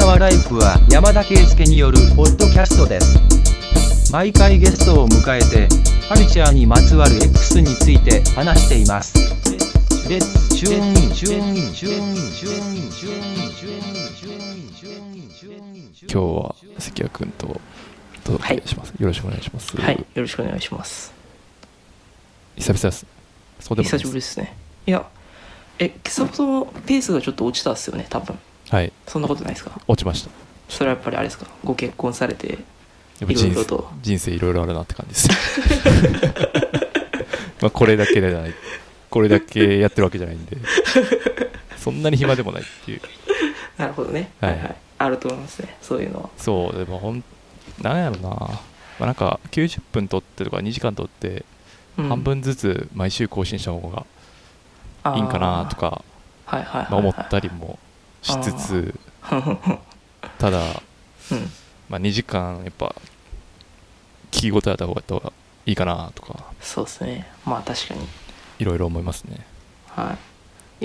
川ライフは山田圭介によるポッドキャストです。毎回ゲストを迎えてカルチャーにまつわる X について話しています。レッツチューンインチューンインチューンインチューンインチューンインチューンインチューンインチューンインチューンイン。 今日は関谷君とお届けします、はい、よろしくお願いします。 はい、よろしくお願いします。 久々です。そうでもないです。 久しぶりですね。いや、そもそもペースがちょっと落ちたっすよね、多分。 はい。 そんなことないですか？ 落ちました。 それはやっぱりあれですか、ご結婚されていろいろと人生いろいろあるなって感じですまあこれだけじゃない、これだけやってるわけじゃないんでそんなに暇でもないっていう。 なるほどね、はいはい、あると思いますね、そういうのは。 そうでもなんやろな、まあ、なんか90分撮ってとか2時間撮って半分ずつ毎週更新した方がいいんかなとか思ったりもしつつ、ただ、まあ、2時間やっぱ聞き応えあった方がいいかなとか。 そうですね、まあ確かにいろいろ思いますね。 はい。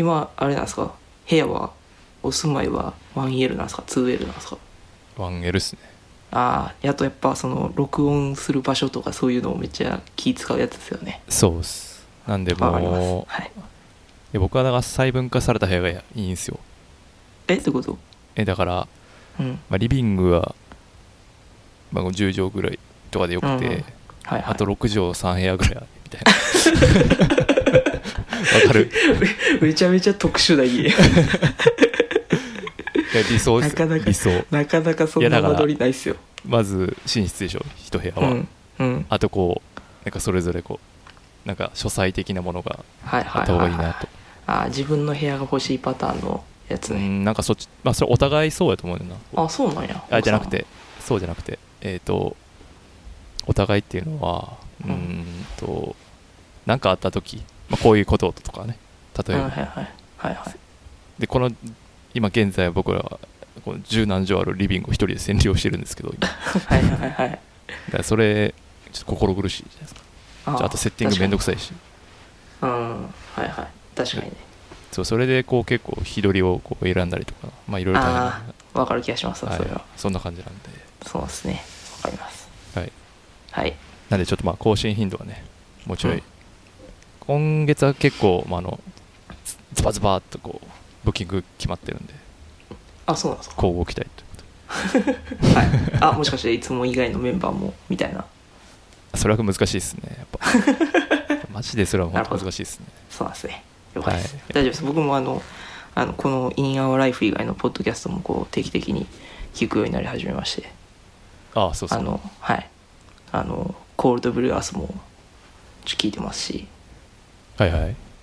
今あれなんですか、部屋はお住まいは 1L なんですか 2L なんですか？ 1L っすね。 ああ、やっとやっぱその録音する場所とかそういうのをめっちゃ気使うやつですよね。 そうっす。なんでもう、 はい、 僕はだから細分化された部屋がいいんですよ。 どういうこと？ だから、まあ、リビングは、まあ、10畳ぐらいとかでよくて、あと6畳3部屋ぐらいみたいなわかるめちゃめちゃ特殊な家理想ですよ。理想。 なかなかそんな間取りないっすよ。 まず寝室でしょ、一部屋は、あとこうなんかそれぞれこうなんか書斎的なものがあった方がいいなと。 自分の部屋が欲しいパターンのやつね。 なんかそっち、まあそれお互いそうやと思うねんな。 あ、そうなんや。 じゃなくて、そうじゃなくて、お互いっていうのはなんかあった時、まあ、こういうこととかね、例えば、でこの今現在僕らはこの十何畳あるリビングを一人で占領してるんですけど、だからそれちょっと心苦しいじゃないですか。あとセッティングめんどくさいし、 確かにね。 それでこう結構日取りをこう選んだりとか、まあいろいろ大変な。 わかる気がします、それは。 そんな感じなんで。 そうですね、わかります。はい。 なんでちょっとまあ更新頻度はね、もうちょい、今月は結構、まあ、ズバズバーっとこうブッキング決まってるんで。 あ、そうなんですか。 交互期待ということはい。もしかしていつも以外のメンバーもみたいな。 それは難しいですね、やっぱマジでそれは本当難しいですね。 そうなんですね。了解です。大丈夫です。僕もこの In Our Life 以外のポッドキャストもこう定期的に聞くようになり始めまして。 そうそう。 はい。コールドブルーアースも聞いてますし。はい。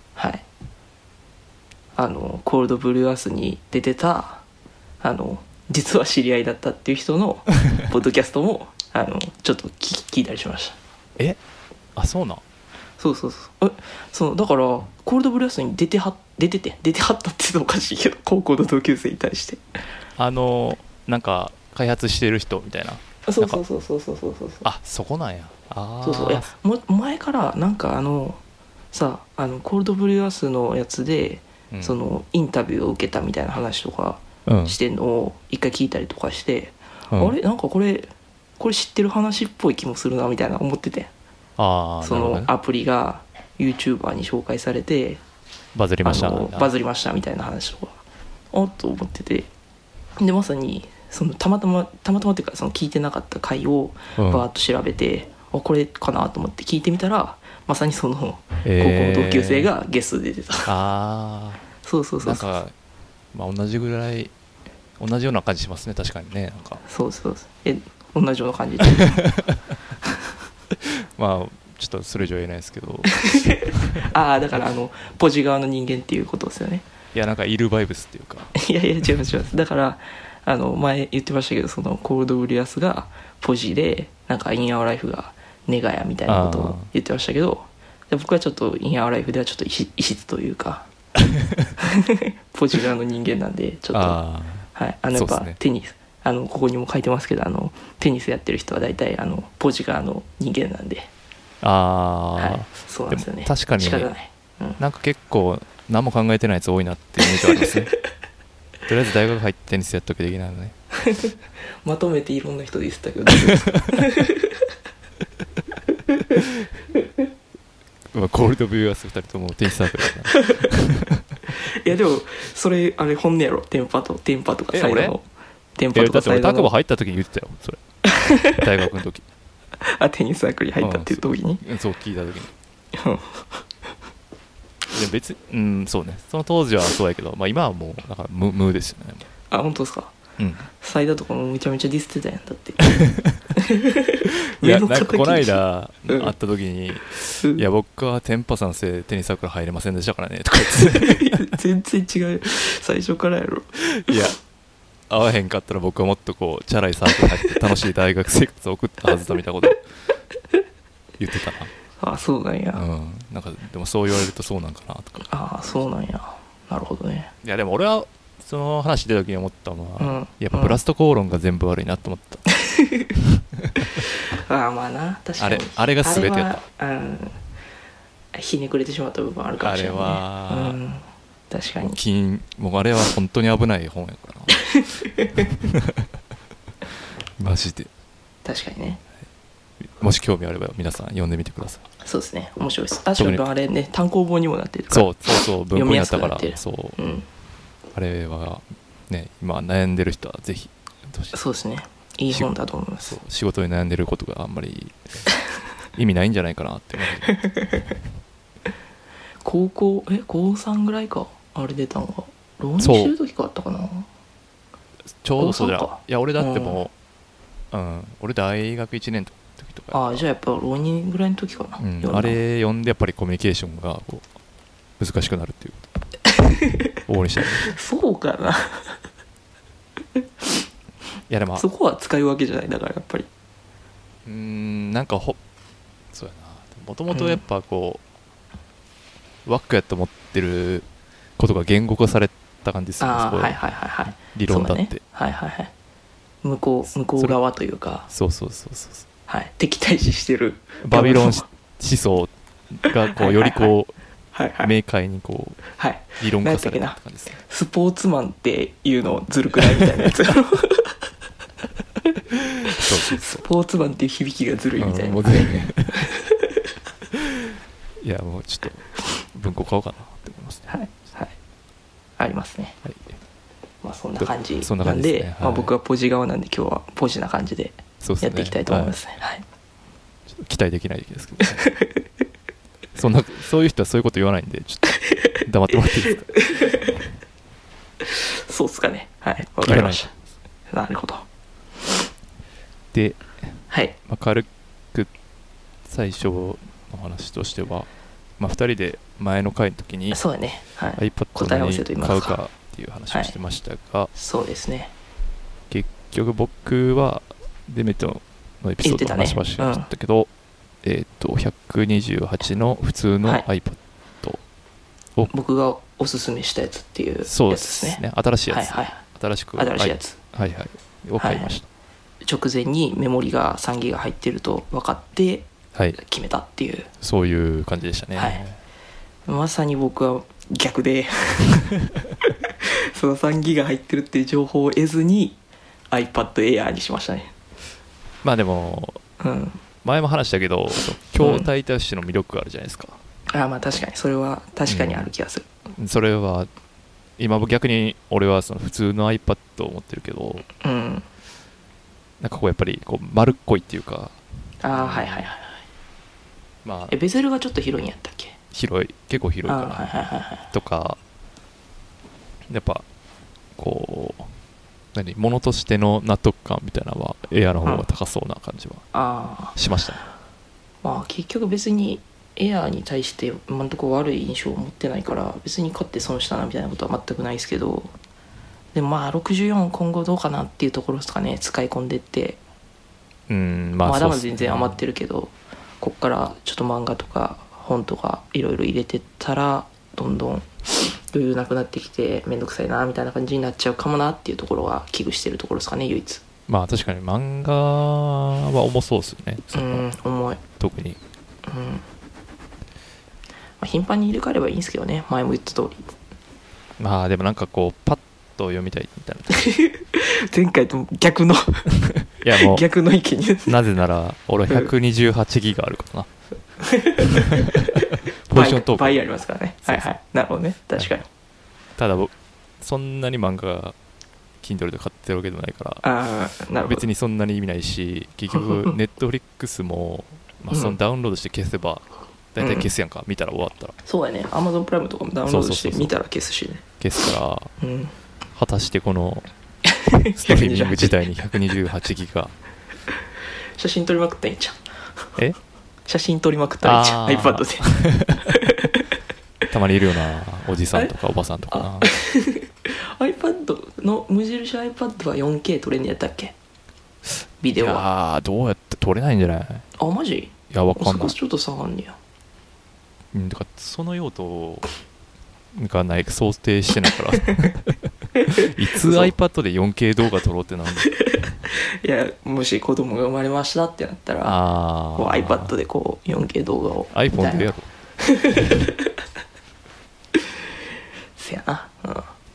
コールドブルーアースに出てた実は知り合いだったっていう人のポッドキャストもちょっと聞いたりしました。 そうなん。 そうだからコールドブルーアースに出てはったって言うのおかしいけど、高校の同級生に対してなんか開発してる人みたいな。 そうそこなんや。 いや前からなんかコールドブルーアースのやつで、そのインタビューを受けたみたいな話とかしてんのを一回聞いたりとかして、あれなんかこれ知ってる話っぽい気もするなみたいな思ってて、そのアプリが YouTuber に紹介されてバズりましたみたいな話とかと思ってて、でまさにそのたまたまっていうか、その聞いてなかった回をバーッと調べて、これかなと思って聞いてみたら、まさにその高校の同級生がゲストで出てた。そうなんか、まあ、同じような感じしますね、確かにね。なんかそう同じような感じでまあちょっとそれ以上言えないですけどだからポジ側の人間っていうことですよね。 いや、なんかいるバイブスっていうかいや違います。だから前言ってましたけど、そのコールドブリアスがポジで、なんかインアワーライフがネガヤみたいなことを言ってましたけど、僕はちょっとインアワーライフではちょっと異質というかポジ側の人間なんで、ちょっとやっぱテニス、ここにも書いてますけど、テニスやってる人は大体ポジ側の人間なんで。そうなんですよね。 確かに仕方ない、 なんか結構何も考えてないやつ多いなっていうイメージはありますねとりあえず大学入ってテニスやっとけできないのね。 まとめていろんな人で言ってたけどコールドビューアース2人ともテニスサークルだな。 いやでもそれあれ本音やろ。テンパとかサイドのテンパとかサイドの。 だって俺タクボ入った時に言ってたよそれ。大学の時。 あ、テニスサークルに入ったっていう時に、 そう聞いた時に。で別にそうね、その当時はそうやけど、まあ、今はもうだから無ですよね。 あ、本当ですか。サイダーとかもめちゃめちゃディスってたやんだっていやなんかこの間会った時に、いや僕はテンパさんせいテニスサークル入れませんでしたからねとか言って全然違う最初からやろ。 いや会わへんかったら僕はもっとこうチャラいサークル入って楽しい大学生活を送ったはずだみたいなこと言ってたな。 あ、そうなんや。 なんかでもそう言われるとそうなんかなとか。 あ、そうなんや。なるほどね。 いやでも俺はその話出た時に思ったのは、やっぱブラスト口論が全部悪いなと思った。 あ、まあな、確かにあれが全てやった。 ひねくれてしまった部分あるかもしれないね。あれは、確かにもうあれは本当に危ない本やからなマジで。 確かにね。 もし興味あれば皆さん読んでみてください。 そうですね、面白いです。確かにあれね、単行本にもなってるから。 そう文庫になったから。そう、あれはね、今悩んでる人はぜひ。 そうですね、いい本だと思います。 仕事に悩んでることがあんまり意味ないんじゃないかなって思う高3ぐらいか、あれ出たのが浪人してる時かあったかな。 ちょうどそうじゃん。いや俺だってもう、俺大学1年の時とか。 じゃあやっぱ浪人ぐらいの時かな。 あれ読んでやっぱりコミュニケーションがこう難しくなるっていう往々にしたそうかな。 いやでもそこは使うわけじゃない。だからやっぱりなんかそうやな、もともとやっぱこう、ワックやと思ってることが言語化された感じですよね。 はいはいはいはい。 理論だって、 ね、はいはいはい。向こう側というか、 そうはい、敵対視してるバビロン思想がこうよりこう明快にこう理論化された感じですね。 スポーツマンっていうのずるくないみたいなやつ。スポーツマンっていう響きがずるいみたいな。 いやもうちょっと文庫買おうかなって思いますね。 はいはい、ありますね。はい、まあそんな感じなんで、 ね、まあ、僕はポジ側なんで今日はポジな感じでやっていきたいと思いますね。はい、 ちょっと期待できないですけど、ね、そういう人はそういうこと言わないんでちょっと黙ってもらっていいですか。 そうっすかね。はい、わかりました。なるほど。 で、 はい、 まあ、軽く最初の話としては、まあ、2人で前の回の時にそうだね、はい、 iPad を何買うかっていう話をしてましたが、 はい、そうですね。 結局僕はデメットのエピソードの話しましたけど、128の普通の iPad を、 僕がおすすめしたやつっていうやつですね。 そうですね、新しいやつ、 はいはい、 新しいやつ、はいはい、を買いました。 直前にメモリが3ギガ入ってると分かって決めたっていう、 そういう感じでしたね。 はい、まさに僕は逆でその3ギガ入ってるっていう情報を得ずに iPad Air にしましたね。 まあでも、前も話したけど筐体としての魅力があるじゃないですか。 まあ確かにそれは確かにある気がする。 それは今逆に俺はその普通の iPad を持ってるけど、なんかこうやっぱりこう丸っこいっていうか、 はいはいはい。 まあベゼルがちょっと広いんやったっけ。 結構広いかなとか、やっぱこう物としての納得感みたいなのはエアの方が高そうな感じはしましたね。 まあ結局別にエアーに対して今のところ悪い印象を持ってないから別に買って損したなみたいなことは全くないですけど、でもまあ64今後どうかなっていうところですかね。使い込んでって、まだまだ全然余ってるけど、こっからちょっと漫画とか本とかいろいろ入れてったらどんどん余裕なくなってきてめんどくさいなみたいな感じになっちゃうかもなっていうところは危惧してるところですかね、唯一。 まあ確かに漫画は重そうですよね。 重い、 特に、 頻繁に入れ替えればいいんですけどね、前も言った通り。 まあでもなんかこうパッ読みたいみたいな前回と逆のいやもう逆の意見になぜなら俺は128ギガあるからなポジショントーク倍ありますからね。はいはい、なるほどね、確かに。 ただ僕そんなに漫画 Kindle で買ってるわけでもないからあ、なるほど。 別にそんなに意味ないし、結局 Netflix も、まあ、そのダウンロードして消せば大体消すやんか、見たら終わったら。 そうやね、 Amazon プライムとかもダウンロードして見たら消すしね。 消すから、 うん、 果たしてこのストリーミング自体に128ギガ写真撮りまくったらいいんちゃう。 え写真撮りまくったらいいんちゃう iPad でたまにいるよなおじさんとかおばさんとかな iPad の無印 iPad は 4K 撮れんのやったっけ、ビデオは。 いやどうやって撮れないんじゃない。 あ、マジ。 いやわかんない。 ちょっと差があんねや。 だからその用途がない想定してないからいつ iPad で 4K 動画撮ろうってなんだいや、もし子供が生まれましたってなったらこう iPad でこう 4K 動画を iPhone でやろせやな、うん、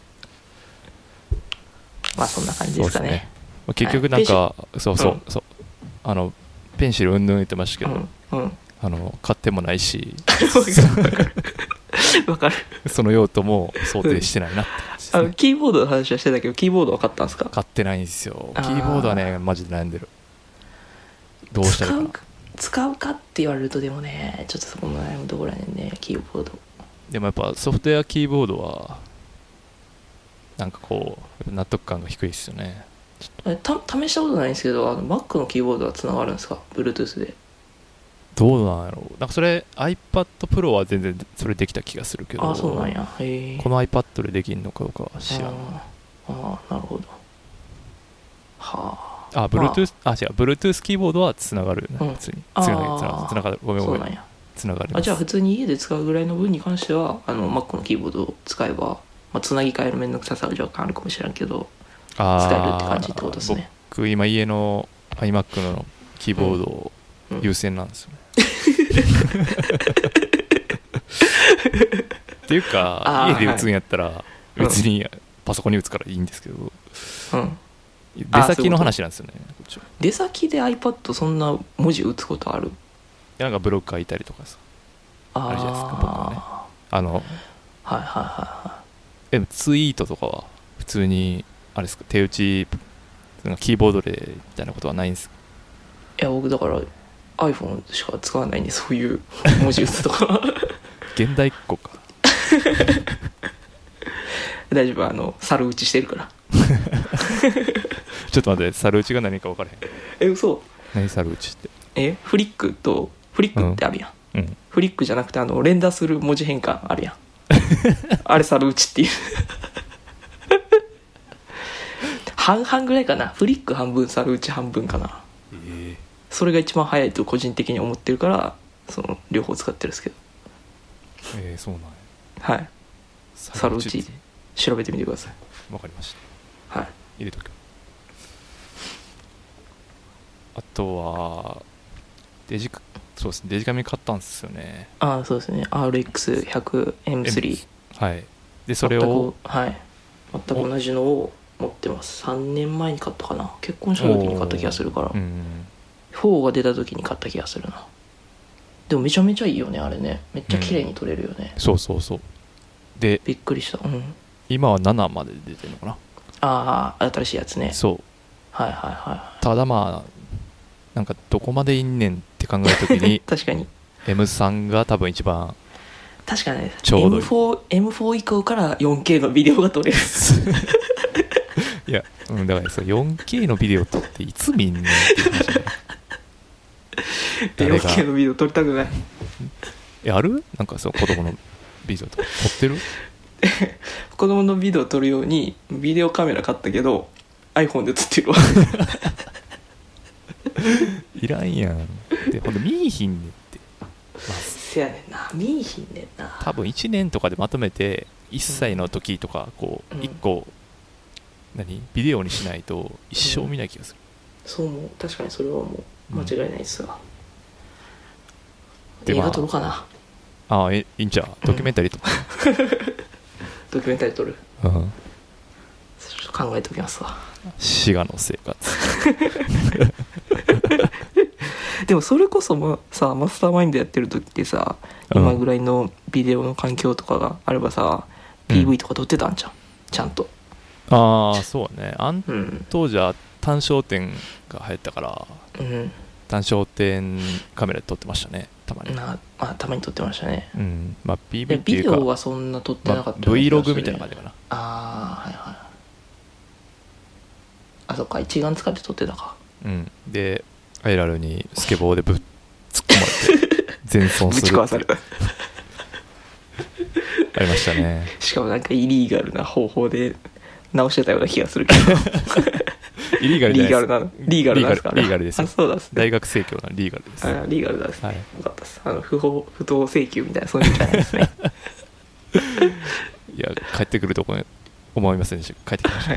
まあそんな感じですか ね。 結局なんか、はい、そうペンシルうんぬん言ってましたけど、買ってもないしわかるその用途も想定してないなって感じです、ね、 キーボードの話はしてたけど、キーボードは買ったんですか。 買ってないんですよ。キーボードはねマジで悩んでる。どうしたらいいかな。 使うかって言われるとでもね、ちょっとそこの悩むところやねんね、キーボード。 でもやっぱソフトウェアキーボードはなんかこう納得感が低いですよね。 試したことないんですけど、Mac のキーボードはつながるんですか、 Bluetooth で。 どうなんやろう。なんかそれ iPad Pro は全然それできた気がするけど。 あ、そうなんや。へこの iPad でできるのかどうかは知らん。 あ、なるほど。はあ。Bluetooth、違う、Bluetooth キーボードはつながる、ね、普通に。つながる。ごめん。そうなんや。つながる。 じゃあ普通に家で使うぐらいの分に関してはMac のキーボードを使えば、つなぎ替える面倒くささは若干あるかもしれんけど、使えるって感じってことですね。 僕今家の iMac のキーボードを優先なんですよね、っていうか家で打つんやったら別にパソコンに打つからいいんですけど、出先の話なんですよね。 出先で iPad そんな文字打つことある？ なんかブログ書いたりとかさ、あるじゃないですか。僕はねでもツイートとかは普通にあれですか、手打ちキーボードでみたいなことはないんですか？ いや、僕だから iPhone しか使わないんで、そういう文字打つとか現代っ子か大丈夫、猿打ちしてるからちょっと待って、猿打ちが何か分からへん。 嘘。 何猿打ちって。 フリックってあるやん、フリックじゃなくて連打する文字変換あるやんあれ猿打ちっていう半々ぐらいかな。フリック半分、猿打ち半分かな、それが一番早いと個人的に思ってるから、その両方使ってるんですけど。 そうなんや。 はい、猿打ち調べてみてください。 わかりました。 はい、 入れとく。あとはデジカメ買ったんですよね。 そうですね、 RX100M3。 はい。でそれを全く同じのを持ってます。3年前に買ったかな。結婚した時に買った気がするから、4が出た時に買った気がするな。でもめちゃめちゃいいよね、あれね。めっちゃ綺麗に撮れるよね、 そうでびっくりした。 今は7まで出てるのかな。 新しいやつね。 そう。 ただなんかどこまでいんねんって考えた時に確かに M3 が多分一番確かね、 ちょうどいい。 M4 以降から 4K のビデオが撮れるいや、だから4K のビデオ撮っていつ見んねんっていう話 4K のビデオ撮りたくない。 ある？なんか子供のビデオ撮ってる？ 子供のビデオ撮るようにビデオカメラ買ったけど iPhone で撮ってるわいらんやんで、ほんと見いひんねんって、 せやねんな、見いひんねんな。 多分1年とかでまとめて1歳の時とか1個ビデオにしないと一生見ない気がする、 そう思う。確かにそれはもう間違いないですわ、 で映画撮ろうかな。 いいんちゃう、ドキュメンタリーとか、 ドキュメンタリー撮る。 っと考えておきますわ。 滋賀の生活でもそれこそさ、マスターマインドやってる時ってさ、今ぐらいのビデオの環境とかがあればさ、PV とか撮ってたんじゃん、ちゃんと。 ああそうね、当時は単焦点が流行ったから、単焦点カメラで撮ってましたね、たまに。 たまに撮ってましたね。 まあ PV っていうかビデオはそんな撮ってなかった、 Vlog みたいな感じかな。 はいはい。あ、そっか、一眼使って撮ってたか。 でアイラルにスケボーで突っ込まれて全損するぶち壊されたありましたね。 しかもなんかイリーガルな方法で直してたような気がするけどイリーガルじゃないです。 リーガルなんですか。 リーガルですよ。 そうだっすね、 大学生協のリーガルです。 リーガルだですね、 はい、 よかったです。不当請求みたいなそういうんじゃないですねいや帰ってくるとこ思いませんでした。帰ってきました、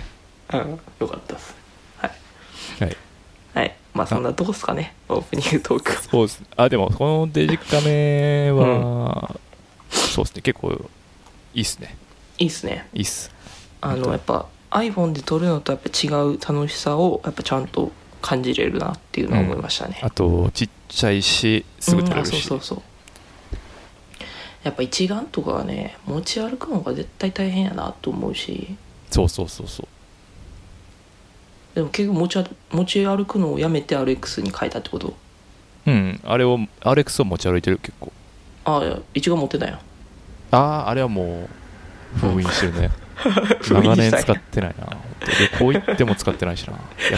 よかったです。 はいはい、まあそんなとこですかね、オープニングトーク。 そうです。でもこのデジカメは、そうですね、結構いいっすね。 いいっすね。 いいっす。 やっぱ iPhone で撮るのとやっぱ違う楽しさをやっぱちゃんと感じれるなっていうのは思いましたね。 あとちっちゃいしすぐ撮れるし、 そうやっぱ一眼とかはね、持ち歩くのが絶対大変やなと思うし。 そうでも結局持ち歩くのをやめて RX に変えたってこと？ RX を持ち歩いてる結構。 一眼持ってたよ。 あれはもう封印してるね長年使ってないな。旅行行っても使ってないしな。やっ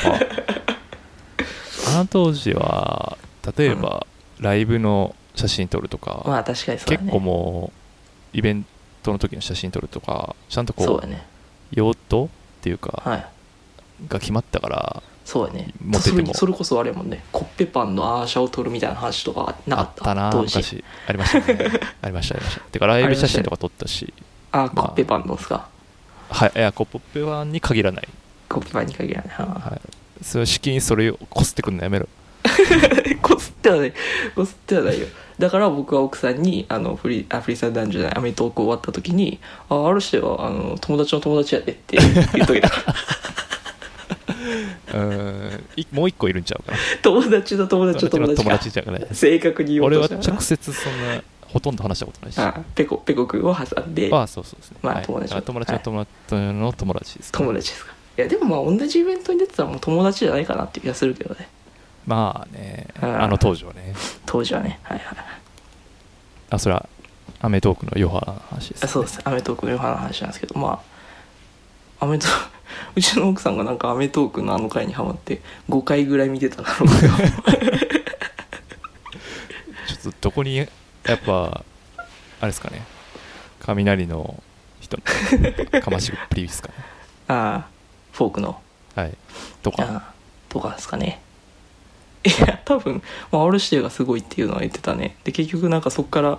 ぱ当時は例えば、ライブの写真撮るとか、 まあ確かにそうだね。 結構もうイベントの時の写真撮るとかちゃんとそうだね、 用途っていうか、が決まったから。 そうやね。 持っててもそれこそあれもんね、コッペパンのアーシャを撮るみたいな話とかなかった？ あったな、昔ありましたねありましたてかライブ写真とか撮ったし。 コッペパンのっすか。 はい、いやコッペパンに限らない。 コッペパンに限らない。 はい、それ資金それをこすってくんのやめろこすってはないよ。だから僕は奥さんにフリーサイドダンジョンじゃない、アメトーク終わった時にある人は友達の友達やでって言っとけたからもう一個いるんちゃうかな。 友達の友達じゃない。 正確に言おうとした。 俺は直接そんなほとんど話したことないし。 ペコ君を挟んで。 そうですね。 まあ友達の友達の友達ですか。 友達ですか。いやでも同じイベントに出てたらもう友達じゃないかなっていう気がするけどね。 まあね、当時はね。はい。それはアメトークの余波の話ですね。 そうです。アメトークの余波の話なんですけど、うちの奥さんがなんかアメトークの回にハマって5回ぐらい見てたなちょっとどこにやっぱあれですかね、雷の人のかましっぷりですかねフォークのとかですかね。いや多分オールシティがすごいっていうのは言ってたね。で結局なんかそっから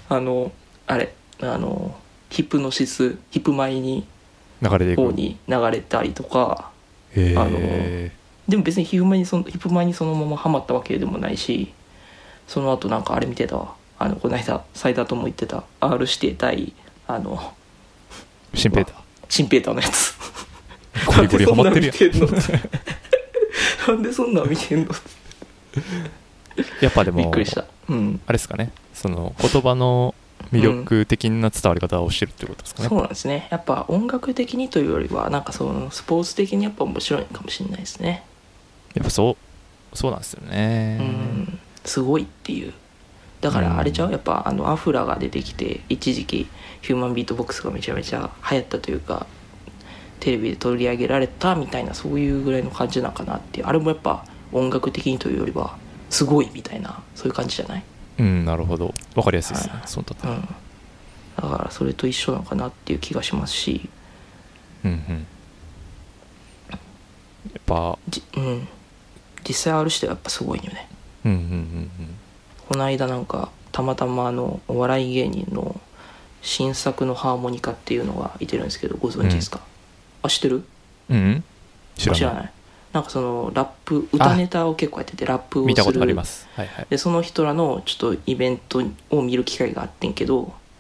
ヒプノシスヒプマイに方に流れたりとか、でも別にヒプマイにそのままハマったわけでもないし、その後なんかあれ見てたわ。この間斉田とも言ってた R 指定対シンペーターのやつゴリゴリハマってるやんなんでそんなん見てんのやっぱでもびっくりした、あれですかね、その言葉の魅力的な伝わり方をしてるってことですかね。 そうなんですね。やっぱ音楽的にというよりはなんかそのスポーツ的にやっぱ面白いかもしれないですね。 やっぱそうなんですよね。 すごいっていう。だからあれちゃう、やっぱアフラが出てきて一時期ヒューマンビートボックスがめちゃめちゃ流行ったというか、テレビで取り上げられたみたいな、そういうぐらいの感じなんかなっていう。あれもやっぱ音楽的にというよりはすごいみたいな、そういう感じじゃない？ なるほど、分かりやすいですね、その例え。 だからそれと一緒なのかなっていう気がしますし、 やっぱ実際ある人はやっぱすごいよね。この間なんかたまたまお笑い芸人の新作のハーモニカっていうのがいてるんですけど、ご存知ですか？知ってる？知らない。なんかそのラップ歌ネタを結構やってて、ラップをする、 見たことあります。 でその人らのちょっとイベントを見る機会があってんけど、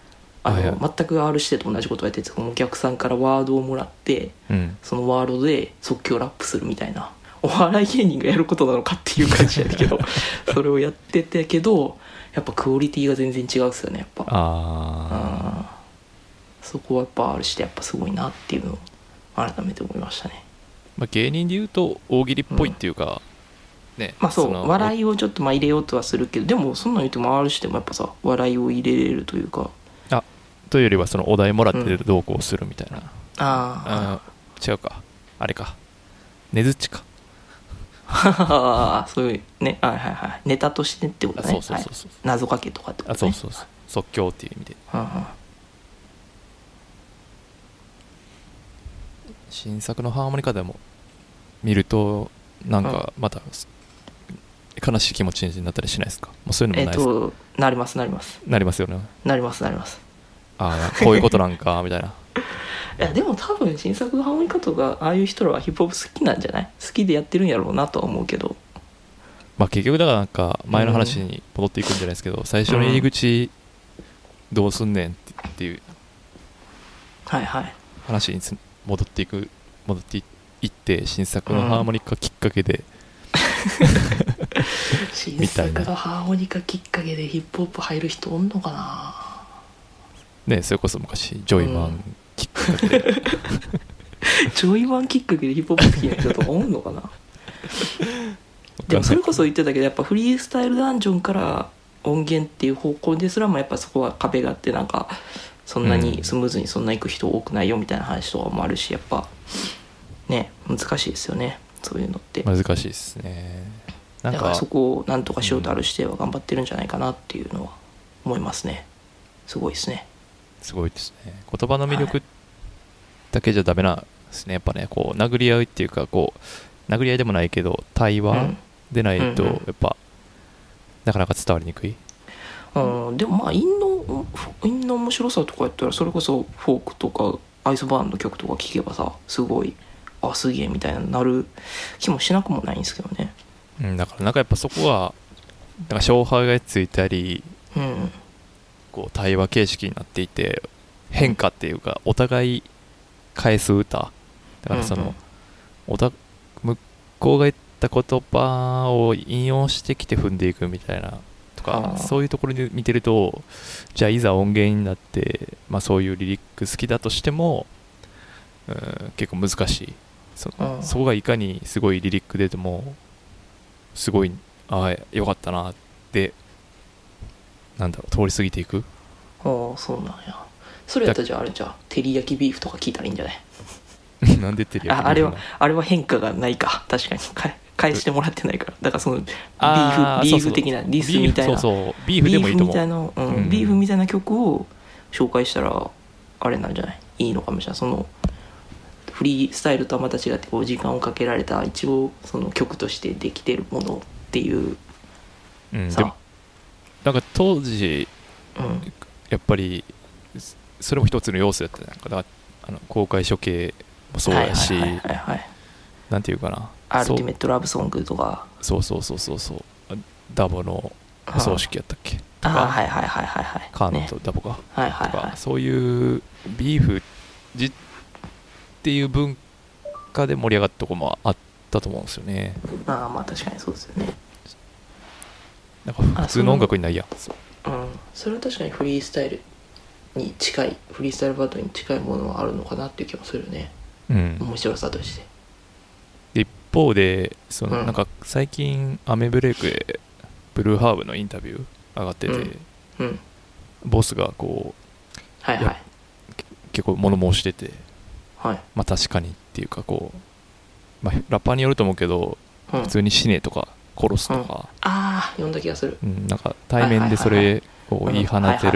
全く R 指定と同じことをやってて、お客さんからワードをもらって、そのワードで即興ラップするみたいな、お笑い芸人がやることなのかっていう感じやけどそれをやってたけど、やっぱクオリティが全然違うっすよね、やっぱ。そこはやっぱ R 指定やっぱすごいなっていうのを改めて思いましたね。 芸人でいうと大喜利っぽいっていうか、ね、 そう笑いをちょっと入れようとはするけど、でもそんなん言っても R してもやっぱさ、笑いを入れれるというか、 というよりはそのお題もらってどうこうするみたいな、 違うか、あれか、ねずっちかそういうね、ネタとしてってことね。謎かけとかってことね。 そう即興っていう意味で、新作のハーモニカでも見るとなんかまた悲しい気持ちになったりしないですか？もうそういうのもないですか？ なりますよね。なります。 こういうことなんかみたいな。 いやでも多分新作のハーモニカとかああいう人らはヒップホップ好きなんじゃない？好きでやってるんやろうなとは思うけど、 結局だからなんか前の話に戻っていくんじゃないですけど、最初の入り口どうすんねんっていう話に戻っていって新作のハーモニカきっかけで新作のハーモニカきっかけでヒップホップ入る人おんのかな。 ね、それこそ昔ジョイマンきっかけでジョイマンきっかけでヒップホップ好きな人とかおんのかなでもそれこそ言ってたけど、やっぱフリースタイルダンジョンから音源っていう方向ですらもやっぱそこは壁があって、なんかそんなにスムーズにそんな行く人多くないよみたいな話とかもあるし、やっぱね難しいですよね、そういうのって。 難しいですね。 だからそこをなんとかしようとある指定は頑張ってるんじゃないかなっていうのは思いますね。すごいですね。 すごいですね。言葉の魅力だけじゃダメなんですね。やっぱね、こう殴り合いっていうか、こう殴り合いでもないけど対話でないとやっぱなかなか伝わりにくい。 でも韻の面白さとかやったら、それこそフォークとかアイスバーンの曲とか聴けばさ、すごいすげえみたいになる気もしなくもないんですけどね。 だからなんかやっぱそこはなんか勝敗がついたり、こう対話形式になっていて、変化っていうかお互い返す歌だから、その向こうが言った言葉を引用してきて踏んでいくみたいなとか、そういうところで見てると、じゃあいざ音源になって、そういうリリック好きだとしても、結構難しい。そこがいかにすごいリリックでもすごいよかったなって通り過ぎていく。 そうなんや。それやったらじゃああれじゃあ照り焼きビーフとか聞いたらいいんじゃないなんで照り焼きビーフあれは変化がないか、確かに返してもらってないから。だからそのビーフ的なディスみたいな、 ビーフでもいいと思う。 ビーフみたいな曲を紹介したらあれなんじゃない、いいのかもしれない。そのフリースタイルとはまた違って、こう時間をかけられた一応その曲としてできてるものっていう、 でもなんか当時、やっぱりそれも一つの要素だった。なんかだから公開処刑もそうやし、なんていうかな、 アルティメットラブソングとか、 そうダボのお葬式やったっけとか、カーンとダボか、とか、そういうビーフっていう文化で盛り上がったところもあったと思うんですよね。 まあ確かにそうですよね。 なんか普通の音楽にないやん。 それは確かにフリースタイルに近い、フリースタイルバトルに近いものはあるのかなっていう気もするよね。面白さとして。 一方でなんか最近アメブレイクでブルーハーブのインタビュー上がってて、ボスがこう、結構物申してて、確かにっていうか、こう、ラッパーによると思うけど、普通に死ねとか殺すとか、 読んだ気がする。 なんか対面でそれを言い放つ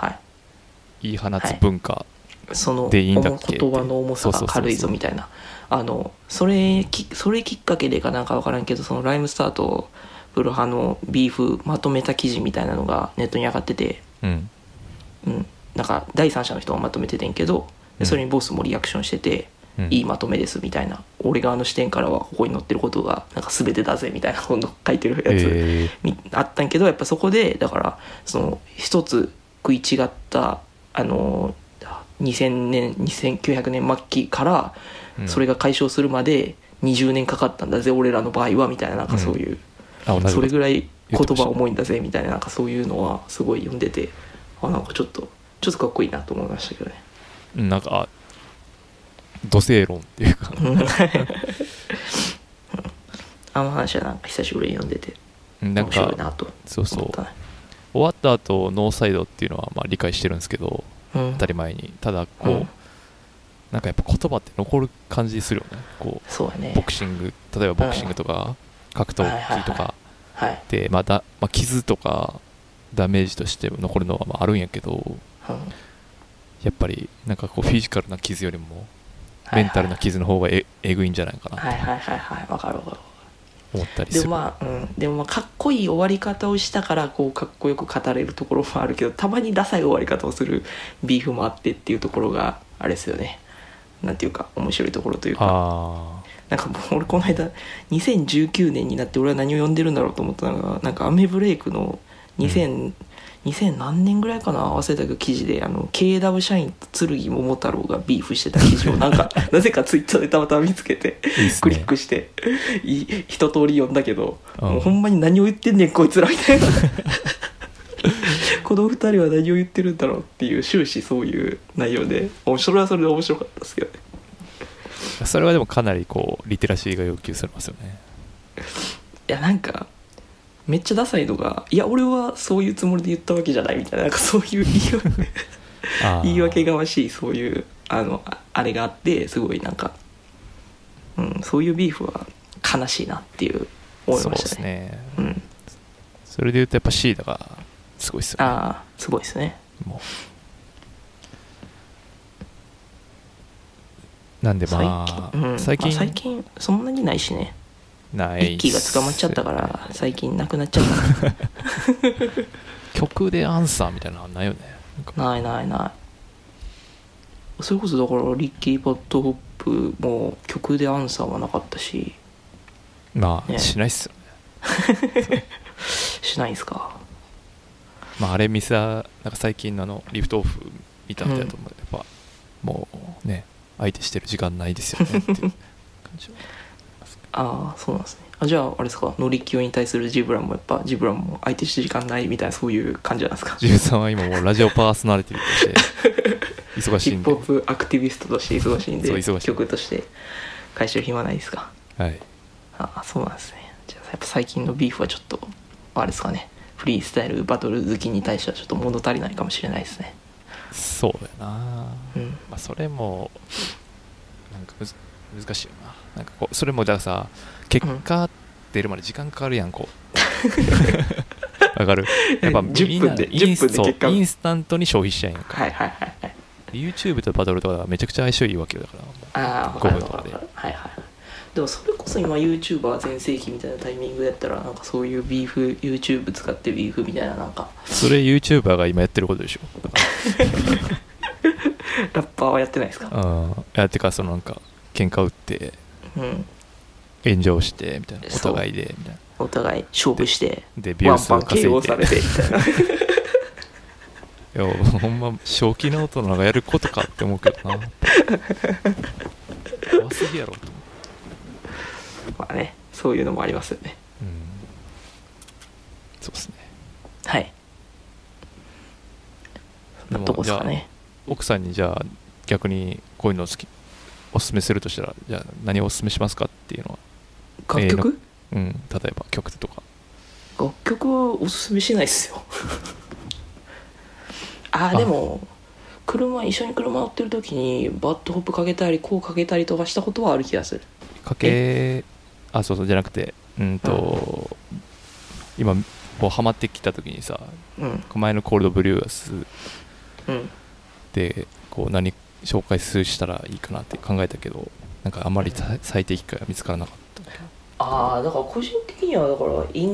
文化でいいんだっけ、 言葉の重さが軽いぞみたいな。それきっかけでかなんか分からんけど、そのライムスターとブルハのビーフまとめた記事みたいなのがネットに上がってて、なんか第三者の人がまとめててんけど、それにボスもリアクションしてて、いいまとめですみたいな、俺側の視点からはここに載ってることがなんか全てだぜみたいな本の書いてるやつ、あったんけど、やっぱそこでだからその一つ食い違った 2000年2900年末期からそれが解消するまで20年かかったんだぜ、俺らの場合はみたいな、なんかそういう、それぐらい言葉重いんだぜみたいな、なんかそういうのはすごい読んでて、なんかちょっとかっこいいなと思いましたけどね。 なんか土星論っていうかあの話はなんか久しぶりに読んでて面白いなと思った、ね、 そうそう終わった後ノーサイドっていうのはまあ理解してるんですけど、当たり前に、ただこう、なんかやっぱ言葉って残る感じするよね。こう、 そうやね、 ボクシング、例えばボクシングとか、格闘技とかで、まあ傷とかダメージとして残るのはまああるんやけど、やっぱりなんかこうフィジカルな傷よりもメンタルな傷の方がえぐいんじゃないかな。 わかるわかる。 思ったりする。 でもかっこいい終わり方をしたからこうかっこよく語れるところもあるけど、たまにダサい終わり方をするビーフもあってっていうところがあれですよね。なんていうか面白いところというか、なんかもう俺この間2019年になって俺は何を読んでるんだろうと思ったのが、なんかアメブレイクの2000何年ぐらいかな忘れたけど記事でKW 社員と剣桃太郎がビーフしてた記事をなんかなぜかツイッターでたまたま見つけていい、ね、クリックして一通り読んだけど、もうほんまに何を言ってんねんこいつらみたいなこの二人は何を言ってるんだろうっていう終始そういう内容で、それはそれで面白かったですけどね。 それはでもかなりこうリテラシーが要求されますよね。 いやなんかめっちゃダサいのが、いや俺はそういうつもりで言ったわけじゃないみたいな、なんかそういう言い訳がましいそういうあれがあって、すごいなんか、そういうビーフは悲しいなっていう思いましたね。そうですね。 それで言うとやっぱシーダがすごいっすよね。 すごいですね。 もうなんで最近そんなにないしね。 ない一気が捕まっちゃったから最近なくなっちゃった曲でアンサーみたいなのはないよね。 ないそれこそだからリッキー・ポット・ホップも曲でアンサーはなかったし、 まあ、ね、しないっすよねしないんすか。 まああれなんか最近のリフトオフ見たんだと思う、やっぱもうね相手してる時間ないですよねっていう感じはそうなんですね。じゃああれですか、ノリキオに対するジブランもジブランも相手して時間ないみたいなそういう感じなんですか。 ジブさんは今もうラジオパーソナリティとして忙しいんでヒップホップアクティビストとして忙しいんで曲として回収暇ないですか。 はい。 そうなんですね。じゃあやっぱ最近のビーフはちょっとあれですかね、フリースタイルバトル好きに対してはちょっと物足りないかもしれないですね。 そうだよな、まあ、それもなんか難しいよな。なんかこうそれもじゃあさ、結果出るまで時間かかるやんこうわかる。やっぱ 10分で結果インスタントに消費しちゃうんやんか。YouTube とバトルとかめちゃくちゃ相性いいわけよ。だから5分とかで。 でもそれこそ今 YouTuber 全盛期みたいなタイミングやったらなんかそういうビーフ YouTube 使ってビーフみたいな、なんかそれ YouTuber が今やってることでしょ。 ラッパーはやってないですか。 てかそのなんか喧嘩打って、炎上してみたいな、お互いでみたいな、 お互い勝負してでビュー数を稼いでワンパン KO されてみたいないやほんま正気な大人がやることかって思うけどな怖すぎやろと。 まあね、そういうのもありますよね。 そうですね。 はい。そんなとこですかね。 奥さんにじゃあ逆にこういうのおすすめするとしたら、じゃあ何をおすすめしますかっていうのは。 楽曲？ 例えば曲とか。 楽曲はおすすめしないっすよでも一緒に車乗ってる時にバッドホップかけたりこうかけたりとかしたことはある気がする。 そうじゃなくて今こうハマってきた時にさ、前のコールドブリュースでこう何紹介したらいいかなって考えたけど、なんかあんまり最適解が見つからなかった。だから個人的にはだから韻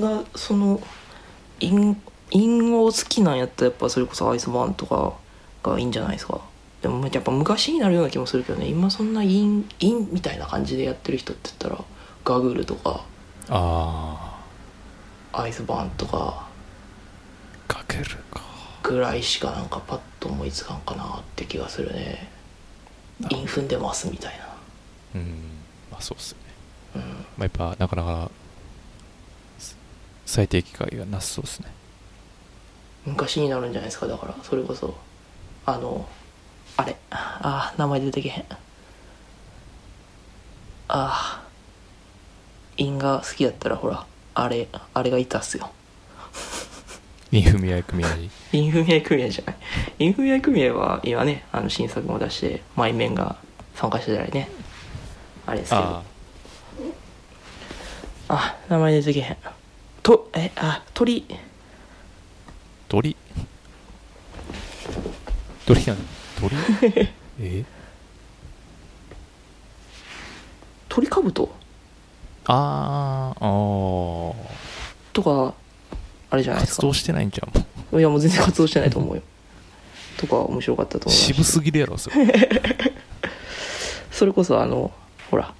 を好きなんやったらやっぱそれこそアイスバーンとかがいいんじゃないですか。でもやっぱ昔になるような気もするけどね、今そんな韻みたいな感じでやってる人って言ったらガグルとかアイスバーンとかガグルかぐらいしかなんかパッとと思いつかんかなって気がするね。韻踏んでますみたいな。 まあそうっすよね。 うん、 まあやっぱなかなか最適解がなさそうですね。 昔になるんじゃないですか。だからそれこそあれ名前出てけへん。韻が好きやったらほらあれがいたっすよ。 韻踏み合い組合。 韻踏み合い組合じゃない。韻踏み合い組合は今ね新作も出してマイメンが参加してたりね、あれですけど、名前出てけへん。鳥やん。鳥鳥かぶととかあれじゃないですか。 活動してないんじゃん。 いやもう全然活動してないと思うよ。とか面白かったと思います。 渋すぎるやろそれ。 それこそほら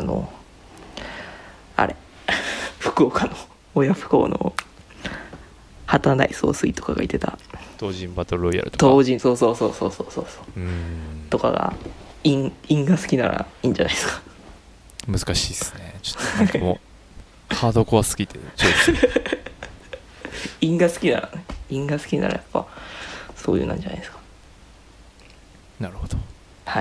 あれ福岡の親不孝の旗内総帥とかがいてた東人バトルロイヤルとか。 東人そうとかが韻が好きならいいんじゃないですか。 難しいですね。ちょっとなんかもうハードコアすぎてチョイス。 韻が好きならやっぱそういうなんじゃないですか。 なるほど。 はい。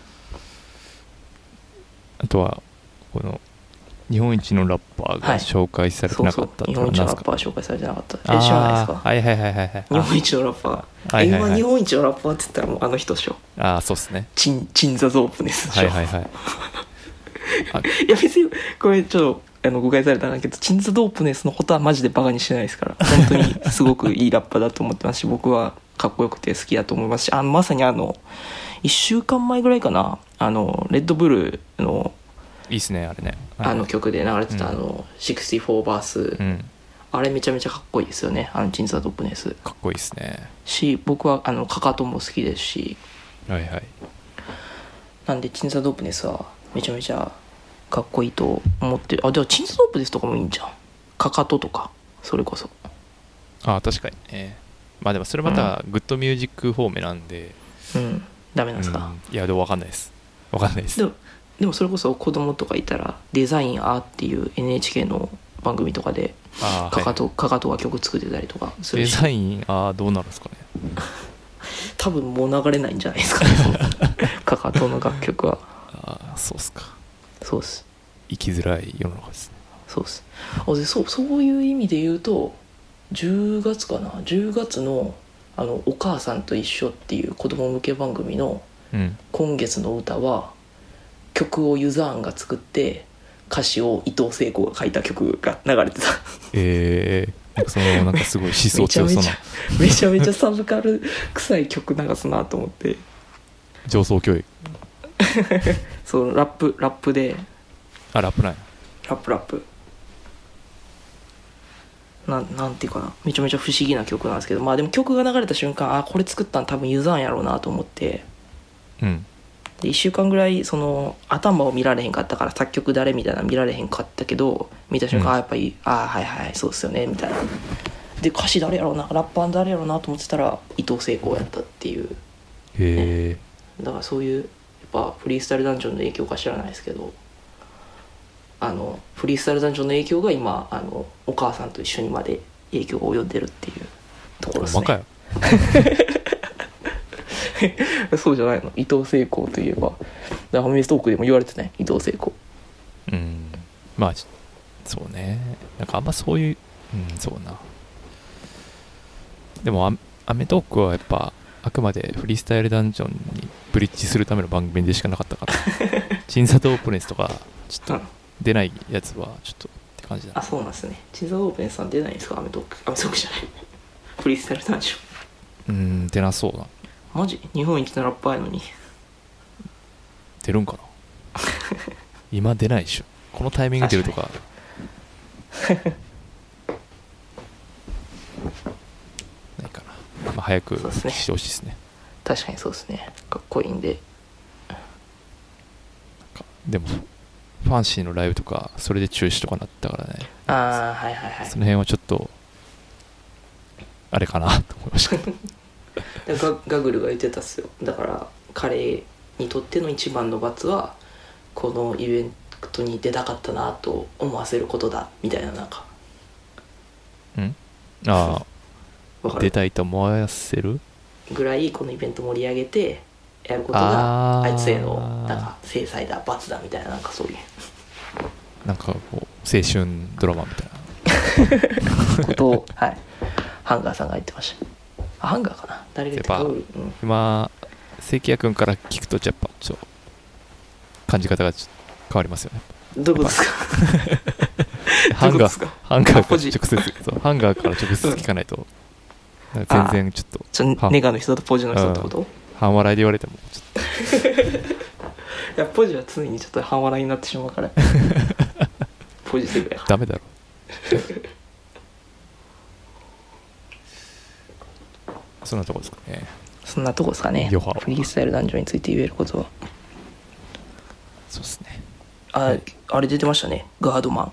あとはこの日本一のラッパーが紹介されてなかったって日本一のラッパー紹介されてなかった。知らないですか。 はい日本一のラッパー。今日本一のラッパーって言ったらもうあの人でしょ。 そうっすね。 チンザゾープネスでしょ。いや別にこれちょっと誤解されたんだけど、チンザドープネスのことはマジでバカにしてないですから。本当にすごくいいラッパーだと思ってますし、僕はかっこよくて好きだと思いますし、まさに1週間前ぐらいかな、レッドブルのいいっすねあれね。 曲で流れてた64バース、あれめちゃめちゃかっこいいですよね。チンザドープネスかっこいいですね。 僕はかかとも好きですし、なんでチンザドープネスはめちゃめちゃかっこいいと思ってる。じゃあチンザドープネスとかもいいんじゃん。かかととかそれこそ。 確かにね。まあでもそれまたグッドミュージック方面なんで、 ダメなんですか。 いやでも分かんないです。 でもそれこそ子供とかいたらデザインっていう NHK の番組とかでかかとが曲作ってたりとかするし。 デザインどうなるんですかね。 多分もう流れないんじゃないですかね。かかとの楽曲は。 そうっすか。 そうっす。 生きづらい世の中ですね。 そうっす。そういう意味で言うと10月かな、10月のお母さんと一緒っていう子供向け番組の今月の歌は、曲をユザーンが作って歌詞を伊藤聖子が書いた曲が流れてた。 なんかすごい思想強そうなめちゃめちゃサブカル臭い曲流すなと思って。 上層教育。 そうラップで。 ラップなんや。 ラップなんていうかな、めちゃめちゃ不思議な曲なんですけど、でも曲が流れた瞬間これ作ったの多分ユザーンやろうなと思って、で1週間ぐらい頭を見られへんかったから作曲誰みたいなの見られへんかったけど、見た瞬間やっぱりはいそうっすよねみたいな。で歌詞誰やろうな、ラッパー誰やろうなと思ってたら伊藤聖子やったっていう、だからそういうやっぱフリースタイルダンジョンの影響か知らないですけど、フリースタイルダンジョンの影響が今お母さんと一緒にまで影響を及んでるっていうところですね。そうじゃないの。伊藤聖子といえばファミレストークでも言われてない伊藤聖子。 そうね。なんかあんまそういうそうな。でもアメトークはやっぱあくまでフリースタイルダンジョンにブリッジするための番組でしかなかったからチンザドープネスとかちょっと出ないやつはちょっとって感じだ、 そうなんですね。チンザドープネスさん出ないんですか。アメトークじゃないフリースタイルダンジョン。 出なそうな。 マジ日本一のラッパーやのに出るんかな。今出ないでしょ。このタイミング出るとかないかな。早くしてほしいですね。 確かにそうですね。かっこいいんで。 でもファンシーのライブとかそれで中止とかなったからね。 はいその辺はちょっとあれかなと思いました。 ガグルが言ってたっすよ。だから彼にとっての一番の罰はこのイベントに出たかったなと思わせることだみたいな、なんかああ出たいと思わせるぐらいこのイベント盛り上げてやることがあいつへのなんか制裁だ罰だみたいな、なんかそういうなんかこう青春ドラマみたいなことをはいハンガーさんが言ってました。ハンガーかな、誰が言ってたか、 今関谷君から聞くとやっぱちょっと感じ方がちょっと変わりますよね。 どういうことですかハンガーから直接そうハンガーから直接聞かないと、全然ちょっとネガの人とポジの人ってこと、 半笑いで言われてもちょっといやポジは常にちょっと半笑いになってしまうからポジティブやからダメだろそんなとこですかね。 そんなとこですかね。フリースタイルダンジョンについて言えることはそうですね。 はい、あれ出てましたね、ガードマン。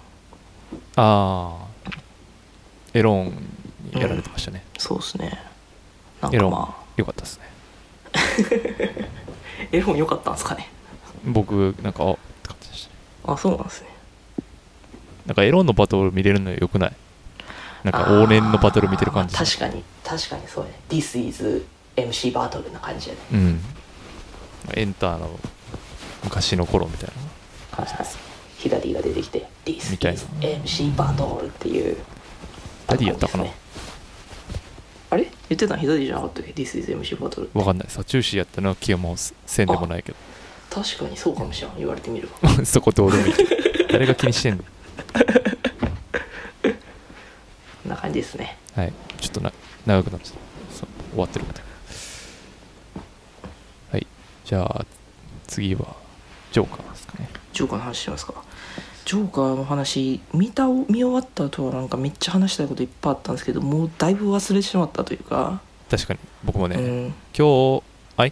エロンにやられてましたね、 そうですね。 なんかエロン良かったですねエロン良かったんですかね。 僕なんかって感じでした、 ね、そうなんですね。 なんかエロンのバトル見れるのよくない？なんか往年のバトル見てる感じ。 確かにそうね。This is MC バトルな感じやね。 エンターの昔の頃みたいな感じです。 ヒダディが出てきて This is MC バトルっていう。 ダディやったかな。 あれ言ってたのヒダディじゃなかったっけ？ This is MC バトル。 わかんない。サチューシーやったのは気はもうせんでもないけど。 確かにそうかもしれん、言われてみればそこどうでもいい誰が気にしてんのこんな感じですね。 はい、ちょっと長くなっちゃった。そう終わってるみたいな。はい、じゃあ次はジョーカーですかね。 ジョーカーの話しますか。ジョーカーの話見終わった後はなんかめっちゃ話したいこといっぱいあったんですけど、もうだいぶ忘れてしまったというか。 確かに僕もね、今日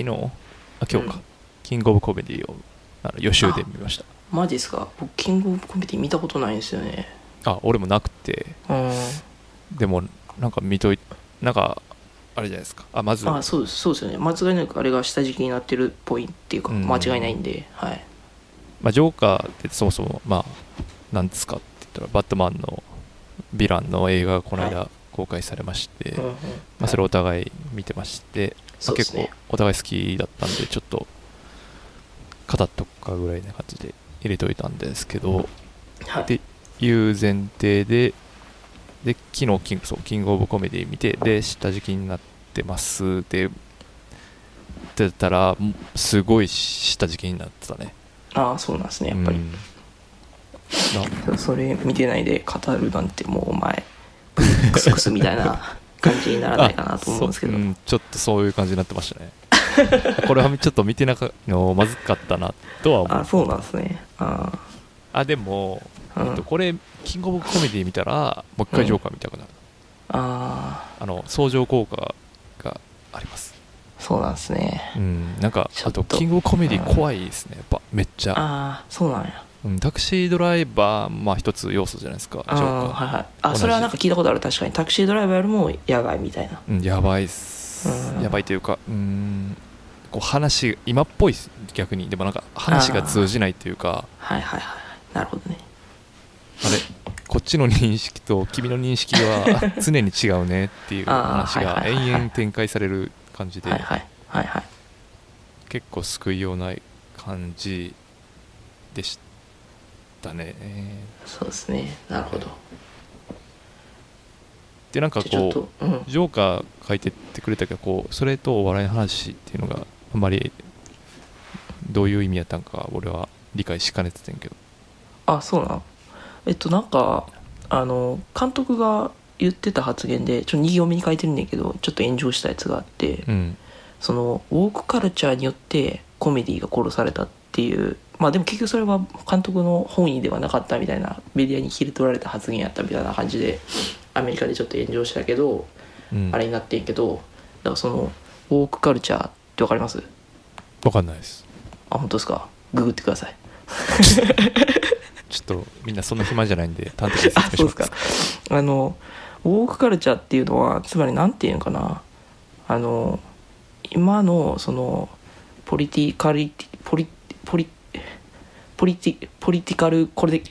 キングオブコメディを予習で見ました。 マジですか。僕キングオブコメディ見たことないんですよね。 俺もなくて、でもなんかなんかあれじゃないですか。まずそうですよね。間違いなくあれが下敷きになってるっぽいっていうか、間違いないんで、はい。 ジョーカーってそもそもなんですかって言ったらバットマンのヴィランの映画がこの間公開されまして、それをお互い見てまして、結構お互い好きだったんでちょっと語っとくかぐらいな感じで入れといたんですけど、っていう前提で昨日キングオブコメディ見て、で下敷きになってますで出たらすごい下敷きになってたね。 そうなんですね。やっぱり、それ見てないで語るなんてもうお前クスクスみたいな感じにならないかなと思うんですけどちょっとそういう感じになってましたねこれはちょっと見てなかったのまずかったなとは思う。 そうなんですね。 でも、これキングオブコメディ見たらもう一回ジョーカー見たくなる。相乗効果があります。 そうなんですね。 なんかあとキングオブコメディ怖いですね、やっぱめっちゃ。 そうなんや。 タクシードライバー一つ要素じゃないですか、ジョーカー。 それはなんか聞いたことある。確かにタクシードライバーよりもやばいみたいな。 やばいっす。やばいというかこう話今っぽい逆に。でもなんか話が通じないというか。 なるほどね。 こっちの認識と君の認識は常に違うねっていう話が延々展開される感じで、結構救いようない感じでしたね。 そうですね。なるほど。 でなんかこう、ジョーカー書いてってくれたけど、それとお笑いの話っていうのがあんまりどういう意味やったんか俺は理解しかねててんけど。 そうなの。なんか監督が言ってた発言で2行目に書いてるんだけど、ちょっと炎上したやつがあって、そのウォークカルチャーによってコメディが殺されたっていう、でも結局それは監督の本意ではなかったみたいな、メディアに切り取られた発言やったみたいな感じでアメリカでちょっと炎上したけど、あれになってんけど、だからそのウォークカルチャーって分かります？ 分かんないです。 本当ですか？ググってくださいちょっとみんなそんな暇じゃないんで端的に説明します。 ウォークカルチャーっていうのはつまりなんていうのかな、 今のそのポリティカルコレポリティカルコレク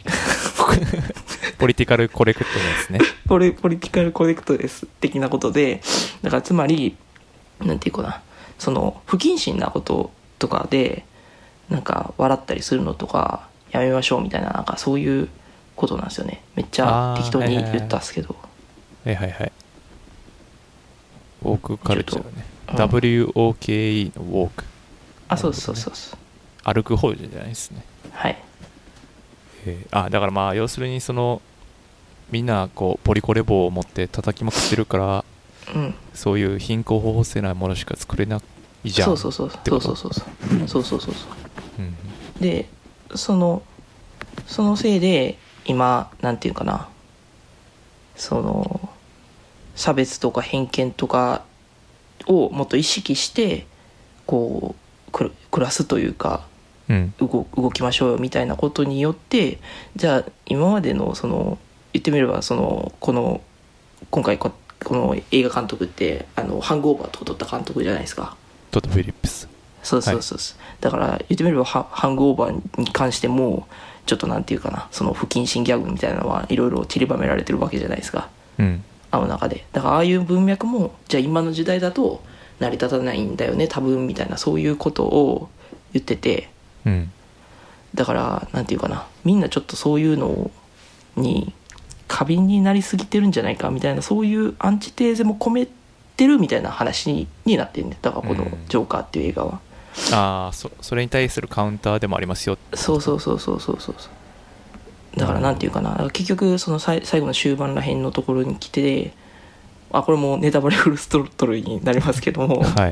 トですね。 ポリティカルコレクトです的なことで、だからつまりなんていうかな、その不謹慎なこととかでなんか笑ったりするのとかやめましょうみたいな、なんかそういうことなんですよね。めっちゃ適当に言ったんですけど、 はいはいはい、ウォークカルチャーね、WOKE のウォーク、 あ、そうそうそうそう、 歩く方じゃないですね。 はい。 だからまあ要するにそのみんなこうポリコレ棒を持って叩きまくってるから、 うん、 そういう貧困法制なものしか作れないじゃん。 そうそうそうそうそうそうそうそうそう、うん、でそのせいで今なんていうかな、その差別とか偏見とかをもっと意識してこう暮らすというか、 うん、 動きましょうよみたいなことによって、じゃあ今までのその言ってみればその今回この映画監督ってハングオーバーとか撮った監督じゃないですか、 トッド・フィリップス。 そうそうそう、はい、だから言ってみればハングオーバーに関してもちょっとなんていうかな、その不謹慎ギャグみたいなのはいろいろ散りばめられてるわけじゃないですか、 うん、 あの中で。だからああいう文脈もじゃあ今の時代だと成り立たないんだよね多分みたいな、そういうことを言ってて、 うん、 だからなんていうかな、みんなちょっとそういうのに過敏になりすぎてるんじゃないかみたいな、そういうアンチテーゼも込めてるみたいな話になってるんで、だからこのジョーカーっていう映画は、 それに対するカウンターでもありますよ。 そうそうそうそうそうそう、だからなんていうかな、結局その最後の終盤らへんのところに来て、これもネタバレフルストロットルになりますけども、 はい、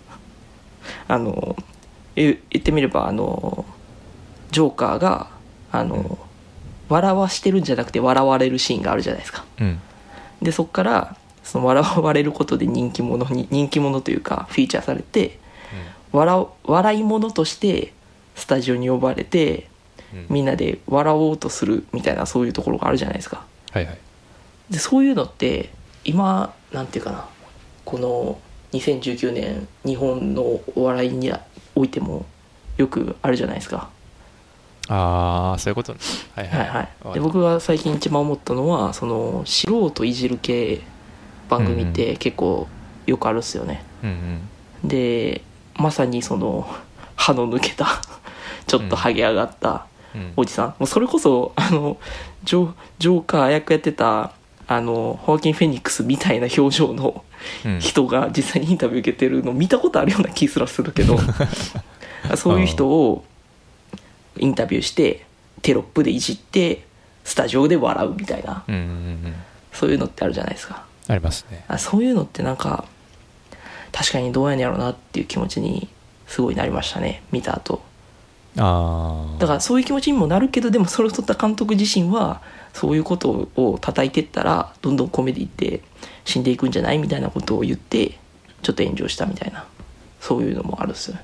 言ってみればジョーカーが笑わしてるんじゃなくて笑われるシーンがあるじゃないですか、 うん、 でそっからその笑われることで人気者というかフィーチャーされて、うん、笑い者としてスタジオに呼ばれて、うん、みんなで笑おうとするみたいな、そういうところがあるじゃないですか、 はいはい、 でそういうのって今なんていうかな、この2019年日本のお笑いにおいてもよくあるじゃないですか。 そういうことね。はいはい、 はいはい、で僕が最近一番思ったのは、その素人いじる系番組って結構よくあるっすよね、 うんうん、 でまさにその歯の抜けたちょっとハゲ上がったおじさん、もうそれこそジョーカー役やってたホアキン・フェニックスみたいな表情の人が実際にインタビュー受けてるの見たことあるような気すらするけどそういう人をインタビューしてテロップでいじってスタジオで笑うみたいな、 うんうんうん、 そういうのってあるじゃないですか。 ありますね。 そういうのってなんか確かにどうやねんやろうなっていう気持ちにすごいなりましたね、見た後。だからそういう気持ちにもなるけど、でもそれを撮った監督自身はそういうことを叩いてったらどんどんコメディって死んでいくんじゃないみたいなことを言ってちょっと炎上したみたいな、そういうのもあるっすよね。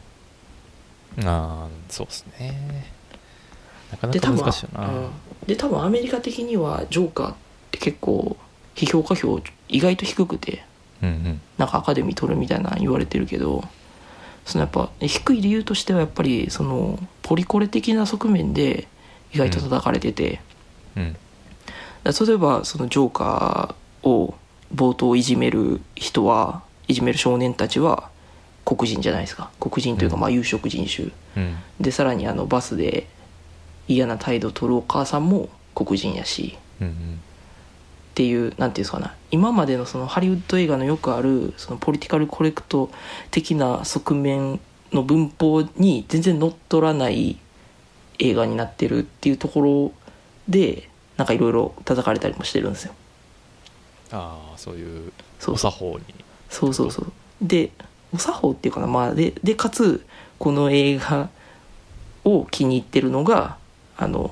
そうですね。なかなか難しいよな。 で多分アメリカ的にはジョーカーって結構批評家評意外と低くて、 うんうん、 なんかアカデミー取るみたいな言われてるけど、そのやっぱ低い理由としてはやっぱりそのポリコレ的な側面で意外と叩かれてて、 うんうん、 例えばそのジョーカーを冒頭いじめる少年たちは黒人じゃないですか。黒人というかまあ有色人種、 うん、 でさらにバスで嫌な態度を取るお母さんも黒人やし、 うんうん、 っていうなんていうんですかな、今までのそのハリウッド映画のよくあるそのポリティカルコレクト的な側面の文法に全然乗っ取らない映画になってるっていうところでなんかいろいろ叩かれたりもしてるんですよ。 そういうお作法に。 そうでお作法っていうかな、まあでかつこの映画を気に入ってるのがあれ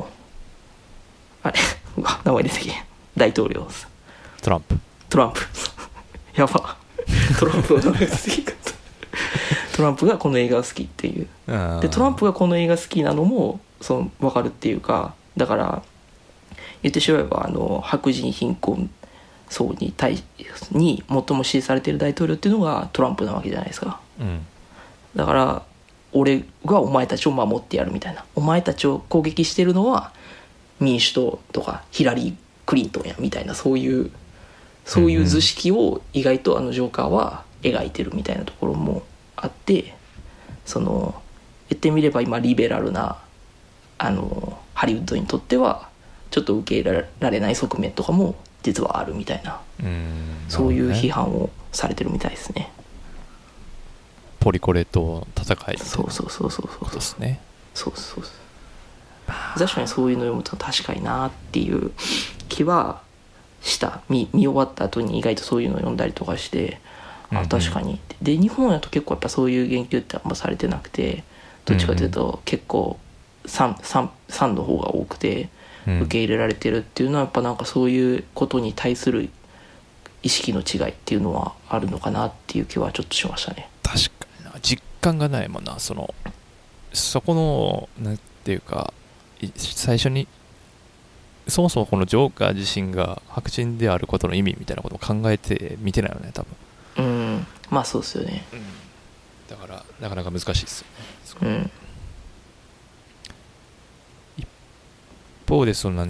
名前出てけん、大統領です。トランプやばトランプの名前出てきたトランプがこの映画が好きっていう。でトランプがこの映画好きなのも分かるっていうか、だから言ってしまえば白人貧困層に最も支持されている大統領っていうのがトランプなわけじゃないですか、 うん、 だから俺がお前たちを守ってやるみたいな、お前たちを攻撃してるのは民主党とかヒラリー・クリントンやみたいな、そういう図式を意外とジョーカーは描いてるみたいなところもあって、その言ってみれば今リベラルなハリウッドにとってはちょっと受け入れられない側面とかも実はあるみたいな、そういう批判をされてるみたいですね。 ポリコレと戦いそうですね。 そう確かにそういうの読むと確かになっていう気はした。見終わった後に意外とそういうのを読んだりとかして、あ確かに。で日本だと結構やっぱそういう言及ってあんまされてなくて、どっちかというと結構3の方が多くて受け入れられてるっていうのはやっぱなんかそういうことに対する意識の違いっていうのはあるのかなっていう気はちょっとしましたね。 確かにな、実感がないもんな、そこのなんていうか、最初にそもそもこのジョーカー自身が白人であることの意味みたいなことを考えて見てないよね多分。 まあそうですよね、 だからなかなか難しいですよね。一方でなんやろ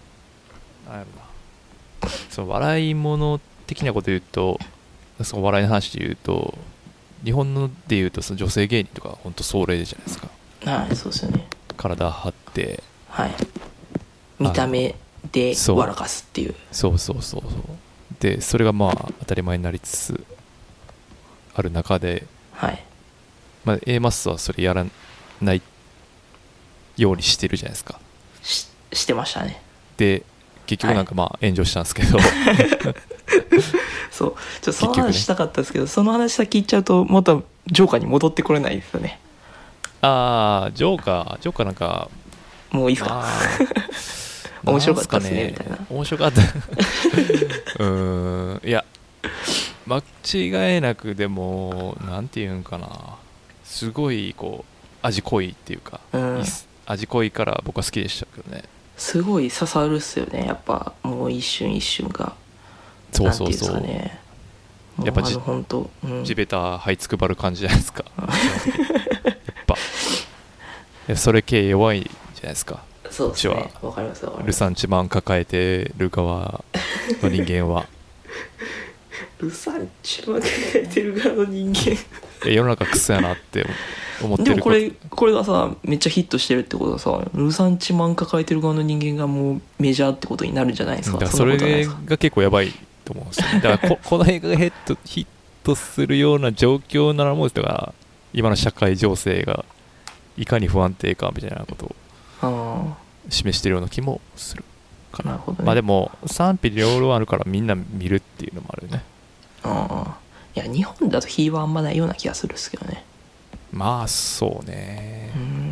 な、その笑い物的なこと言うと、その笑いの話で言うと、日本ので言うとその女性芸人とか本当壮麗じゃないですか。 はい、そうですよね。 体張って、 はい、見た目で笑かすっていう。そうでそれがまあ当たり前になりつつある中で、 はい、 まあ、A マスはそれやらないようにしてるじゃないですか。 してましたね。 で結局なんかまあ炎上したんですけど、 そうその話したかったですけど、その話先言っちゃうとまたジョーカーに戻ってこれないですよね。 ああジョーカーなんかもういいっすか。面白かったですねみたいな。 面白かったいや間違いなくでもなんていうんかな、すごいこう味濃いっていうか、味濃いから僕は好きでしたけどね。 すごい刺さるっすよね、やっぱもう一瞬一瞬が。 そう、 なんていうんですかね、 やっぱ本当、 地べた這いつくばる感じじゃないですか。やっぱそれ系弱いじゃないですか。 そうですね、わかります。 ルサンチマン抱えてる側の人間はルサンチマン抱えてる側の人間世の中クソやなって思ってる。 でもこれがさめっちゃヒットしてるってことはさ、ルサンチマン抱えてる側の人間がもうメジャーってことになるんじゃないですか。 だからそれが結構やばいと思うんですよね。だからこの映画がヒットするような状況ならもう人が今の社会情勢がいかに不安定かみたいなことを示してるような気もするかな。 なるほどね。 まあでも賛否両論あるからみんな見るっていうのもあるよね。 いや日本だと火はあんまないような気がするんですけどね。 まあそうね、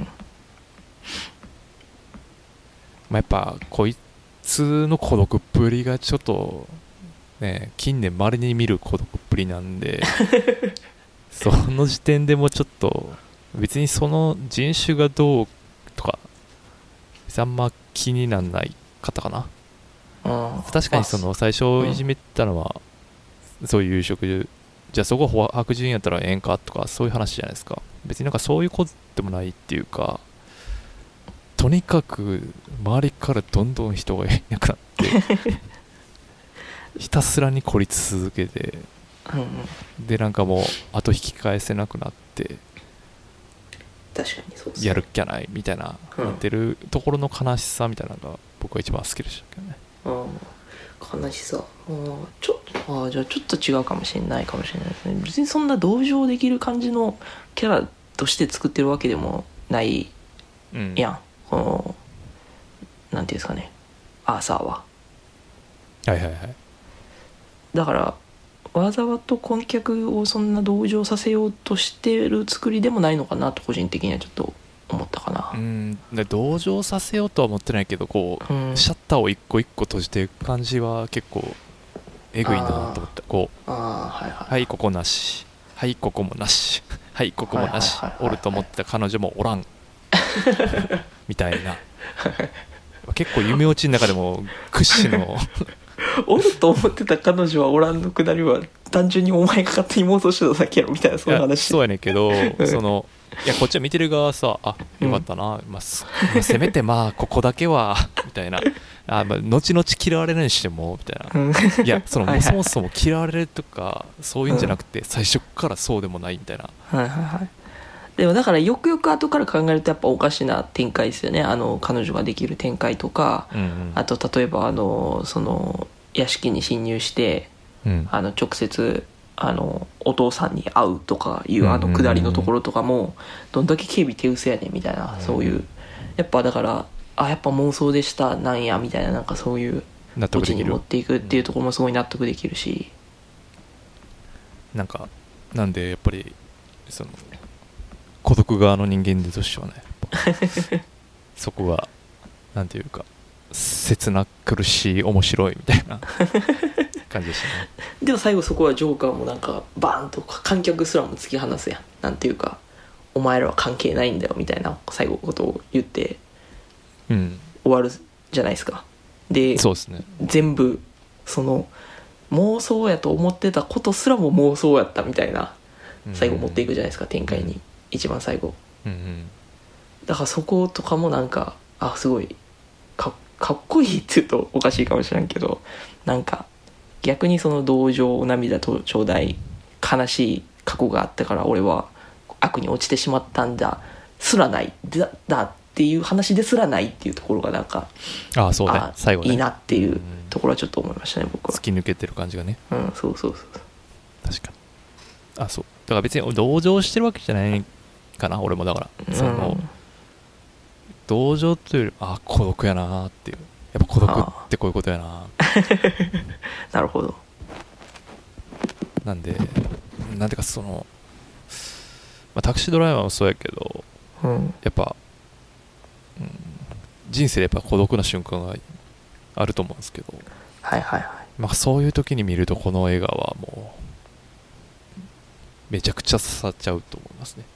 まあ、やっぱこいつの孤独っぷりがちょっとね近年稀に見る孤独っぷりなんでその時点でもちょっと別にその人種がどうとかあんま気にならないかったかな。確かにその最初いじめたのはそういう職じゃあそこ白人やったらええんかとかそういう話じゃないですか。別になんかそういうことでもないっていうか、とにかく周りからどんどん人がいなくなってひたすらに孤立続けて、でなんかもう後引き返せなくなって確かにそうですね、 やるっきゃないみたいななってるところの悲しさみたいなのが僕は一番好きでしたけどね。 悲しさじゃあちょっと違うかもしれないですね。別にそんな同情できる感じのキャラとして作ってるわけでもないやん、このなんていうんですかね、アーサーは。だからわざわざ観客をそんな同情させようとしてる作りでもないのかなと個人的にはちょっと思ったかな。 で同情させようとは思ってないけどこう、シャッターを一個一個閉じていく感じは結構えぐいなと思った。こうはいここなし、はいここもなし、はいここもなし、おると思ってた彼女もおらんみたいな結構夢落ちの中でも屈指のおると思ってた彼女はおらんのくだりは単純にお前が勝手に妄想してただけやろみたいな、そういう話。 そうやねんけどそのいやこっちは見てる側はさ、あよかったな、せめてまあここだけはみたいな、後々嫌われるにしてもみたいな、いやそのそもそも嫌われるとかそういうんじゃなくて、最初からそうでもないみたいな。 はいはいはい。でもだからよくよく後から考えるとやっぱおかしな展開ですよね。彼女ができる展開とか、あと例えばその屋敷に侵入して、直接お父さんに会うとかいう下りのところとかもどんだけ警備手薄やねんみたいな、そういうやっぱだからやっぱ妄想でしたなんやみたいな、なんかそういうオチに持っていくっていうところもすごい納得できるし、 なんでやっぱりその孤独側の人間としてはねそこがなんていうか切な苦しい面白いみたいな感じでしたね。 でも最後そこはジョーカーもなんかバーンと観客すらも突き放すやん、なんていうかお前らは関係ないんだよみたいな最後ことを言って、終わるじゃないですか。で、 そうですね、 全部その妄想やと思ってたことすらも妄想やったみたいな最後持っていくじゃないですか、展開に、一番最後、だからそことかもなんかすごいかっこいいって言うとおかしいかもしれんけど、なんか逆にその同情涙とちょうだい、悲しい過去があったから俺は悪に落ちてしまったんだすらないだっていう話ですらないっていうところがなんかそうね、最後ねいいなっていうところはちょっと思いましたね、僕は。 突き抜けてる感じがね。 そう確かに。そうだから別に同情してるわけじゃないかな、俺も。だからその、同情というより孤独やなっていう、やっぱ孤独ってこういうことやななるほど。 なんでなんていうかその、タクシードライバーもそうやけど、やっぱ、人生でやっぱ孤独な瞬間があると思うんですけど、そういう時に見るとこの映画はもうめちゃくちゃ刺さっちゃうと思いますね。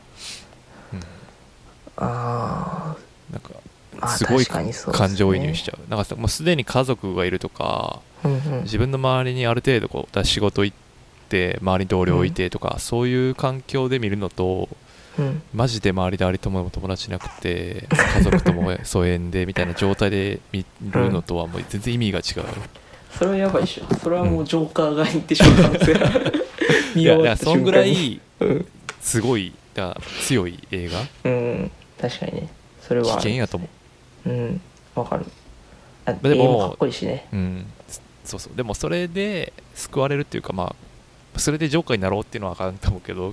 なんかすごい感情移入しちゃう。なんかもうすでに家族がいるとか、自分の周りにある程度仕事行って周りに同僚いてとか、そういう環境で見るのと、マジで周りでありとも友達いなくて家族とも疎遠でみたいな状態で見るのとはもう全然意味が違う。 それはやばいっしょ。それはもうジョーカーが言ってしまう可能性が見終わった瞬間に。 そんぐらいすごい強い映画。 確かにね、それは危険やと思う。わかる。 でもかっこいいしね。 そうでもそれで救われるっていうか、それでジョーカーになろうっていうのはあかんと思うけど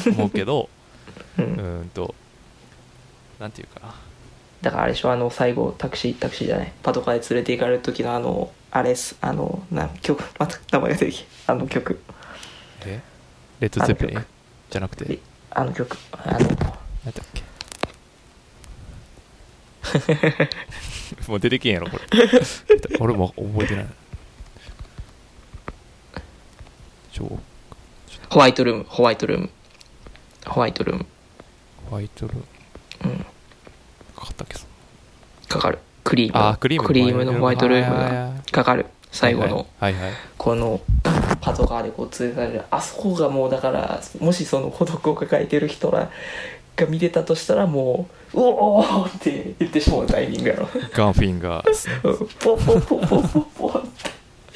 なんていうかな。 だからあれでしょ、最後タクシーじゃない、パトカーで連れて行かれる時のあれす、曲、また名前が出てきた、曲。 レッド・ゼッペリンじゃなくて曲、 何だっけもう出てけんやろこれ俺も覚えてない。 ホワイトルーム。 かかったっけ。 かかる。クリームのホワイトルームがかかる。最後のこのパトカーでこう連れられる、あそこがもうだから、もしその孤独を抱えてる人らが見てたとしたら、もううおーって言ってしまうタイミングやろ。 ガンフィンがポって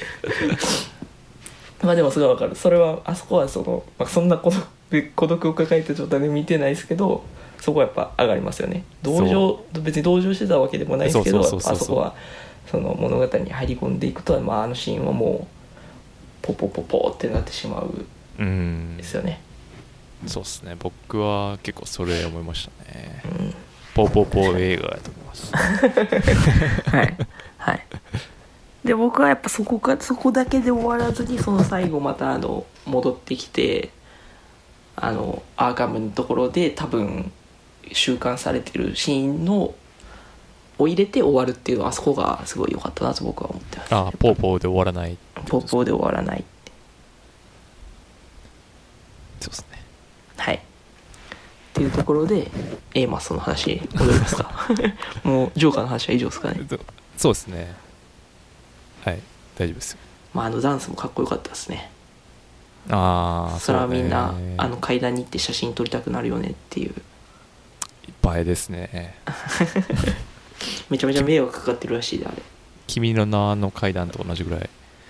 でもすごいわかる。それはあそこはその、そんな孤独を抱えた状態で見てないですけど、そこはやっぱ上がりますよね。別に同情してたわけでもないですけど、あそこはその物語に入り込んでいくと、あのシーンはもうポポポポってなってしまうですよね。 そうですね、僕は結構それ思いましたね。ポポポ映画やと思いますはいで、僕はやっぱそこだけで終わらずに、その最後また戻ってきてアーカムのところで多分収監されてるシーンを入れて終わるっていうのは、あそこがすごい良かったなと僕は思ってます。 ポーポーで終わらない。 ポーポーで終わらない。 そうですね。 はい。っていうところで A マスの話に戻りますかもうジョーカーの話は以上ですかね。 そうですね。はい。 大丈夫ですよ。 まあダンスもかっこよかったですね。 ああ、 それはみんな階段に行って写真撮りたくなるよねっていう。 映えですね。 めちゃめちゃ迷惑かかってるらしいで、あれ。 君の名の階段と同じぐらい。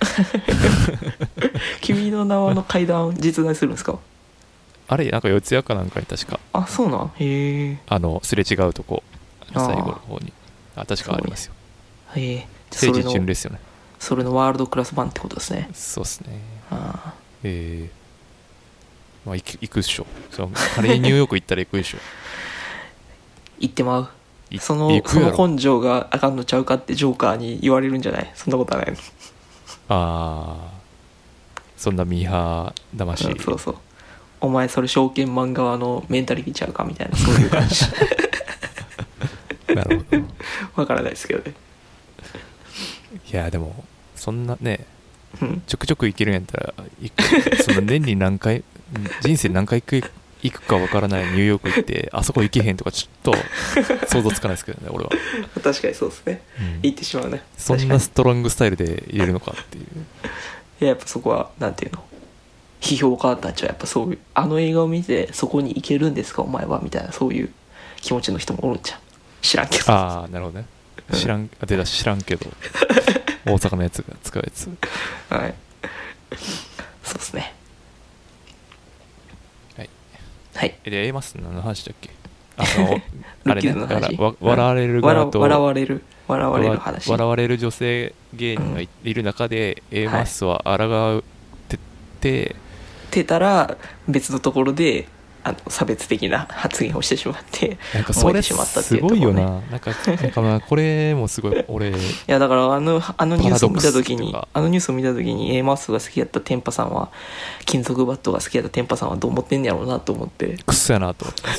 君の名はの階段実在するんですか？ あれなんか四谷かなんかに確か、 あ、そうなん。へえ。 すれ違うとこ最後の方に確かありますよ。 へえ。 聖地巡ですよね。 それのワールドクラス版ってことですね。 そうですね。 ああ。 まあ行くっしょ。仮にニューヨーク行ったら行くでしょ。 行ってまう。その根性があかんのちゃうかってジョーカーに言われるんじゃない？そんなことはないの。 ああ、そんなミーハー魂。 そうそう。お前それ証券マン側のメンタリティちゃうかみたいな、そういう感じ。 なるほど。 わからないですけどね。 いやでもそんなね、 うん、 ちょくちょく行けるんやったらその年に何回人生何回行くかわからないニューヨーク行ってあそこ行けへんとかちょっと想像つかないですけどね俺は。 確かにそうですね、行ってしまうね。 そんなストロングスタイルで入れるのかっていう。 いややっぱそこはなんていうの、批評家たちはやっぱそういう映画を見てそこに行けるんですかお前はみたいな、そういう気持ちの人もおるんじゃん。知らんけど。 ああなるほどね。知らんけど大阪のやつが使うやつ。 はい、そうですね。 はいはい。 で A マス何の話だっけ？あれね、だから笑われる側と笑われる話。 笑われる女性芸人がいる中で、A マスは抗ってたら別のところで差別的な発言をしてしまってなんかそれすごいよな。なんかまあこれもすごい俺いやだからニュースを見た時にA マッソが好きだったテンパさんは金属バットが好きだったテンパさんはどう思ってんねやろうなと思ってクソやなと思ってます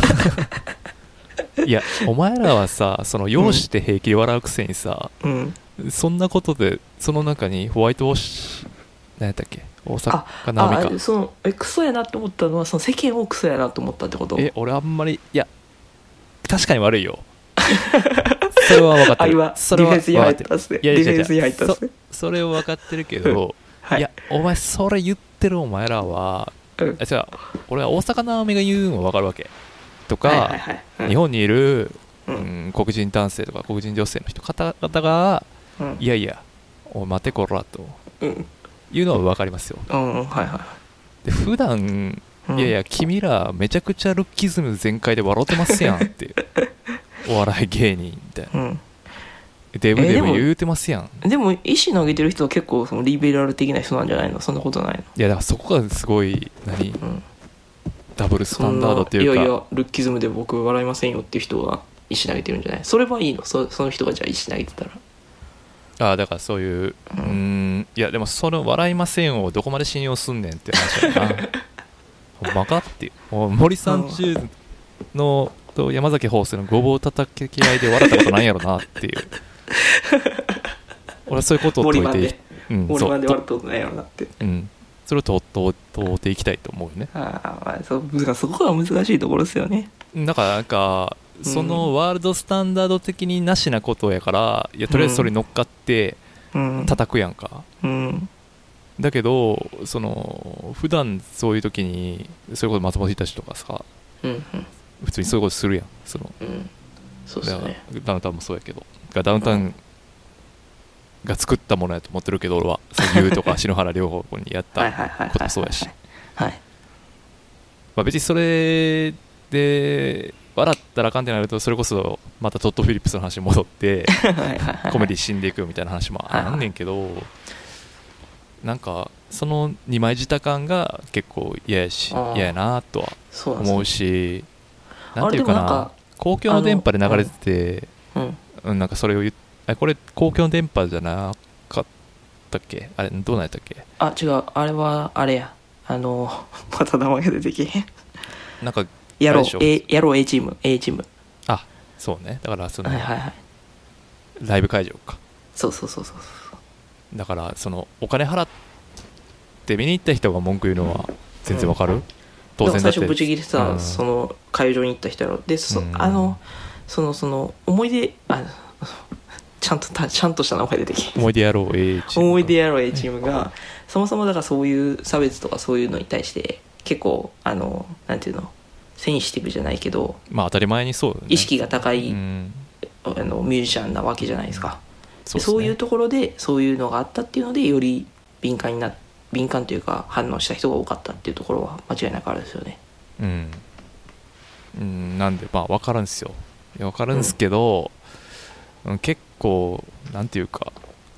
よ。いやお前らはさその容姿で平気で笑うくせにさ、そんなことでその中にホワイトウォッシュ何やったっけ大阪なみかそのクソやなって思ったのはその世間をクソやなって思ったってこと？ 俺あんまりいや確かに悪いよ。それは分かってる。それは分かってる。いやディフェンスに入ったっすね。それを分かってるけど、いやお前それ言ってるお前らは、じゃあ俺は大阪なみが言うのも分かるわけとか、日本にいる、黒人男性とか黒人女性の方々が、いやいやお待てこらと。いうのは分かりますよ。で普段いやいや君らめちゃくちゃルッキズム全開で笑ってますやんっていうお笑い芸人みたいな、デブデブ言うてますやん。 でも石投げてる人は結構そのリベラル的な人なんじゃないの？そんなことないの？ いやだからそこがすごいダブルスタンダードっていうか、 いやいやルッキズムで僕笑いませんよっていう人は石投げてるんじゃない？それはいいの？その人がじゃあ石投げてたらだからそういう、いやでもその笑いませんをどこまで信用すんねんって話だな。ほんまかっていう。森三中のと山崎邦生のごぼう叩き合いで笑ったことないやろなっていう。俺はそういうことを解いて森マンで笑ったことないやろなって。 それを問っていきたいと思うよね。 そこが難しいところですよね。 だからなんかそのワールドスタンダード的になしなことやから、いやとりあえずそれ乗っかって叩くやんか、だけどその普段そういう時にそれこそ松本人志とかさ、普通にそういうことするやん。 そうですね。 ダウンタウンもそうやけど、ダウンタウンが作ったものやと思ってるけど俺はそういうとか篠原涼子にやったこともそうやし、別にそれで笑ったらあかんってなるとそれこそまたトッド・フィリップスの話に戻ってコメディ死んでいくみたいな話もあんねんけど、なんかその二枚舌感が結構嫌やなとは思うし、なんていうかな、公共の電波で流れてて、なんかそれをこれ公共の電波じゃなかったっけ？あれどうなんやったっけ？ 違う、あれはあれや、また名前が出てけへん。 なんかやろう A チーム。 そうね。だからその、ライブ会場か。 そう。 だからそのお金払って見に行った人が文句言うのは全然わかる。当然だって。 最初ブチ切れてた、その会場に行った人やろ。でその思い出ちゃんとした名前出てきて、 思い出やろう A チーム、 思い出やろう A チームがそもそもだからそういう差別とかそういうのに対して結構なんていうの、センシティブじゃないけど、 まあ当たり前にそうだね、 意識が高い、 うん、 ミュージシャンなわけじゃないですか。 そうですね、 そういうところでそういうのがあったっていうのでより敏感というか反応した人が多かったっていうところは間違いなくあるんですよね。 うんうん、なんでまあ分かるんですよ。いや分かるんですけど、結構なんていうか、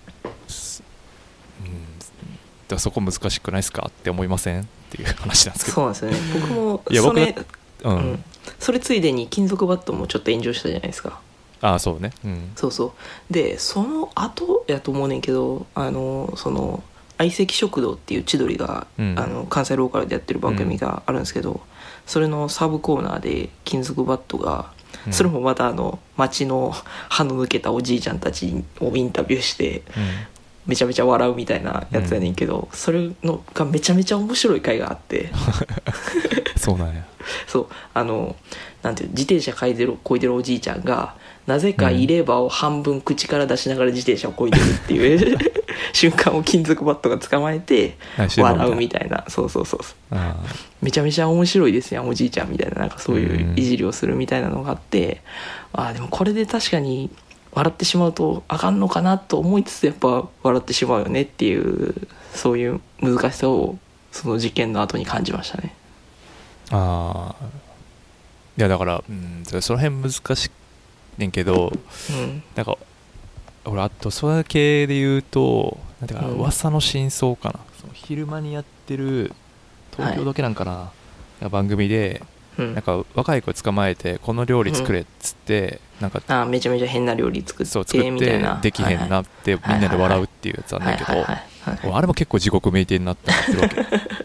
だからそこ難しくないですかって思いませんっていう話なんですけど。 そうなんですよね。僕もいやそれ、それついでに金属バットもちょっと炎上したじゃないですか。 ああそうね、うん、 そうそうでその後やと思うねんけど、その相席食堂っていう千鳥が、関西ローカルでやってる番組があるんですけど、それのサブコーナーで金属バットが、それもまた街の歯の抜けたおじいちゃんたちをインタビューして、めちゃめちゃ笑うみたいなやつやねんけど、それのがめちゃめちゃ面白い回があってそうなんや。 そうなんていう自転車こいでるおじいちゃんがなぜか入れ歯を半分口から出しながら自転車をこいでるっていう、瞬間を金属バットが捕まえて笑うみたいな、そうめちゃめちゃ面白いですやんおじいちゃんみたいな、なんかそういういじりをするみたいなのがあって、でもこれで確かに笑ってしまうとあかんのかなと思いつつやっぱ笑ってしまうよねっていう、そういう難しさをその事件の後に感じましたね。 いやだから、その辺難しいねんけど、なんか俺あとそれ系で言うとなんていうか、噂の真相かな、その昼間にやってる東京だけなんかな、番組で、なんか若い子捕まえてこの料理作れっつって、なんかめちゃめちゃ変な料理作ってみたいな、 できへんなってみんなで笑うっていうやつなんだけど、あれも結構地獄めいてになってるわけ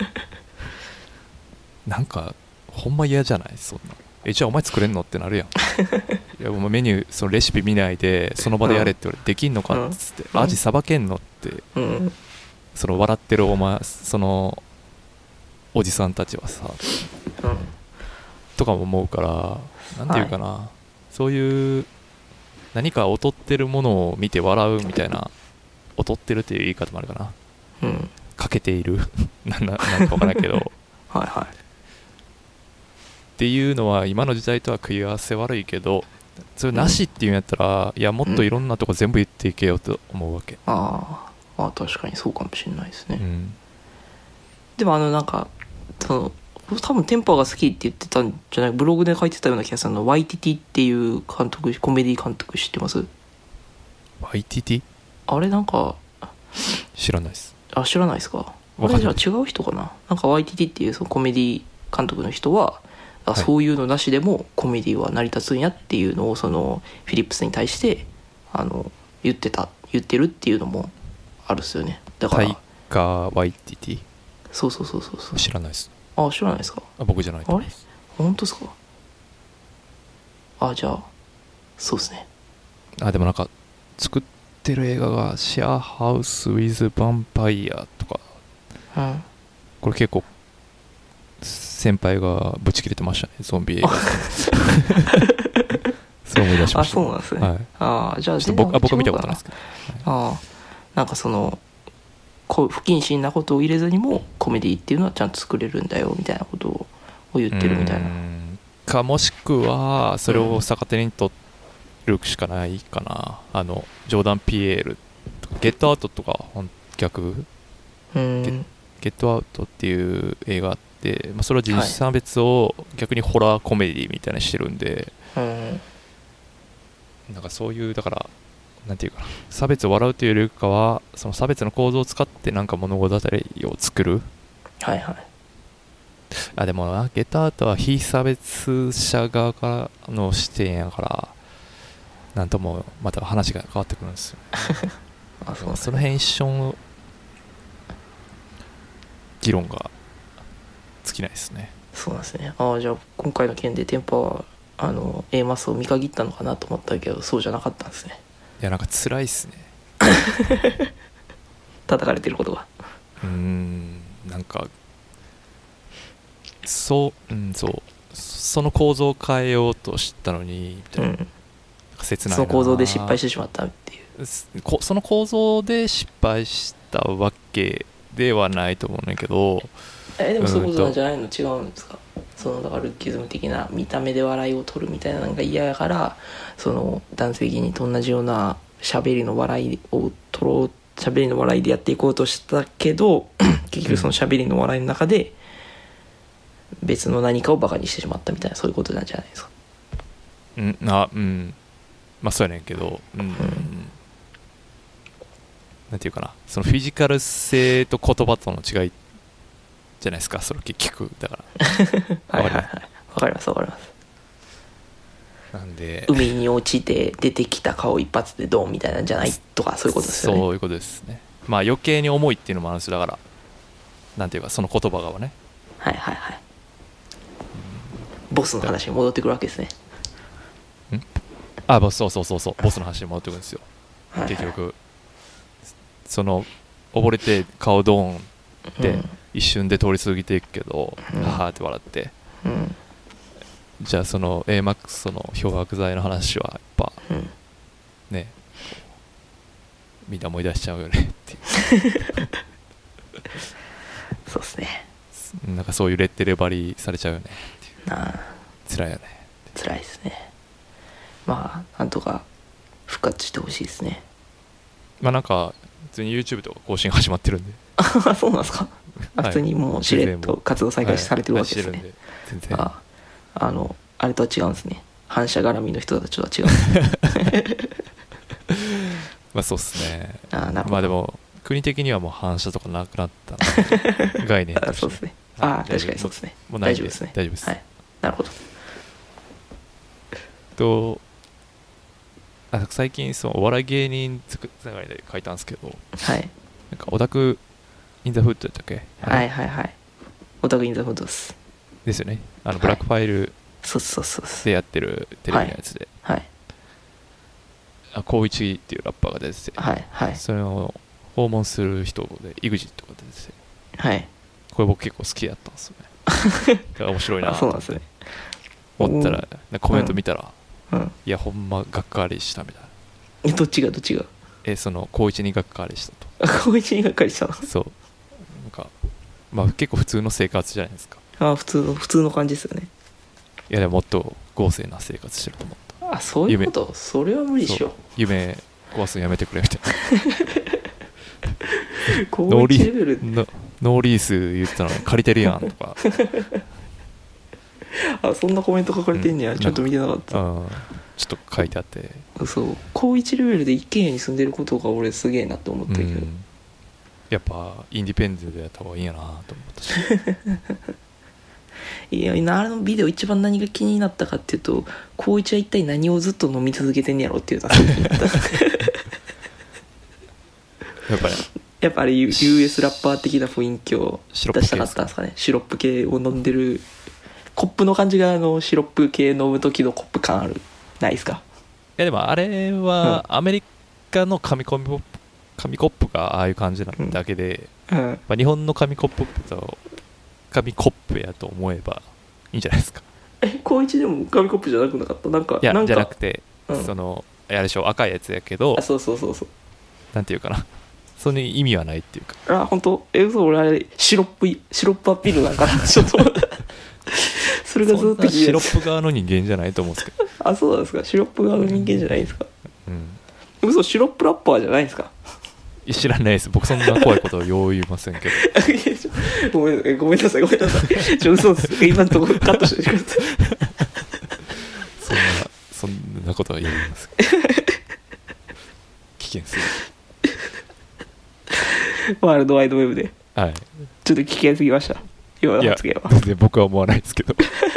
なんかほんま嫌じゃない、そんなじゃあお前作れんのってなるやんいやお前メニューそのレシピ見ないでその場でやれって言われて、できんのかっつって、アジさばけんのって、その笑ってるそのおじさんたちはさ、とかも思うから、なんていうかな、そういう何か劣ってるものを見て笑うみたいな、劣ってるっていう言い方もあるかな、欠けているなんか分からんけどっていうのは今の時代とは食い合わせ悪いけど、それなしっていうんやったら、いやもっといろんなとこ全部言っていけよと思うわけ。 確かにそうかもしれないですね。でもなんか多分テンパが好きって言ってたんじゃない、ブログで書いてたような気がするの。YTT っていうコメディ監督知ってます？ YTT？ あれなんか知らないです。 知らないですか？あれじゃあ違う人かな。なんか YTT っていうそのコメディ監督の人は、そういうのなしでもコメディは成り立つんやっていうのをそのフィリップスに対して言ってるっていうのもあるっすよね。だからタイガー YTT？ そう知らないです。 知らないですか？ 僕じゃないと思います。 本当ですか？じゃあそうですね。 でもなんか作ってる映画がシェアハウス・ウィズ・ヴァンパイアとか、これ結構先輩がブチ切れてましたね、ゾンビ映画そう思い出しました。 そうなんですね。じゃあ僕は見たことないですけど、なんかその不謹慎なことを入れずにもコメディっていうのはちゃんと作れるんだよみたいなことを言ってるみたいなか、もしくはそれを逆手に取るしかないかな。ジョーダン・ピエールとかゲットアウトとか逆ゲットアウトっていう映画あって、それは人種差別を逆にホラーコメディみたいにしてるんで、なんかそういうだからなんていうかな、差別を笑うというよりかはその差別の構造を使ってなんか物語を作る。でもな、ゲットアウトは非差別者側からの視点やからなんともまた話が変わってくるんですよその辺一緒の議論が尽きないですね。 そうなんですね。じゃあ今回の件でテンパはA マスを見限ったのかなと思ったけどそうじゃなかったんですね。 いやなんか辛いっすね叩かれてることがなんかその構造を変えようとしたのにみたいな、切ないな。 その構造で失敗してしまったっていう。 その構造で失敗したわけではないと思うんだけど、 でもそういうことなんじゃないの？違うんですか？そのだからルッキズム的な見た目で笑いを取るみたいなのが嫌やから、その男性芸人と同じような喋りの笑いを取ろう、喋りの笑いでやっていこうとしたけど結局その喋りの笑いの中で別の何かをバカにしてしまったみたいな、そういうことなんじゃないですか。 まあそうやねんけど、なんていうかな、そのフィジカル性と言葉との違いじゃないですか、それ結局だからはいはいはい、わかりますわかります。 なんで海に落ちて出てきた顔一発でドンみたいなんじゃないとか、そういうことですよね。 そういうことですね。まあ余計に重いっていうのもあるんですよ。だからなんていうか、その言葉がね、 はいはいはい、ボスの話に戻ってくるわけですね。 そうボスの話に戻ってくるんですよ、はいはい、結局その溺れて顔ドーンって一瞬で通り過ぎていくけど、はーって笑って、じゃあその AMAX の漂白剤の話はやっぱ、ね、みんな思い出しちゃうよねっていうそうっすね。 なんかそういうレッテル貼りされちゃうよねっていう。辛いよね。 辛いですね。まあなんとか復活してほしいですね。 まあなんか普通に YouTube とか更新始まってるんでそうなんですか。普通にもうしれっと活動再開されてるわけですね。 全然あれとは違うんですね。反射絡みの人たちとは違うまあそうっすね。 まあでも国的にはもう反射とかなくなった概念としてそうですね。確かにそうですね。 もう大丈夫ですね。大丈夫です。 はい。なるほど。 最近そのお笑い芸人つながりで書いたんですけど、 はい。 なんかオタクインザフッドやったっけ？ はいはいはい。オタクインザフッドですよね。ブラックファイルでやってるテレビのやつで、光一っていうラッパーが出てて、 はいはい、 それを訪問する人で EXIT とか出てて、 はい、 これ僕結構好きだったんですよね。だから面白いなと思って思ったらコメント見たら、いやほんまがっかりしたみたいな。 どっちがその光一にがっかりしたと。 光一にがっかりしたの？ そうなんかまあ結構普通の生活じゃないですか。 普通の感じですよね。 いやでももっと豪勢な生活してると思った。 そういうこと？それは無理でしょ。 夢壊すのやめてくれみたいなノーリース言ってたのに借りてるやんとかそんなコメント書かれてんねや、ちょっと見てなかった。 ちょっと書いてあって、 そう高1レベルで一軒家に住んでることが俺すげえなって思ったけど、 やっぱインディペンデントでやった方がいいんやなと思ったしいやあのビデオ一番何が気になったかっていうと、光一は一体何をずっと飲み続けてんやろっていうのが気になったやっぱり US ラッパー的な雰囲気を出したかったんですかね。シロップ系を飲んでるコップの感じがシロップ系飲む時のコップ感あるないですか？ いやでもあれはアメリカの紙コップがああいう感じなだけで、まあ、日本の紙コップと紙コップやと思えばいいんじゃないですか。 高一でも紙コップじゃなくなかった？ いやじゃなくて、そのあれでしょ、赤いやつやけど、 そうなんていうかな、その意味はないっていうか。 本当？嘘、俺あれシロップアピールなんかなちょっとそれがずっとシロップ側の人間じゃないと思うんですけどそうなんですか。シロップ側の人間じゃないですか？嘘、シロップラッパーじゃないですか？ 知らないです。僕そんな怖いことをよう言いませんけどごめんなさい嘘です。今のところカットしてくださいそんなことは言います危険すぎるワールドワイドウェブで、 はい、 ちょっと危険すぎました今の発言は。 全然僕は思わないですけど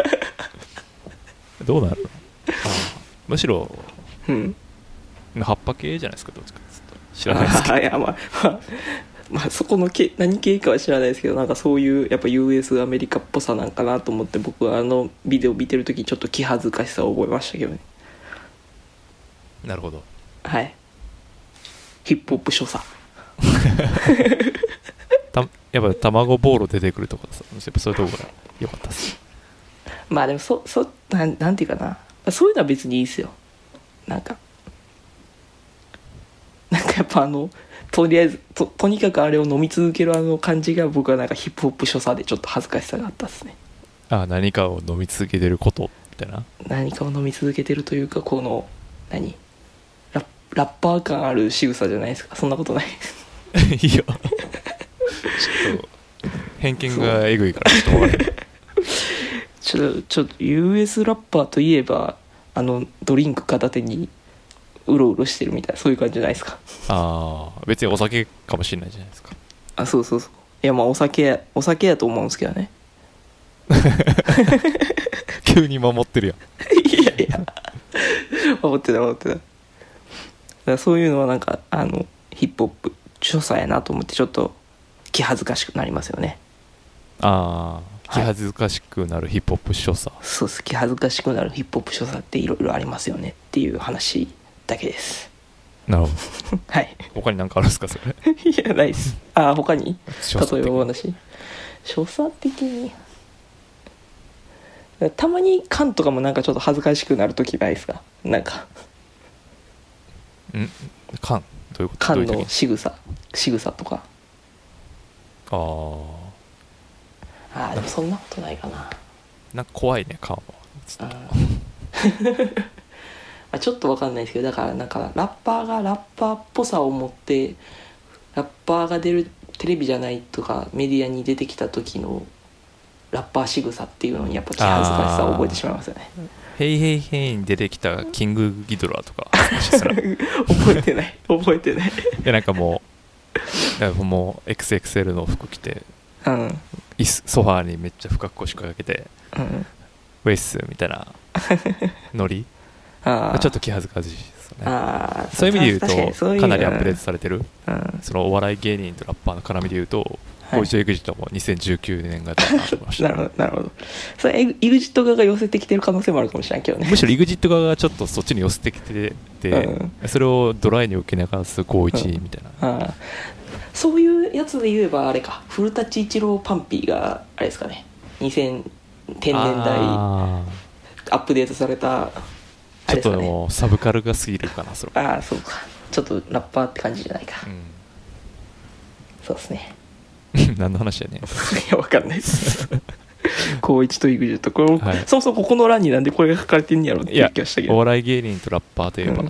どうなるの？むしろ、葉っぱ系じゃないですか、どっちか知らないですけど。 いやまあそこの何系かは知らないですけど、なんかそういうやっぱ US アメリカっぽさなんかなと思って、僕はビデオ見てるときちょっと気恥ずかしさを覚えましたけどね。 なるほど。 はい。ヒップホップ所作やっぱ卵ボーロ出てくるとかさ、やっぱそういうところが良かったっす。 まあでもなんていうかな、そういうのは別にいいですよ。なんかやっぱとりあえず とにかくあれを飲み続ける感じが僕はなんかヒップホップ所作でちょっと恥ずかしさがあったですね。 何かを飲み続けてることみたいな。 何かを飲み続けてるというか、このラッパー感ある仕草じゃないですか。そんなことないいいよちょっと偏見がえぐいからちょっと分からないちょっと US ラッパーといえばドリンク片手にうろうろしてるみたいな、そういう感じじゃないですか。 別にお酒かもしれないじゃないですか。 そうそうそう。いやまあお酒やと思うんですけどね急に守ってるやんいやいや守ってた。だからそういうのはなんかヒップホップ所作やなと思ってちょっと気恥ずかしくなりますよね。 気恥ずかしくなるヒップホップ所作、 そうです。気恥ずかしくなるヒップホップ所作っていろいろありますよねっていう話だけです。 なるほどはい他に何かあるんですかそれいやないです。他に所作的例えばお話所作的にたまに缶とかもなんかちょっと恥ずかしくなる時ないですか。なんか缶どういうこと。 缶の仕草とか。でもそんなことないかな。 なんか怖いね缶はちょっと分かんないですけど、だからなんかラッパーがラッパーっぽさを持ってラッパーが出るテレビじゃないとかメディアに出てきた時のラッパー仕草っていうのにやっぱ気恥ずかしさを覚えてしまいますよね。 ヘイヘイヘイに出てきたキングギドラとか覚えてないでなんかもうXXL の服着て、ソファーにめっちゃ深く腰掛けて、ウェイスみたいなノリちょっと気恥ずかしいですよね。そういう意味で言うとかなりアップデートされてる、そのお笑い芸人とラッパーの絡みで言うとコイチと EXIT も2019年型だなと思いましたなるほど。それ EXIT 側が寄せてきてる可能性もあるかもしれないけどね。 むしろ EXIT 側がちょっとそっちに寄せてきてて、それをドライに受け流す51みたいな、 そういうやつで言えばあれか、古舘一郎パンピーがあれですかね、2000年代アップデートされたあれですかね。 ちょっとでもサブカルが過ぎるかなそれ。 そうか、ちょっとラッパーって感じじゃないか、そうですね何の話やねんいや分かんないです高一と EXIT これ、そもそもここの欄になんでこれが書かれてんやろうっていう気がしたけど。 お笑い芸人とラッパーといえばと思って、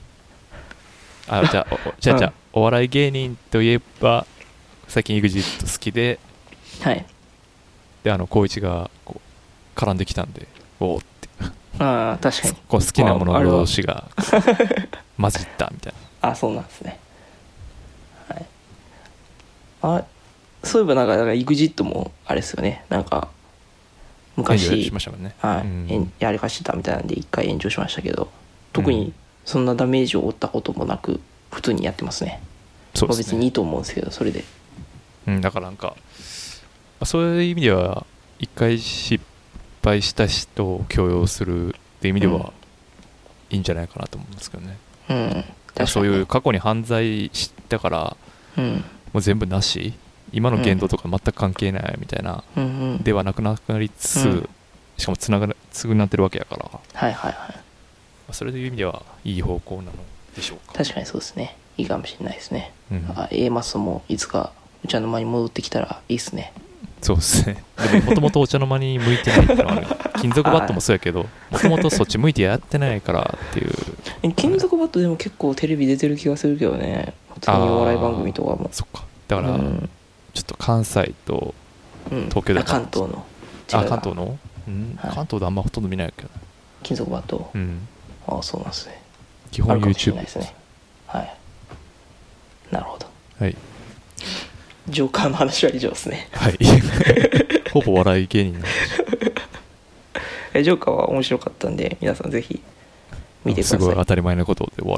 じゃあお笑い芸人といえば最近 EXIT 好きで、で高一がこう絡んできたんでおおって確かにこう好きなもの同士が混じったみたいな。そうなんですね。そういえばなんか EXIT もあれですよね、なんか昔しましたもんね、 やりかしてたみたいなんで一回炎上しましたけど、特にそんなダメージを負ったこともなく普通にやってますね。そうですね、別にいいと思うんですけど、それでだからなんかそういう意味では一回失敗した人を強要するっていう意味ではいいんじゃないかなと思うんですけどね、そういう過去に犯罪したから、もう全部なし、今の言動とか全く関係ないみたいな、ではなくなりつつ、しかも償ってるわけやから、それという意味ではいい方向なのでしょうか。 確かにそうですね、いいかもしれないですね。A マスもいつかお茶の間に戻ってきたらいいですね。 そうですね。でももともとお茶の間に向いてないってのはある金属バットもそうやけど、もともとそっち向いてやってないからっていう。 金属バットでも結構テレビ出てる気がするけどね、普通にお笑い番組とかも。 そっか、だから、ちょっと関西と東京で、 関東の関東の、関東であんまほとんど見ないけど、 金属バット、そうなんですね。 基本 YouTube ですね。なるほど。ジョーカーの話は以上ですね。 ほぼ笑い芸人の話。ジョーカーは面白かったんで皆さんぜひ見てください。 すごい当たり前のことで終わ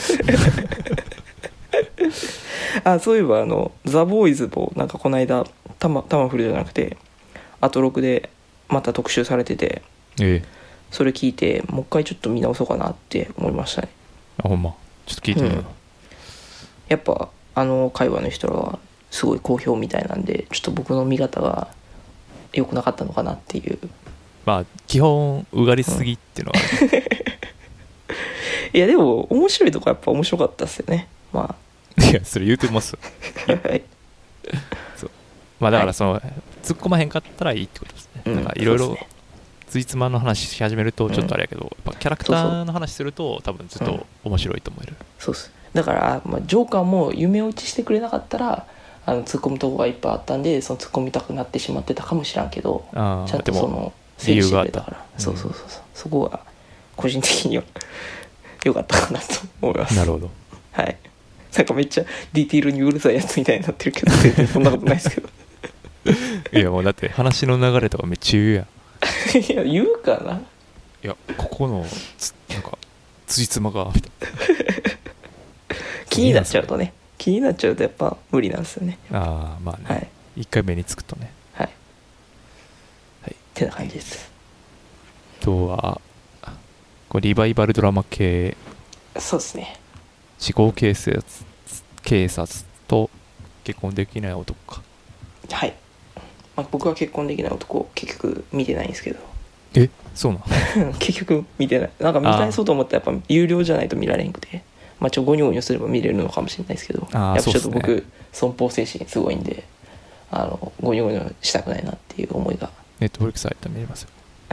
るそういえばザ・ボーイズもなんかこの間タマフルじゃなくてアトロクでまた特集されてて、それ聞いてもう一回ちょっと見直そうかなって思いましたね。 ほんまちょっと聞いてみよう。 やっぱ会話の人らはすごい好評みたいなんで、ちょっと僕の見方が良くなかったのかなっていう。 基本うがりすぎっていうのは、 いやでも面白いとこやっぱ面白かったっすよね。 まいやそれ言うてますあはいそうまあだからその、はい、突っ込まへんかったらいいってことですね、なんかいろいろついつまんの話し始めるとちょっとあれやけど、やっぱキャラクターの話すると多分ずっと面白いと思える、 そうです。だから、まあ、ジョーカーも夢打ちしてくれなかったら突っ込むとこがいっぱいあったんで、その突っ込みたくなってしまってたかもしらんけど、ちゃんとその整理してくれたから、そうそうそうそう、そこが個人的には良かったかなと思います。 なるほど。 はい。なんかめっちゃディティールにうるさいやつみたいになってるけど、全然そんなことないですけどいやもうだって話の流れとかめっちゃ言うやんいや言うかな。 いやここのなんかつじつまがみたいな気になっちゃうとね、気になっちゃうとやっぱ無理なんですよね。 ああまあね、はい、1回目につくとね、 はい、はい、ってな感じです。 あとはこれリバイバルドラマ系、 そうですね、 思考警察と結婚できない男か。 はい、まあ、僕は結婚できない男結局見てないんですけど。 えそうなの結局見てない。なんか見返そうと思ったらやっぱ有料じゃないと見られへんくて、まあゴニョゴニョすれば見れるのかもしれないですけど、やっぱちょっと僕損保精神すごいんで、ゴニョゴニョしたくないなっていう思いが。 ネットフリックス入ったら見れますよ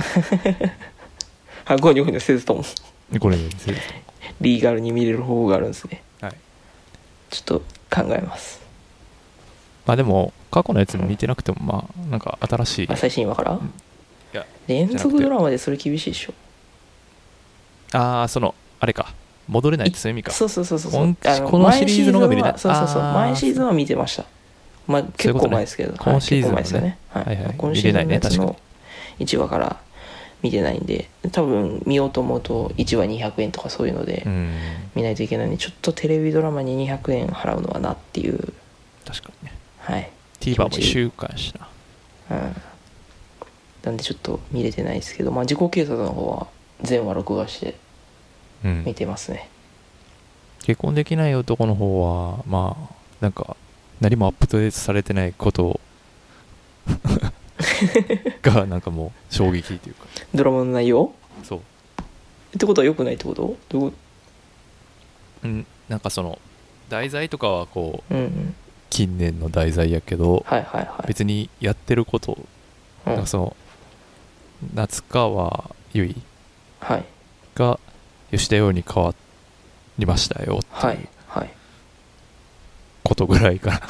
あ、ゴニョゴニョせずともこれせずともリーガルに見れる方法があるんですね。 はい、 ちょっと考えます。 まあでも過去のやつ見てなくてもまあなんか新しい、 最新話から、 いや連続ドラマでそれ厳しいでしょ。 ああそのあれか戻れないってそういう意味か。 そうそうそうそう、 このシリーズのが見れない。 そうそうそう、前シーズンは見てました。まあ結構前ですけど、 今シーズンはね、はいはいはい、 見れないね、確かに 1話から見てないんで、多分見ようと思うと1話200円とかそういうので見ないといけないんで、ちょっとテレビドラマに200円払うのはなっていう。 確かにね、 はい、 TVer も1週間やしな、 なんでちょっと見れてないですけど、まあ自己警察の方は全話録画して見てますね、 結婚できない男の方はまあなんか何もアップデートされてないことがなんかもう衝撃というか、 ドラマの内容そうってことは良くないってこと？どういうこと？ なんかその題材とかはこう、 近年の題材やけど、 はいはいはい、 別にやってること、なんかその夏川由衣が吉田洋に変わりましたよっていうことぐらいかな、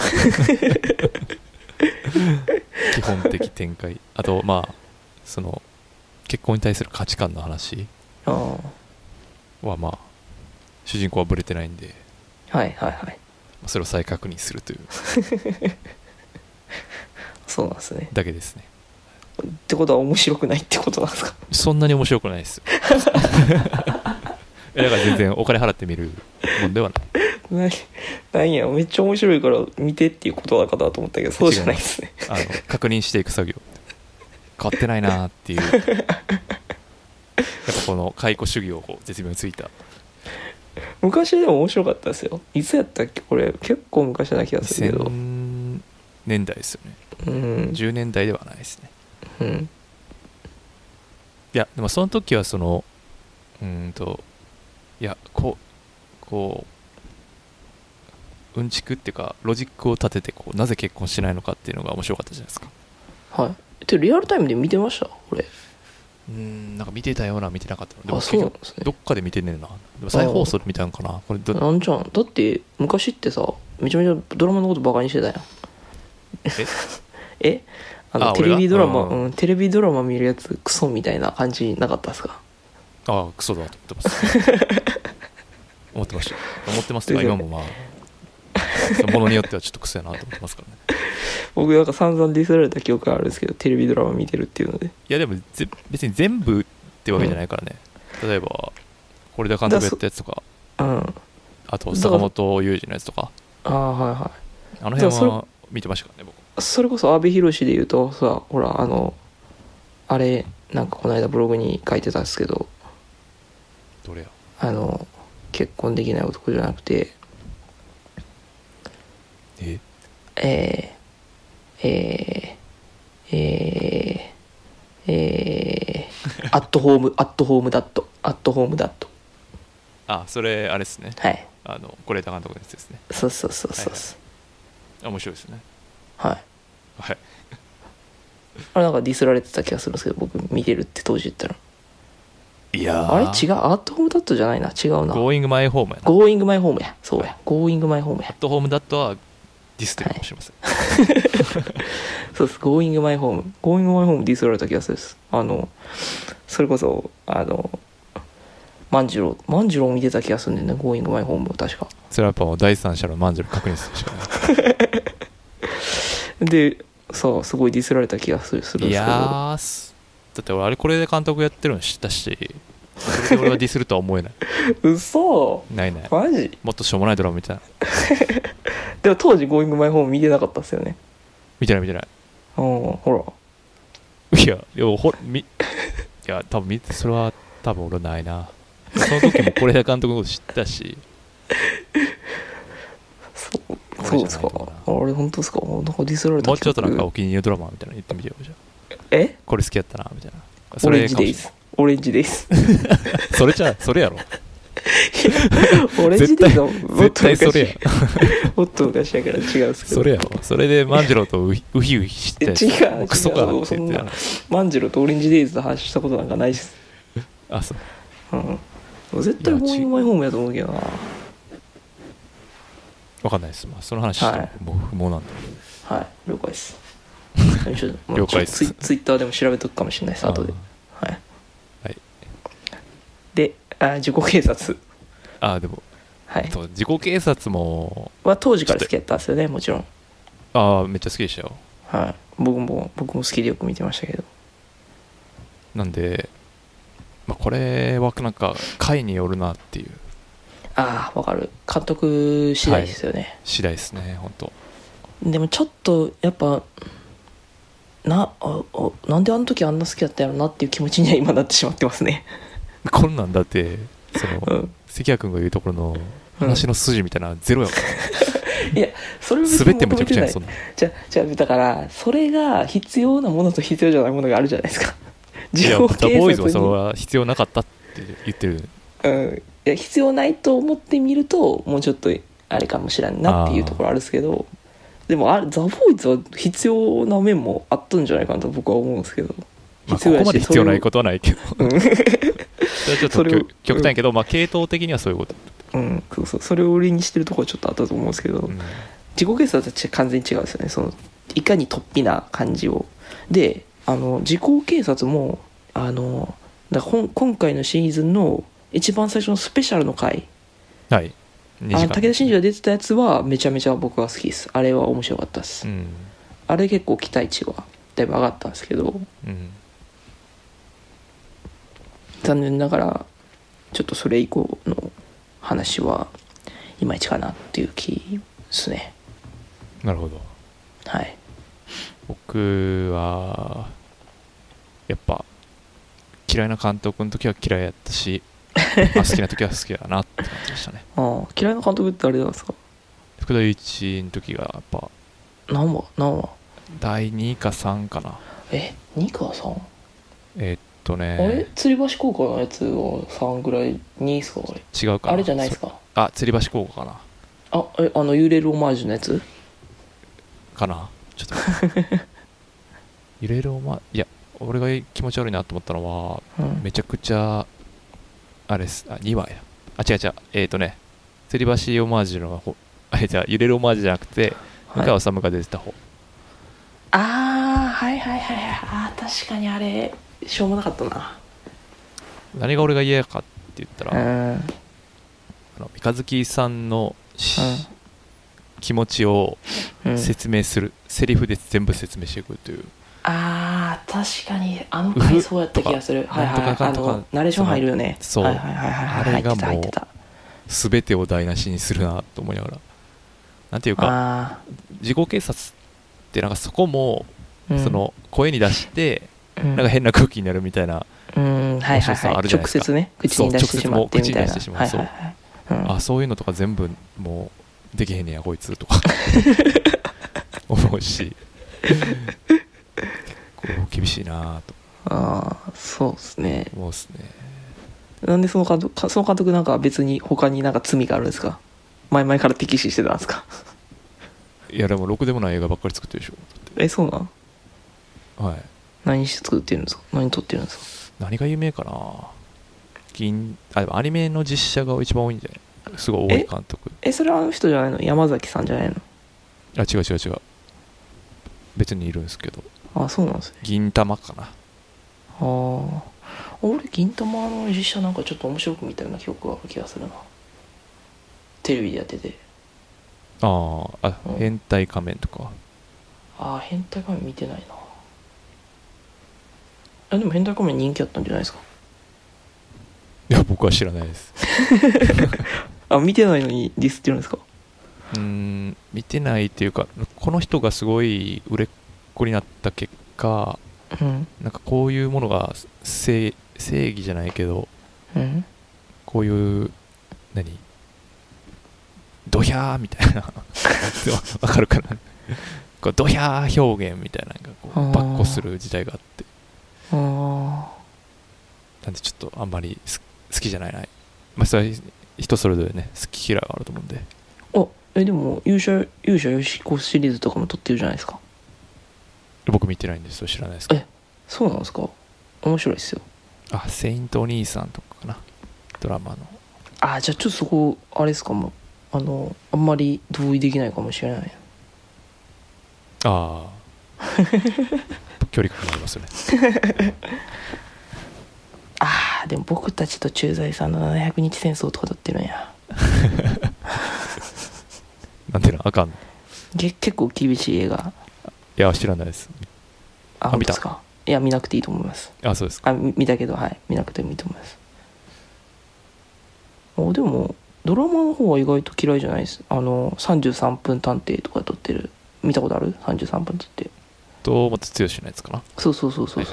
基本的展開。あとまあその結婚に対する価値観の話はまあ主人公はブレてないんで、 はいはいはい、 それを再確認するというそうなんですね。 だけですね。 ってことは面白くないってことなんですか？ そんなに面白くないですよだから全然お金払って見るもんではない。 なんや、めっちゃ面白いから見てっていうことだかなと思ったけど、そうじゃないですね。 確認していく作業、変わってないなっていうやっぱこの解雇主義をこう絶妙についた。 昔でも面白かったですよ。いつやったっけこれ、結構昔な気がするけど。 2000年代ですよね。10年代ではないですね。いやでもその時はそのいやこううんちくっていうかロジックを立ててこうなぜ結婚しないのかっていうのが面白かったじゃないですか。 はい。でリアルタイムで見てましたこれ？ なんか見てたような見てなかったの。でもそうなんですね。 どっかで見てんねんな。でも再放送で見たんかなこれ。 なんじゃん。だって昔ってさめちゃめちゃドラマのことバカにしてたやん。テレビドラマ、テレビドラマ見るやつクソみたいな感じなかったですか？ ああクソだと思ってます思ってました。思ってますが今もまあものによってはちょっとクソやなと思ってますからね僕なんか散々ディスられた記憶があるんですけど、テレビドラマ見てるっていうので。いやでも別に全部ってわけじゃないからね、例えば是枝監督やったやつとか、あと坂本雄二のやつとか、 はいはい、 あの辺は見てましたからね僕。 それこそ阿部寛で言うとさ、ほらあれなんかこの間ブログに書いてたんですけど、 どれや結婚できない男じゃなくてアットホームダット。 あ、それあれですね。 はい。 是枝監督のやつですね。 そうそうそうそう、はいはい、面白いですね。 はいはいあれなんかディスられてた気がするんですけど、僕見てるって当時言ったら、 いやあれ違う、アットホームダットじゃないな、違うな、 ゴーイングマイホームやな。 ゴーイングマイホームや、そうや、ゴーイングマイホームや。 アットホームダットはディスってるかもしれません、 はい、そうです、ゴーイングマイホーム、ゴーイングマイホームディスられた気がするです。それこそ万次郎見てた気がするんでね、ゴーイングマイホームを確か。 それはやっぱ第三者の万次郎確認するしかないでそう、すごいディスられた気がするんですけど。 いやー、だって俺これで監督やってるの知ったし、それで俺がディスるとは思えない嘘、 ないない、 マジもっとしょうもないドラマみたいなでも当時ゴーイングマイホーム見てなかったっすよね。 見てない、 ほらいや多分それは多分俺ないな。その時も是枝監督のこと知ったしそうですか、あれ本当ですか、なんかディスられた。 もうちょっとなんかお気に入りのドラマみたいなの言ってみてよ、じゃあ。これ好きやったなみたいな。 オレンジデイズ。オレンジデイズそれやろオレンジデイズは絶対それやもっと昔やから違うんですけど、 それやろ。それで万次郎とウヒウヒして違うクソかなってそんな言って万次郎とオレンジデイズで話したことなんかないっす。 あ、そう、 絶対ゴーイングマイホームやと思うけどな。 分かんないです、その話してももう不毛なんで。 はい、了解です了解です。 ツイッターでも調べとくかもしれないです、後で。はい、はい、で自己警察。 でも、はい、自己警察もは当時から好きやったんですよね、もちろん。 めっちゃ好きでしたよ。 はい、僕も好きでよく見てましたけど。 なんで、これはなんか回によるなっていう。 わかる、監督次第ですよね、はい、 次第ですね、本当。 でもちょっとやっぱなんであの時あんな好きだったやろなっていう気持ちには今なってしまってますねこんなんだって関谷君が言うところの話の筋みたいなゼロやから、 いやそれを全てめちゃくちゃやん、そんな。 じゃあだからそれが必要なものと必要じゃないものがあるじゃないですか。 いやザ・ボーイズはそれは必要なかったって言ってる。 いや必要ないと思ってみるともうちょっとあれかもしれんなっていうところあるんですけど、でもザ・ボーイズは必要な面もあったんじゃないかなと僕は思うんですけど、 ここまで必要ないことはないけどそれはちょっと極端やけど、系統的にはそういうこと。 そうそれを売りにしてるところはちょっとあったと思うんですけど、自己警察は完全に違うんですよね。いかに突飛な感じを。で自己警察も今回のシーズンの一番最初のスペシャルの回、 はい、 武田真治が出てたやつはめちゃめちゃ僕は好きです。あれは面白かったです、あれ結構期待値はだいぶ上がったんですけど、残念ながらちょっとそれ以降の話はいまいちかなっていう気ですね。 なるほど。 はい、 僕はやっぱ嫌いな監督の時は嫌いやったし好きな時は好きだなって感じでしたね。 嫌いな監督って誰なんですか？ 福田雄一の時がやっぱ何話第2か3かな。 2か 3？ あれ吊り橋高校のやつは3ぐらい2ですか？あれ違うかな。 あれじゃないですか？ 吊り橋高校かな。 揺れるオマージュのやつかな。ちょっと揺れるいや俺が気持ち悪いなと思ったのは、めちゃくちゃあれ2話や。違う吊り橋オマージュの方、揺れるオマージュじゃなくて向川治が出てた方。 はい確かにあれしょうもなかったな。 何が俺が嫌かって言ったら、三日月さんの、気持ちを説明する、セリフで全部説明していくという。 確かに回そうやった気がする。ナレーション入るよね。 そう、あれがもう全てを台無しにするなと思いながら、なんていうか自己警察ってなんかそこも、その声に出してなんか変な空気になるみたいな面白さあるじゃないですか。直接ね口に出してしまってみたいな。そういうのとか全部もうできへんねやこいつとか思うし厳しいなと。 そうですね。 思うっすね。 なんでその監督なんか別に他になんか罪があるんですか？ 前々から敵視してたんですか？ いやでもろくでもない映画ばっかり作ってるでしょ。 そうなん？ はい。 何して作ってるんですか？何撮ってるんですか？ 何が有名かな。でもアニメの実写が一番多いんじゃない？すごい多い監督。 それはあの人じゃないの？山崎さんじゃないの？ あ、違う。別にいるんですけど。 あ、そうなんですね。 銀玉かな。 俺銀玉の実写なんかちょっと面白く見たような記憶がある気がするな。テレビでやってて。 変態仮面とか。 変態仮面見てないな。でも変態仮面人気あったんじゃないですか？ いや僕は知らないです。 見てないのにディスってるんですか？ 見てないっていうか、この人がすごい売れっ子になった結果、なんかこういうものが正義じゃないけど、こういうドヒャーみたいなわかるかなこうドヒャー表現みたいなのがこうばっこする時代があって、なんでちょっとあんまり好きじゃない。それは人それぞれね、好き嫌いがあると思うんで。 でも勇者ヨシコシリーズとかも撮ってるじゃないですか。 僕見てないんですよ。知らないですか？ そうなんですか？面白いですよ。 セイントお兄さんとかかな、ドラマの。 じゃあちょっとそこあれですかも、あんまり同意できないかもしれない。 距離感がありますよね。 でも僕たちと駐在さんの700日戦争とか撮ってるんや。 なんていうのあかんの？ 結構厳しい映画。 いや知らないです。 本当ですか？いや見なくていいと思います。 そうですか。 見たけど、見なくてもいいと思います。でもドラマの方は意外と嫌いじゃないです。33分探偵とか撮ってる。見たことある？33分撮って。 堂本剛のやつかな。 そう。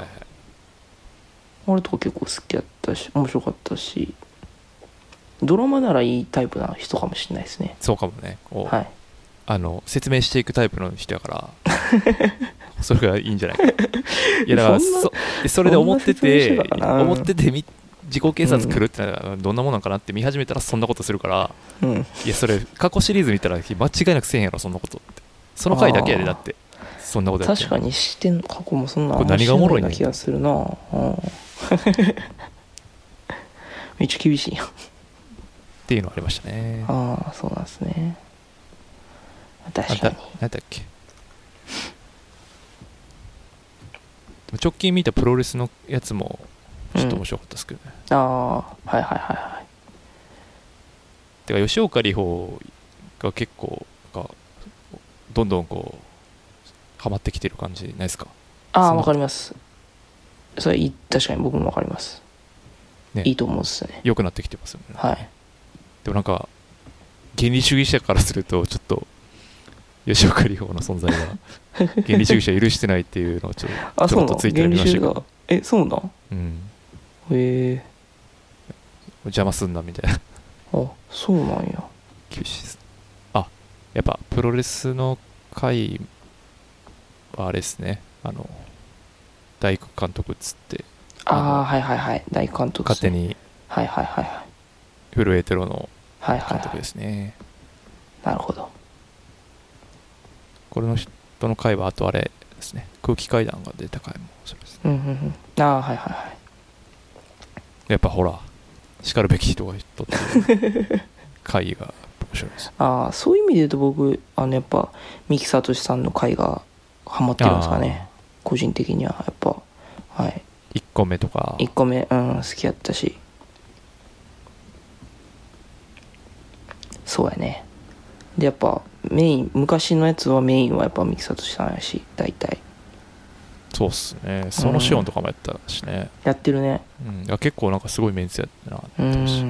あれとか結構好きやったし面白かったし、ドラマならいいタイプな人かもしれないですね。 そうかもね。説明していくタイプの人やからそれがいいんじゃないか。いやだからそれで思ってて自己警察来るってのはどんなものなんかなって見始めたらそんなことするから、いやそれ過去シリーズ見たら間違いなくせえへんやろそんなことって。その回だけやでだってそんなことやって確かに過去もそんなこれ何がおもろいね気がするな。めっちゃ厳しいやんっていうのありましたね。 そうなんですね。確かに。 何だっけ。直近見たプロレスのやつもちょっと面白かったですけどね。てか吉岡里帆が結構どんどんこうハマってきてる感じないですか？ わかります。それ確かに僕もわかります、ね、いいと思うんですね。 良くなってきてますよね。でもなんか原理主義者からするとちょっと吉岡里帆の存在が原理主義者許してないっていうのをちょっとツイッターで見ましたけど。 そうなん？ 邪魔すんなみたいな。 そうなんや。 厳しいです。やっぱプロレスの回はあれですね、大工監督っつって大工監督勝手に震えてろの監督ですね。 なるほど。 これの人の回はあとあれですね、空気階段が出た回もそうですね。やっぱほらしかるべき人がとって回が面白いです。 そういう意味で言うと僕やっぱ三木聡さんの回がハマってるんですかね。個人的にはやっぱ 1個目とか 1個目好きやったし。そうやね。でやっぱ昔のやつはメインはやっぱ三木聡さんやし大体。 そうっすね。そのシオンとかもやったしね。 やってるね。 結構なんかすごいメンツやったなって思うし、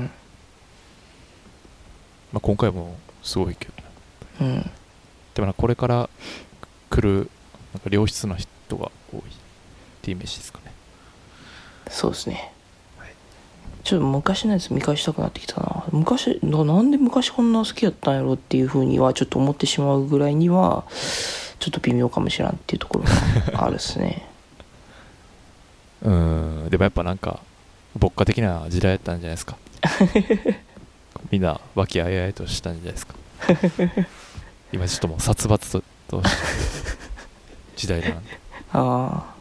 今回もすごいけどね。でもこれから来るなんか良質な人が多いっていうイメージですかね。 そうですね。ちょっと昔のやつ見返したくなってきたな。なんで昔こんな好きやったんやろっていうふうにはちょっと思ってしまうぐらいにはちょっと微妙かもしれんっていうところがあるっすね。 でもやっぱなんか牧歌的な時代やったんじゃないですか。 みんな和気あいあいとしたんじゃないですか今ちょっともう殺伐とした時代なんであ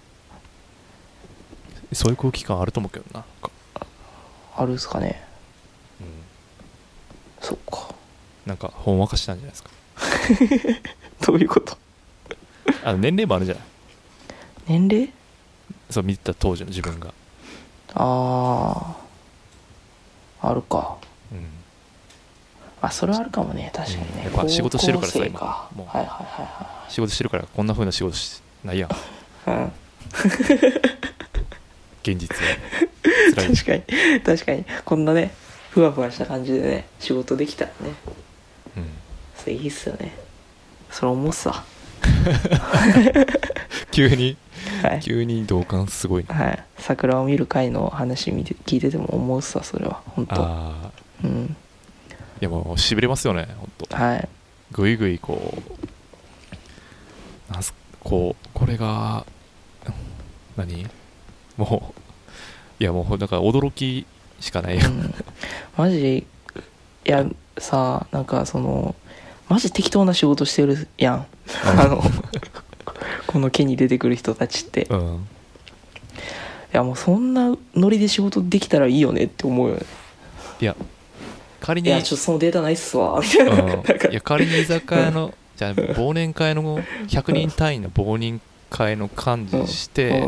そういう空気感あると思うけどな。 あるっすかね。 うん、 そっか。 なんかほんわかしたんじゃないですかどういうこと？ 年齢もあるじゃない。 年齢？ そう見てた当時の自分が。 あるか。 うん。 それはあるかもね、確かにね。 やっぱ仕事してるからさ今。もうはいはいはいはい。 仕事してるからこんな風な仕事ないやん。 うん。 現実は確かにこんなねふわふわした感じでね仕事できたらね、 うん、 それいいっすよね。それ思うさ急に同感すごいね。 はい、桜を見る会の話聞いてても思うさ、それは本当。うん。 いやもうしびれますよね本当。 はい。 ぐいぐいこれが何もういやもうだから驚きしかないよ、うん、 マジいやさ、なんかマジ適当な仕事してるやんこの家に出てくる人たちって、うん、いやもうそんなノリで仕事できたらいいよねって思うよね。 いや仮にちょっとそのデータないっすわみたいな、うん、 いや仮に居酒屋のじゃあ忘年会の100人単位の忘年会の幹事して、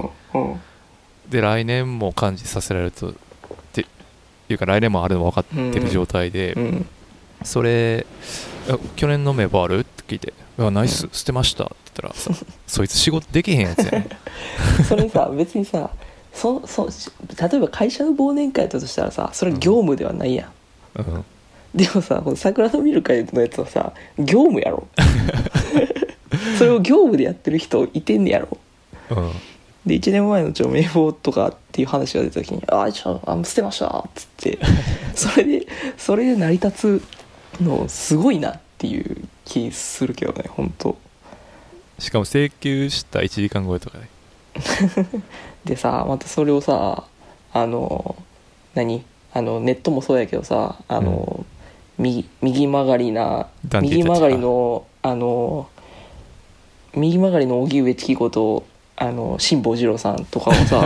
で来年も幹事させられるとっていうか来年もあるの分かってる状態で、それ去年の名簿あるって聞いてナイス捨てましたって言ったらそいつ仕事できへんやつやねそれさ別にさ例えば会社の忘年会だとしたらさそれ業務ではないやん、うん、でもさこの桜の見る会のやつはさ業務やろそれを業務でやってる人いてんねやろ、うん、で1年前の名簿とかっていう話が出た時に捨てましたっつってそれで成り立つのすごいなっていう気するけどね本当。 しかも請求した1時間超えとかねでさまたそれをさネットもそうやけどさ右曲がりの荻上チキ子と辛坊治郎さんとかをさ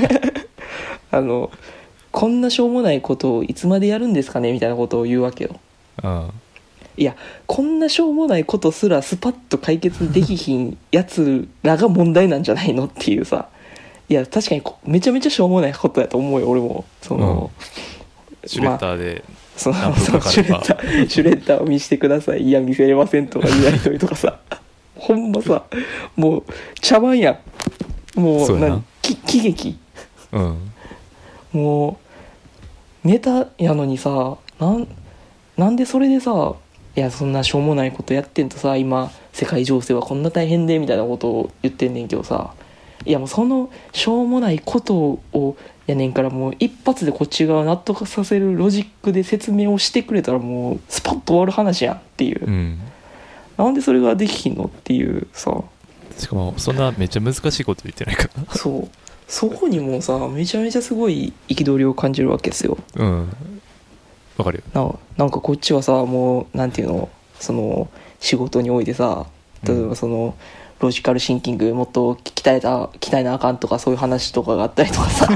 こんなしょうもないことをいつまでやるんですかねみたいなことを言うわけよ。いやこんなしょうもないことすらスパッと解決できひんやつらが問題なんじゃないのっていうさ。いや確かにめちゃめちゃしょうもないことやと思うよ俺もシュレッダーでシュレッダーを見せてください、いや見せれませんとかいうやりとりとかさほんまさもう茶番やんもう喜劇、うん、もうネタやのにさなんでそれでさいやそんなしょうもないことやってんとさ今世界情勢はこんな大変でみたいなことを言ってんねんけどさ、いやもうそのしょうもないことをやねんからもう一発でこっち側納得させるロジックで説明をしてくれたらもうスパッと終わる話やんっていう、うん、なんでそれができひんのっていうさ。 しかもそんなめっちゃ難しいこと言ってないからそこにもさめちゃめちゃすごい憤りを感じるわけですよ。 うんわかるよ。 なんかこっちはさもうなんていうの仕事においてさ例えばロジカルシンキングもっと鍛えなあかんとかそういう話とかがあったりとかさ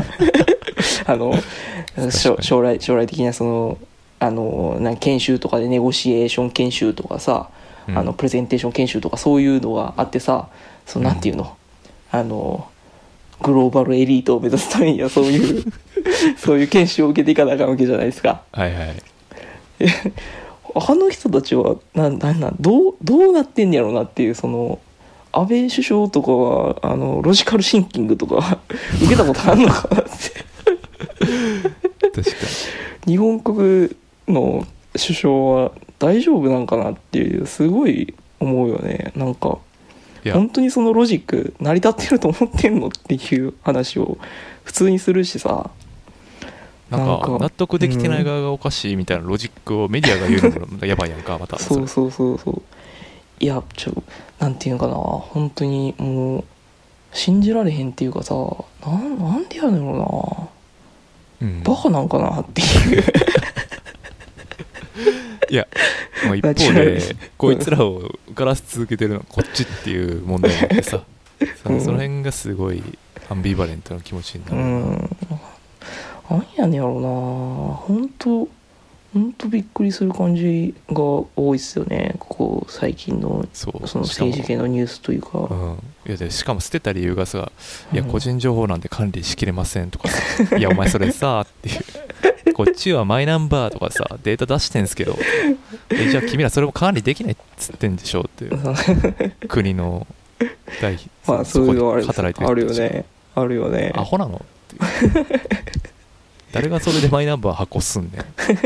将来的な研修とかでネゴシエーション研修とかさ、プレゼンテーション研修とかそういうのがあってさなんていうのグローバルエリートを目指すためにはそういう研修を受けていかなあかんわけじゃないですか。 はいはいあの人たちはどうなってんやろうなっていう安倍首相とかはロジカルシンキングとか受けたことあるのかなって確かに日本国の首相は大丈夫なんかなっていうすごい思うよね。なんか本当にそのロジック成り立ってると思ってんのっていう話を普通にするしさ、 なんか納得できてない側がおかしいみたいなロジックをメディアが言うのもやばいやんかまたそういやなんていうのかな本当にもう信じられへんっていうかさなんでやねんろな、バカなんかなっていういやもう一方でこいつらを受からせ続けてるのはこっちっていう問題があってさ、その辺がすごいアンビバレントな気持ちになる。 なんやねんやろうな、本当びっくりする感じが多いっすよね、ここ最近のその政治系のニュースというか。 いやでしかも捨てた理由がさ、いや個人情報なんて管理しきれませんとかさ、いやお前それさっていうこっちはマイナンバーとかさデータ出してんすけど、じゃあ君らそれも管理できないっつってんでしょっていう国のまあそういうの働いてる人たちあるよねアホなのっていう誰がそれでマイナンバー発行すんねん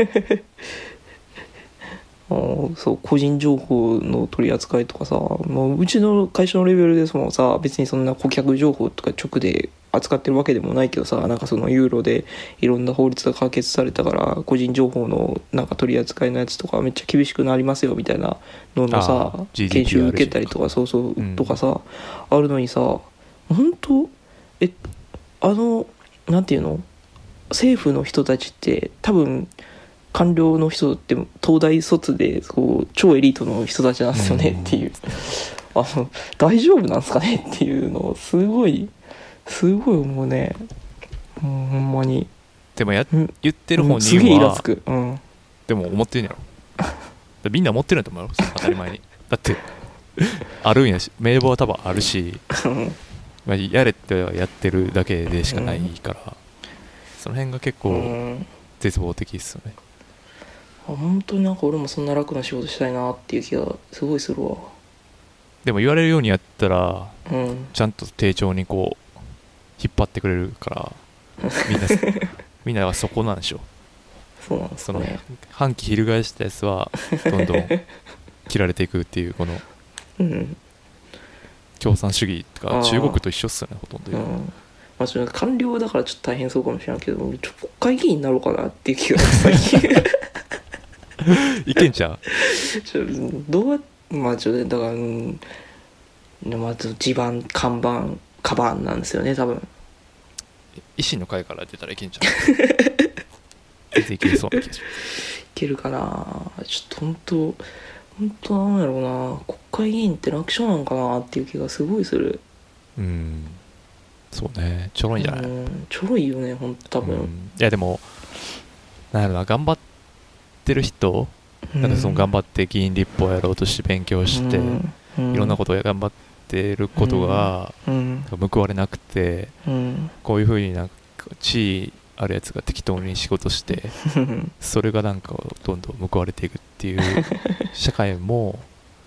そう個人情報の取り扱いとかさ、うちの会社のレベルですもんさ、別にそんな顧客情報とか直で扱ってるわけでもないけどさ、なんかそのユーロでいろんな法律が可決されたから個人情報のなんか取り扱いのやつとかめっちゃ厳しくなりますよみたいなののさ研修受けたりとかとかさ、あるのにさ、本当なんていうの、政府の人たちって多分官僚の人って東大卒で超エリートの人たちなんですよねっていう、大丈夫なんですかねっていうのをすごい思うね。もうほんまに。 でも言ってる本人はすげえイラつく、 でも思ってるんやろみんな思ってるんやと思うよ当たり前にだってあるんやし、名簿は多分あるしやれってやってるだけでしかないから、その辺が結構絶望的ですよね。 本当になんか俺もそんな楽な仕事したいなっていう気がすごいするわ。 でも言われるようにやったら、ちゃんと丁重にこう引っ張ってくれるからみんなはそこなんでしょ。 そうなんですね。 その反旗翻したやつはどんどん切られていくっていうこの共産主義とか中国と一緒っすよね、ほとんど。 まあ、それ官僚だからちょっと大変そうかもしれないけど、国会議員になろうかなっていう気が最近いけんちゃうどうやまあちょっとだからまず地盤看板カバンなんですよね多分。 維新の会から出たらいけんちゃう全然いけそうな気がします。 いけるかな。ちょっと本当なんやろうな、国会議員って楽勝なんかなっていう気がすごいする。 そうね、ちょろいんじゃない。 ちょろいよね本当多分。 いやでもなんやろな、頑張ってる人、なんかその頑張って議員立法やろうとして勉強して、いろんなことを頑張ってることが報われなくて、こういうふうになんか地位あるやつが適当に仕事してそれがなんかどんどん報われていくっていう社会も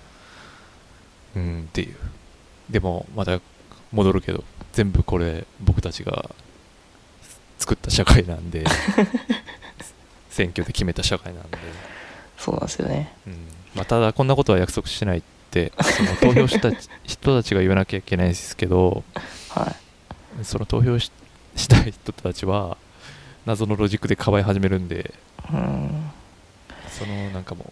っていう。でもまた戻るけど全部これ僕たちが作った社会なんで選挙で決めた社会なんで。 そうなんですよね。 ただこんなことは約束してないってその投票した人たちが言わなきゃいけないんですけど、その投票したい人たちは謎のロジックでかばい始めるんで、そのなんかも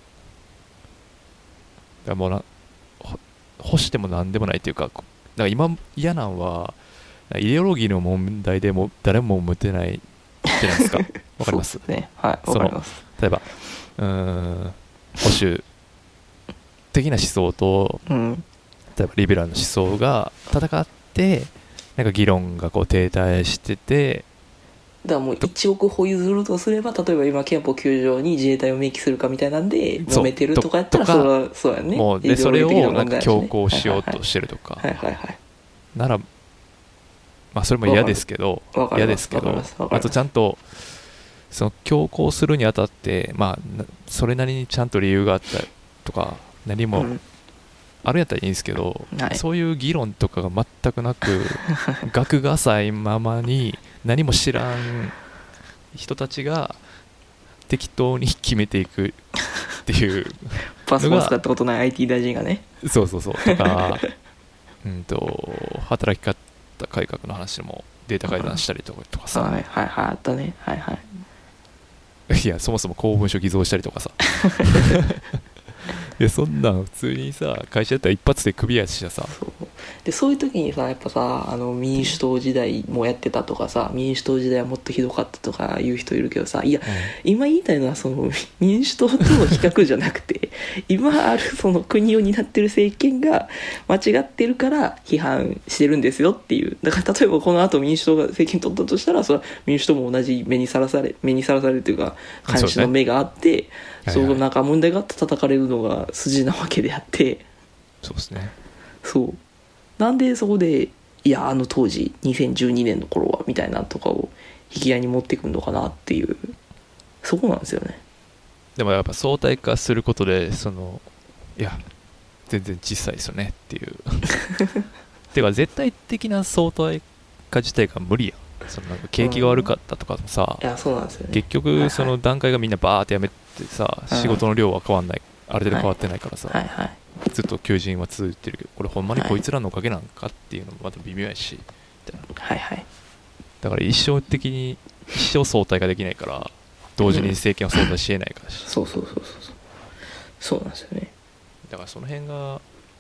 う欲しても何でもないっていうか、だから今嫌なんはイデオロギーの問題でも誰も向てないじゃないですか。わかります？ そうですね。はい、わかります。 例えば保守的な思想と、例えばリベラルの思想が戦ってなんか議論がこう停滞してて、 だからもう1億歩譲るとすれば、例えば今憲法9条に自衛隊を明記するかみたいなんで揉めてるとかやったら、それはそうやね。 もうでそれをなんか強行しようとしてるとかなら、まあそれも嫌ですけど、あとちゃんとその強行するにあたって、まあそれなりにちゃんと理由があったとか何もあるんやったらいいんですけど、そういう議論とかが全くなく学が浅いままに何も知らん人たちが適当に決めていくっていうパソコン使ったことない IT 大臣がね、 そうとか働き方改革の話もデータ改ざんしたりとかさ、 あったね。 いやそもそも公文書偽造したりとかさいやそんなん普通にさ会社やったら一発でクビやしさ、 でそういう時にさやっぱさ民主党時代もやってたとかさ民主党時代はもっとひどかったとか言う人いるけどさいや、今言いたいのはその民主党との比較じゃなくて今あるその国を担ってる政権が間違ってるから批判してるんですよっていう。だから例えばこの後民主党が政権取ったとしたらそれは民主党も同じ目にさらされるというか監視の目があってそうなんか問題があって叩かれるのが筋なわけであって、 そうですね。 そうなんでそこでいや当時2012年の頃はみたいなとかを引き合いに持ってくるのかなっていうそこなんですよね。 でもやっぱ相対化することでいや全然小さいですよねっていうてか絶対的な相対化自体が無理やん。なんか景気が悪かったとかもさ、 いやそうなんですよね。 結局その段階がみんなバーってやめてさ、仕事の量は変わんない、ある程度変わってないからさ、ずっと求人は続いてるけどこれほんまにこいつらのおかげなんかっていうのもまた微妙やしみたいな、だから一生相対ができないから同時に政権を相対しえないからし、 そうなんですよね。 だからその辺が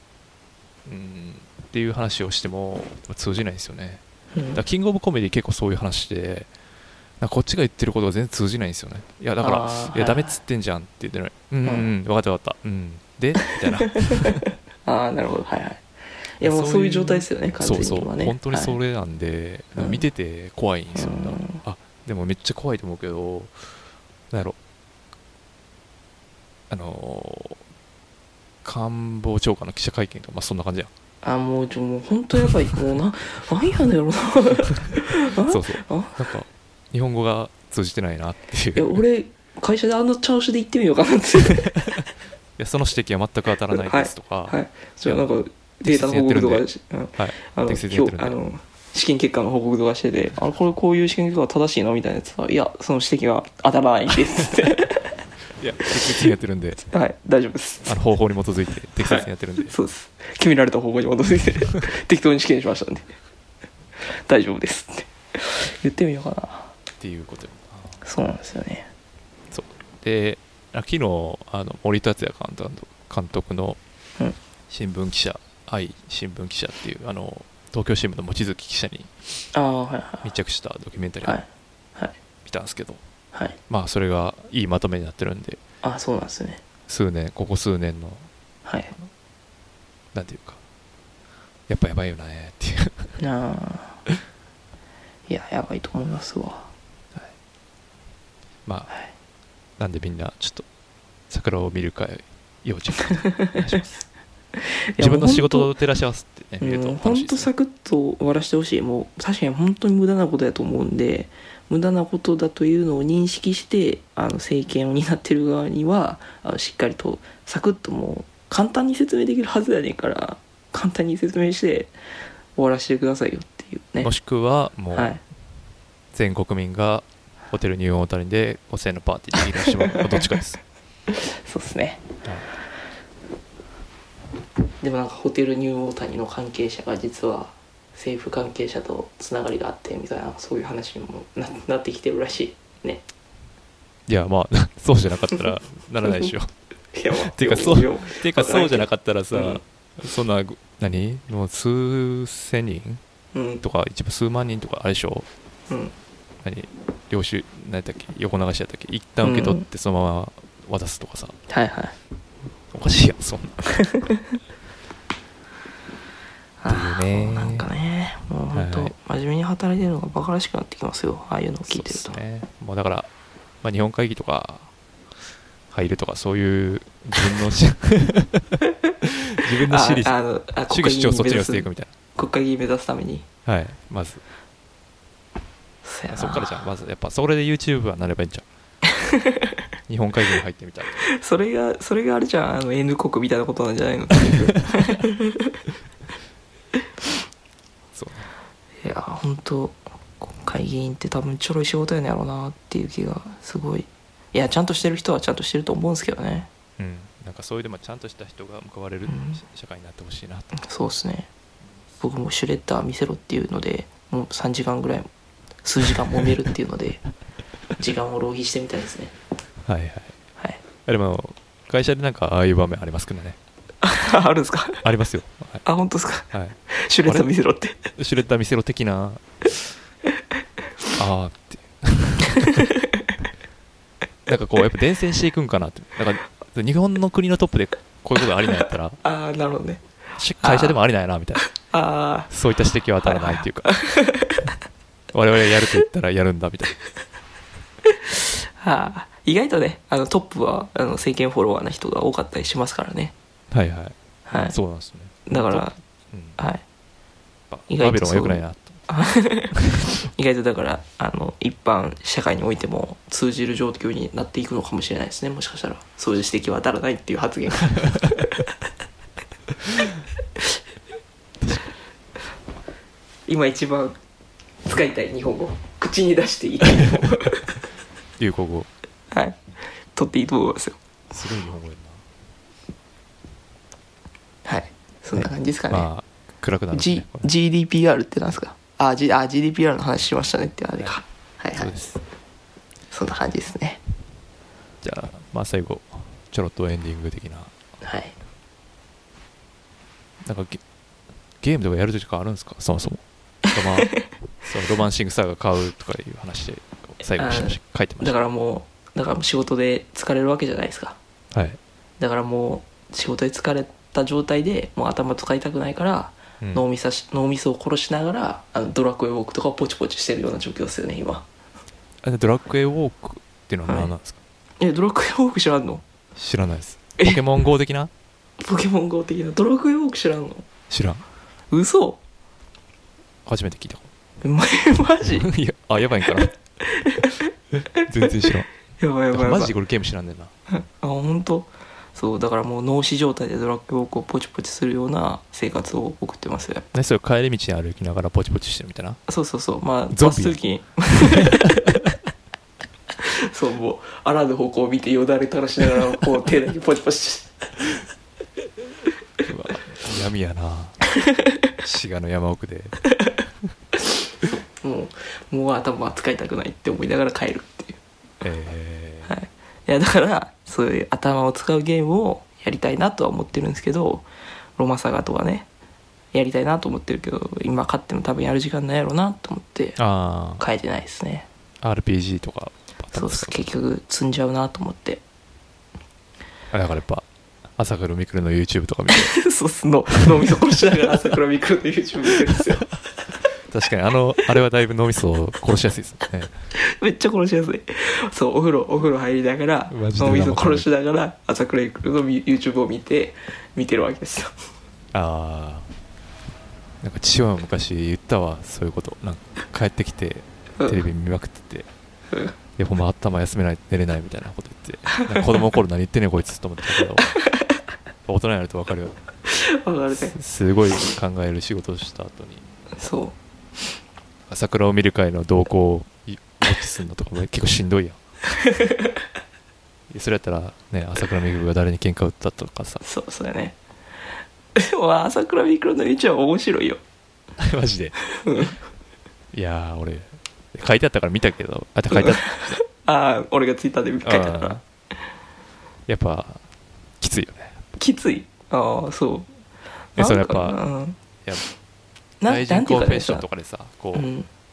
っていう話をしても通じないんですよね。だからキングオブコメディ結構そういう話でこっちが言ってることが全然通じないんですよね。いやだからいやダメっつってんじゃんって言ってない。分かった分かった。でみたいななるほど。いやもうそういう状態ですよね完全に今ね。 本当にそれなんで、見てて怖いんですよ。でもめっちゃ怖いと思うけどなんやろ官房長官の記者会見とかそんな感じやん。 もう本当やばい。もうなんやねんやろなそうなんか日本語が通じてないなっていう。 いや俺会社で調子で行ってみようかなっていやその指摘は全く当たらないですとか、 じゃあなんかデータの報告とか試験結果の報告とかしててこういう試験結果は正しいのみたいなやつはいやその指摘は当たらないんですっていや適切にやってるんで大丈夫です。 方法に基づいて適切にやってるんで、 そうです決められた方法に基づいて適当に試験しましたんで大丈夫ですって言ってみようかなっていうことよ。 そうなんですよね。 そうで昨日森達也監督の新聞記者、新聞記者っていう東京新聞の望月記者に密着したドキュメンタリーを見たんですけど、まあそれがいいまとめになってるんで、 そうなんですね。 ここ数年のなんていうかやっぱやばいよねっていういややばいと思いますわ。 なんでみんなちょっと桜を見る会要チェックお願いします自分の仕事と照らし合わせてね見ると楽しいですね。 本当サクッと終わらせてほしい。もう確かに本当に無駄なことだと思うんで無駄なことだというのを認識して政権を担ってる側にはしっかりとサクッともう簡単に説明できるはずやねんから簡単に説明して終わらせてくださいよっていうね。 もしくはもう全国民がホテルニューオータニで5000円のパーティーにできるしまうどっちかですそうですね、でもなんかホテルニューオータニの関係者が実は政府関係者とつながりがあってみたいなそういう話にも なってきてるらしいね。 いやまあそうじゃなかったらならないでしょっていうかそうじゃなかったらさ、そんなもう数千人、とか一部数万人とかあれでしょ、領収何だっけ横流しやったっけ一旦受け取ってそのまま渡すとかさ、おかしいやんそんなっていうね。 なんかねもう本当、真面目に働いてるのがバカらしくなってきますよああいうのを聞いてると。 そうですね。もうだから、日本会議とか入るとかそういう自分の自分の主義主張をそっちに寄せていくみたいな。 国会議員目指すためにまずそっからじゃん。まずやっぱそれで YouTube はなればいいんじゃん日本会議に入ってみたいそれがあれじゃんN 国みたいなことなんじゃないのそういや本当国会議員って多分ちょろい仕事やねんやろうなっていう気がすごい。いやちゃんとしてる人はちゃんとしてると思うんですけどね。 なんかそういうでもちゃんとした人が報われる社会になってほしいなと。 そうですね。僕もシュレッダー見せろっていうのでもう3時間ぐらい数時間揉めるっていうので時間を浪費してみたいですね。 でも会社でなんかああいう場面ありますけどねあるんですか？ ありますよ、はい、 あ、本当ですか？ はい、 シュレッダー見せろって。 シュレッダー見せろ的なあーってなんかこうやっぱ伝染していくんかなって。なんか日本の国のトップでこういうことありなんやったらああ、なるほどね。 会社でもありなんやなみたいな、 あそういった指摘は当たらないっていうか、我々やると言ったらやるんだみたいな。意外とね、トップは政権フォロワーな人が多かったりしますからね。 はいはい、 はい、 そうなんですね。 だから、 うん、 はい、 意外とバビロンは良くないな意外とだから一般社会においても通じる状況になっていくのかもしれないですね。もしかしたらそういう指摘は当たらないっていう発言が今一番使いたい日本語、口に出していい流行語、 はい、取っていいと思いますよ。 すごい日本語やな。はい、そんな感じですかね。 まあ暗くなるね、 GDPR ってなんですか？GDPR の話しましたねってあれか。はいはい。そうです。そんな感じですね。 じゃあまあ最後ちょろっとエンディング的な。 はい。 なんかゲームとかやるとかあるんですか？そもそも。まあそのロマンシングサーが買うとかいう話で最後に書いてました。 だからもう仕事で疲れるわけじゃないですか。 はい。 だからもう仕事で疲れた状態でもう頭使いたくないから。脳みそを殺しながらドラクエウォークとかをポチポチしてるような状況ですよね今。 ドラクエウォークっていうのは何なんですか？ はい、ドラクエウォーク知らんの？ 知らないです。ポケモン GO 的な？ ポケモン GO 的なドラクエウォーク知らんの？ 知らん。 嘘？ 初めて聞いた。 マジ？ いや、やばいんかな全然知らん。 やばいやばい。 マジでこれゲーム知らんねんな。 あ、本当。そうだからもう脳死状態でドラクエウォークをポチポチするような生活を送ってますよ。 ね、それ帰り道に歩きながらポチポチしてるみたいな。 そうまあゾンビバス通勤そうもうあらぬ方向を見てよだれ垂らしながらこう手だけポチポチうわ闇やな滋賀の山奥でもう頭使いたくないって思いながら帰るっていう、はい、いやだからそういう頭を使うゲームをやりたいなとは思ってるんですけど、ロマサガとかねやりたいなと思ってるけど今買っても多分やる時間ないやろなと思って変えてないですね。 RPG とかそうです。結局積んじゃうなと思って。 だからやっぱ朝倉未来の YouTube とか見てそうっす脳みそ殺しながら朝倉未来の YouTube 見てるんですよ確かにあれはだいぶ脳みそを殺しやすいですねめっちゃ殺しやすい。そうお風呂入りながら脳みそ殺しながら朝倉未来の YouTube を見てるわけですよ。 ああ、なんか父親も昔言ったわそういうこと。なんか帰ってきてテレビ見まくってて、いやほんま頭休めない寝れないみたいなこと言って、なんか子供の頃何言ってんねんこいつと思ってたけど大人になると分かるよ。 分かるね。すごい考える仕事をした後にそう朝倉を見る会の動向をウォッチするのとかも結構しんどいやんそれやったらね朝倉未来が誰に喧嘩売ったとかさ。 そうやね。でも朝倉未来の YouTube は面白いよマジでいや俺書いてあったから見たけど書いてあったああ俺がツイッターで書いてあったからやっぱきついよね。 きつい。ああそうそれやっぱ、いや大臣コンフェッションとかでさこう、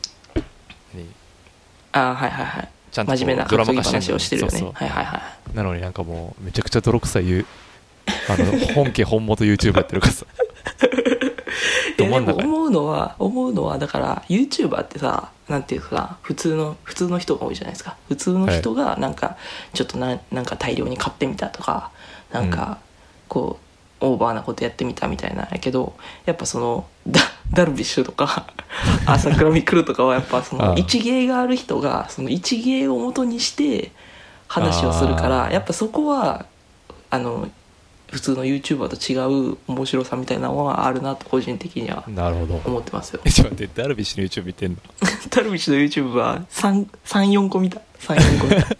はいはいはい、 ちゃんと真面目な担ぎ話をしてるよね。そうはいはいはい。 なのになんかもうめちゃくちゃ泥臭い本家本元 YouTube やってるからさでも思うのはだから YouTuber ってさなんていうか普通の人が多いじゃないですか。普通の人がなんかちょっとなんか大量に買ってみたとかなんかこうオーバーなことやってみたみたいなんやけど、やっぱそのダルビッシュとか朝倉未来とかはやっぱその一芸がある人がその一芸を元にして話をするから、やっぱそこは普通の YouTuber と違う面白さみたいなのはあるなと個人的には思ってますよ。 ちょっと待って、ダルビッシュの YouTube 見てんの？ ダルビッシュの YouTube は3,4 個見た。3,4 個見た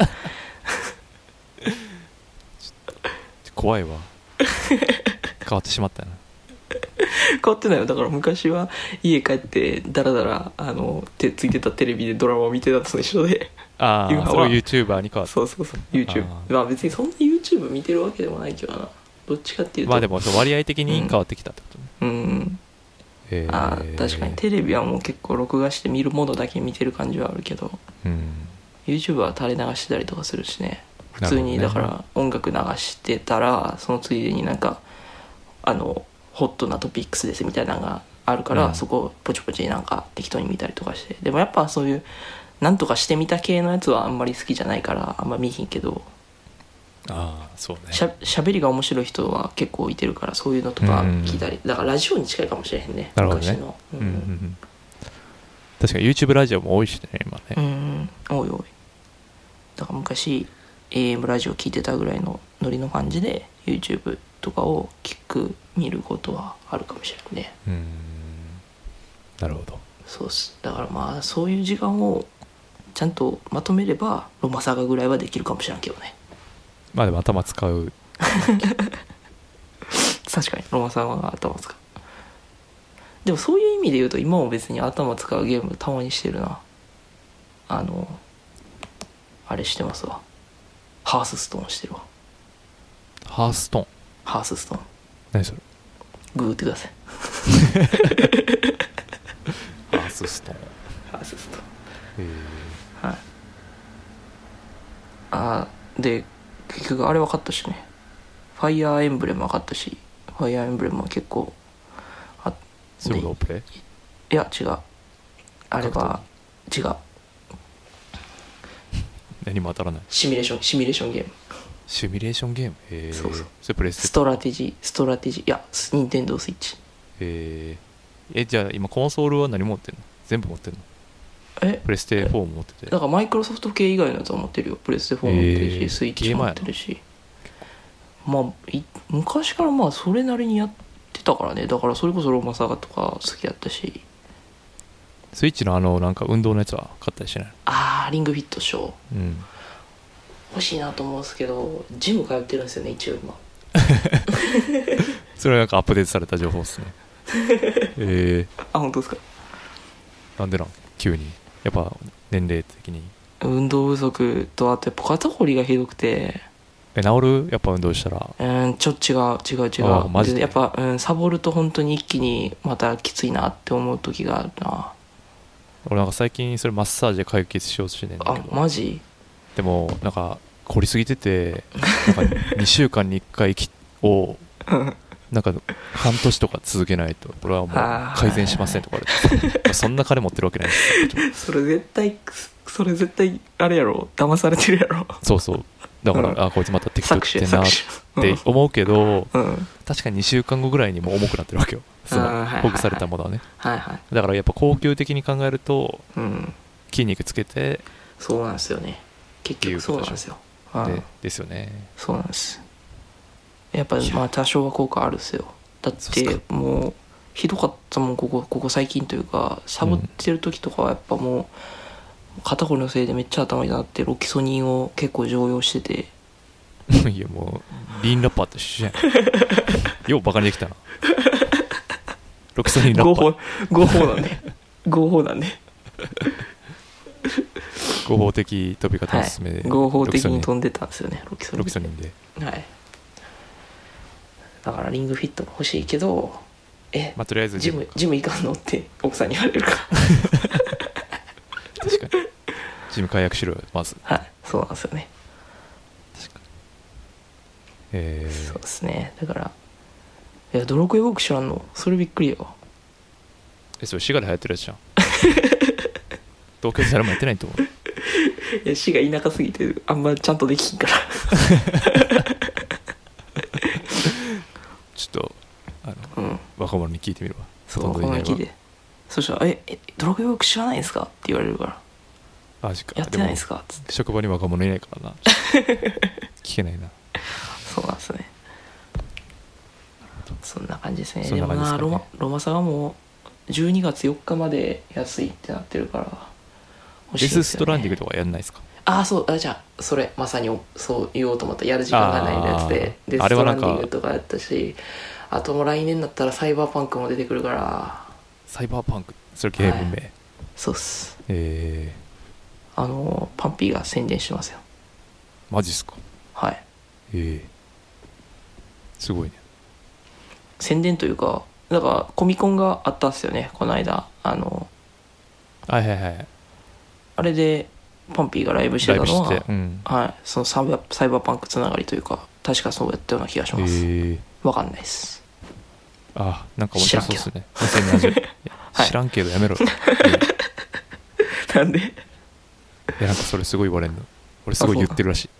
怖いわ変わってしまったな。 変わってないよ。だから昔は家帰ってダラダラついてたテレビでドラマを見てたと一緒で、 ああそれを YouTuber に変わった。 そう YouTube。まあ別にそんな YouTube 見てるわけでもないけどな。 どっちかっていうとまあでも割合的に変わってきたってことね。 うん、確かにテレビはもう結構録画して見るものだけ見てる感じはあるけど、 うん、 YouTube は垂れ流してたりとかするしね。普通にだから音楽流してたらそのついでになんかホットなトピックスですみたいなのがあるから、そこをポチポチなんか適当に見たりとかして。でもやっぱそういうなんとかしてみた系のやつはあんまり好きじゃないからあんま見ひんけど、 そうね、 しゃべりが面白い人は結構いてるからそういうのとか聞いたり、だからラジオに近いかもしれへんね。 なるほどね。 昔の、 確かに YouTube ラジオも多いしね今ね。多い多い。だから昔 AM ラジオ聞いてたぐらいのノリの感じで YouTube とかを見ることはあるかもしれないね。 なるほど。 そうっす。だからまあそういう時間をちゃんとまとめればロマサガぐらいはできるかもしれんけどね。 まあでも頭使う確かにロマサガが頭使う。でもそういう意味で言うと今も別に頭使うゲームたまにしてるな。あれしてますわ。ハースストーンしてるわ。 ハースストーン何それ。 ググってください。 ハースストーンはい。で結局あれ分かったしね。ファイアーエンブレム分かったし、ファイアーエンブレムは結構ソロプレイ？ いや違う、あれは違う、 何も当たらない。 シミュレーションゲーム。 シミュレーションゲーム。 そうそれプレステ。 ストラテジー、いやニンテンドースイッチ。 じゃあ今コンソールは何持ってんの？全部持ってんの？プレステ4も持ってて。 だからマイクロソフト系以外のやつは持ってるよ。プレステ4持ってるし、スイッチも持ってるし、まあ昔からまあそれなりにやってたからね。だからそれこそローマサガとか好きやったし。 スイッチのなんか運動のやつは買ったりしない？ リングフィットショー、欲しいなと思うんですけどジム通ってるんですよね一応今。 それはなんかアップデートされた情報ですね。 本当ですか？ なんで急にやっぱ年齢的に運動不足と、あとやっぱ肩こりがひどくて。 治る？やっぱ運動したらちょっと違う。マジでやっぱ、サボると本当に一気にまたきついなって思う時があるな。 俺なんか最近それマッサージで解決しようとしてんだけど。 マジ？ でもなんか凝りすぎててなんか2週間に1回をなんか半年とか続けないとこれはもう改善しませんとか言われてそんな金持ってるわけないですそれ絶対あれやろ、騙されてるやろ。 そうだから、こいつまた適当ってなって思うけど、確かに2週間後ぐらいにもう重くなってるわけよ、そのほぐされたものはね。だからやっぱ恒久的に考えると、筋肉つけてそうなんですよね、結局そうなんですよ。 ですよね。 そうなんです。やっぱまあ多少は効果あるっすよ。だってもうひどかったもん、ここ最近というか、サボってる時とかはやっぱもう肩こりのせいでめっちゃ頭痛なってロキソニンを結構常用してて。 いやもうリンラッパーと一緒じゃん。ようバカにできたな。ロキソニンラッパー合法なんで合法的飛び方おすすめで、 合法的に飛んでたんですよね、ロキソニンで。 だからリングフィットも欲しいけど、 まあ、とりあえずジム行かんのって奥さんに言われるから。 確かにジム解約しろよまず。 そうなんですよね。 確かに。そうですね。だからドラクエウォーク知らんの？それびっくりやわ。 それ滋賀で流行ってるやつじゃん。東京で誰もやってないと思う。 いや滋賀田舎すぎてあんまちゃんとできひんから。 ちょっと若者に聞いてみるわ。 そう若者に聞いて。そしたらドラクエウォーク知らないんですかって言われるから。 マジか。 やってないんですかっつって。 職場に若者いないからな。聞けないな。 そうなんですね。そんな感じですね。でもなロマサガも12月4日まで安いってなってるから欲しいですよね。 デスストランディングとかやんないですか？ そうじゃあそれまさにそう言おうと思った。やる時間がないやつでデスストランディングとかやったし、あともう来年だったらサイバーパンクも出てくるから。 サイバーパンクそれゲーム名？ そうっす。パンピーが宣伝してますよ。 マジっすか？ はい。 すごいね。 宣伝というか、だからコミコンがあったんですよねこの間。 はいはいはい。 あれでパンピーがライブしてたのは、はい、そのサイバーパンクつながりというか、確かそうやったような気がします。わかんないです。 あ、なんか面白そうですね。知らんけどやめろ。 なんで？ いや、なんかそれすごい言われんの。俺すごい言ってるらしい。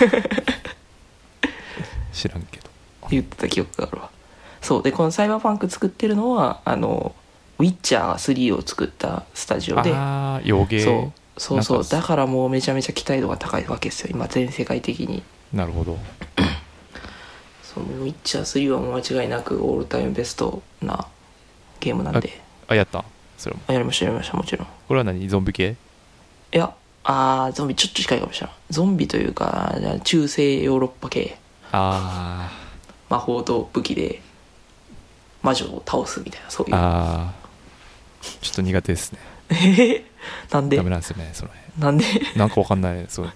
知らんけど。 言ってた記憶があるわ。そうで、このサイバーパンク作ってるのはウィッチャー3を作ったスタジオで、 ああ、洋芸。 そうだからもうめちゃめちゃ期待度が高いわけですよ今、全世界的に。 なるほど。 そのウィッチャー3はもう間違いなくオールタイムベストなゲームなんで。 やったそれも。 やりましたもちろん。 これは何、ゾンビ系？ いや、ゾンビちょっと近いかもしれない。ゾンビというか中世ヨーロッパ系。魔法と武器で魔女を倒すみたいな、そういう。 ちょっと苦手ですね。 なんで？ ダメなんですよね、その辺。 なんで？ なんかわかんない。そう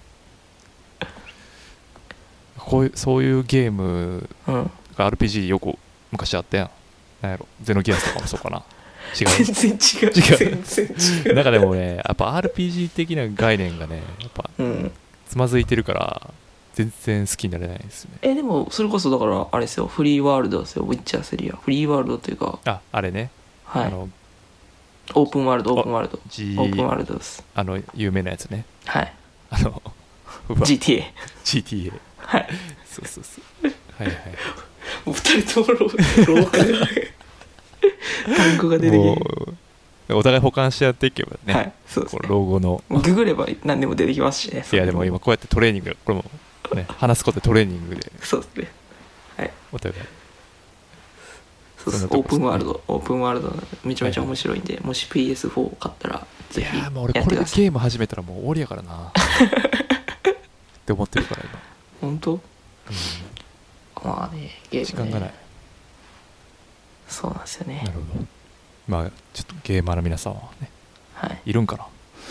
いうゲームが RPG よく昔あったやん。なんやろ、ゼノギアスとかもそうかな。違う。 全然違う。 なんかでもね、やっぱ RPG 的な概念がね、やっぱつまずいてるから全然好きになれないですね。 でもそれこそだからあれですよ、フリーワールドですよ、ウィッチャー3は。フリーワールドというか、 あれね、 はい、オープンワールドオープンワールドです。 有名なやつね。 はい。 GTA はい。 そうはいはい。 もう2人とも廊下で単語が出てきて、 お互い補完し合っていけばね。 はい、そうですね。 老後のググれば何でも出てきますしね。 いやでも今こうやってトレーニング、これもね、話すことでトレーニングで。 そうですね。はい。 お互い。 そうです。オープンワールドめちゃめちゃ面白いんで、もし PS4 を買ったらぜひ。 いやもう俺これでゲーム始めたらもう終わりやからなって思ってるから今。 本当？まあね、ゲームね、 時間がない。 そうなんですよね。 なるほど。まあちょっとゲーマーの皆さんはね、 はい、 いるんか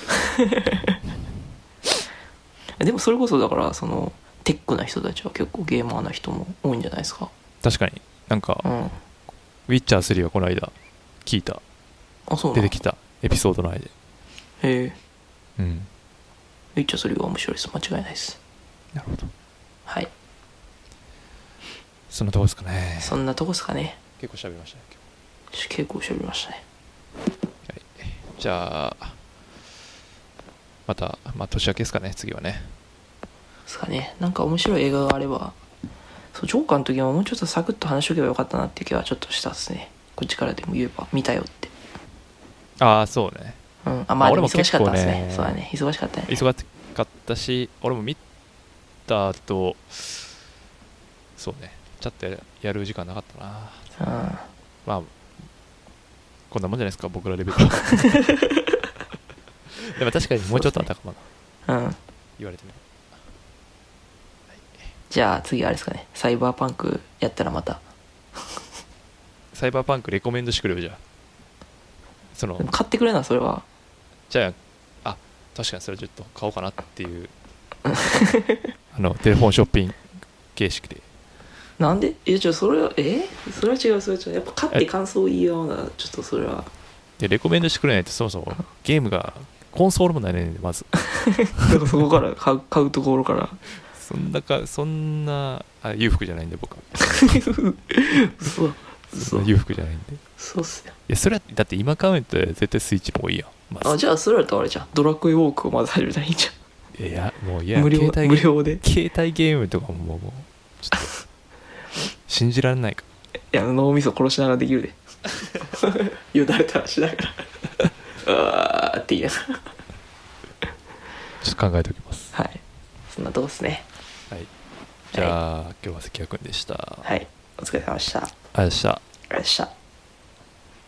な。でもそれこそだからそのテックな人たちは結構ゲーマーな人も多いんじゃないですか。 確かに。なんか、ウィッチャー3はこの間聞いた。 そう出てきたエピソードの間で。 へえ。ウィッチャー3は面白いです。間違いないです。 なるほど。 はい。 そんなとこですかね。 そんなとこですかね。 結構喋りましたね。 結構喋りましたね。 はい、じゃあまた、年明けですかね、次はね。 ですかね。なんか面白い映画があれば、ジョーカーの時はもうちょっとサクッと話しとけばよかったなっていう気はちょっとしたっすね。こっちからでも言えば見たよって。 そうね。 でも忙しかったですね。そうだね、忙しかったね。 忙しかったし、俺も見た後、そうね、ちょっとやる時間なかったな。こんなもんじゃないですか、僕らレベルは。でも確かにもうちょっとあったかもな。言われてみる。 じゃあ次あれですかね、サイバーパンクやったらまた。 サイバーパンクレコメンドしてくれよ、じゃあ。 買ってくれな、それは。 じゃあ、確かにそれちょっと買おうかなっていう。テレフォンショッピング形式で。 なんで？それは違う。やっぱ買って感想を言い合うな、ちょっとそれは。 レコメンドしてくれないとそもそもゲームがコンソールもないねんで、まず。 だからそこから買うところから。 そんな裕福じゃないんで僕。 嘘。 裕福じゃないんで。 そうっすよ。 いやそれはだって今買うんって絶対スイッチの方がいいやん。 じゃあそれやったらあれじゃん。ドラクエウォークをまず始めたらいいじゃん。 いやもういや無料で。 携帯ゲームとかももうちょっと信じられないか。 いや脳みそ殺しながらできるで。よだれたらしながらって言いながら。 ちょっと考えておきます。 はい。そんなとこっすね。 はい。じゃあ、今日は関谷くんでした。 はい。お疲れ様でした。 ありがとうございました。 ありがとうございました。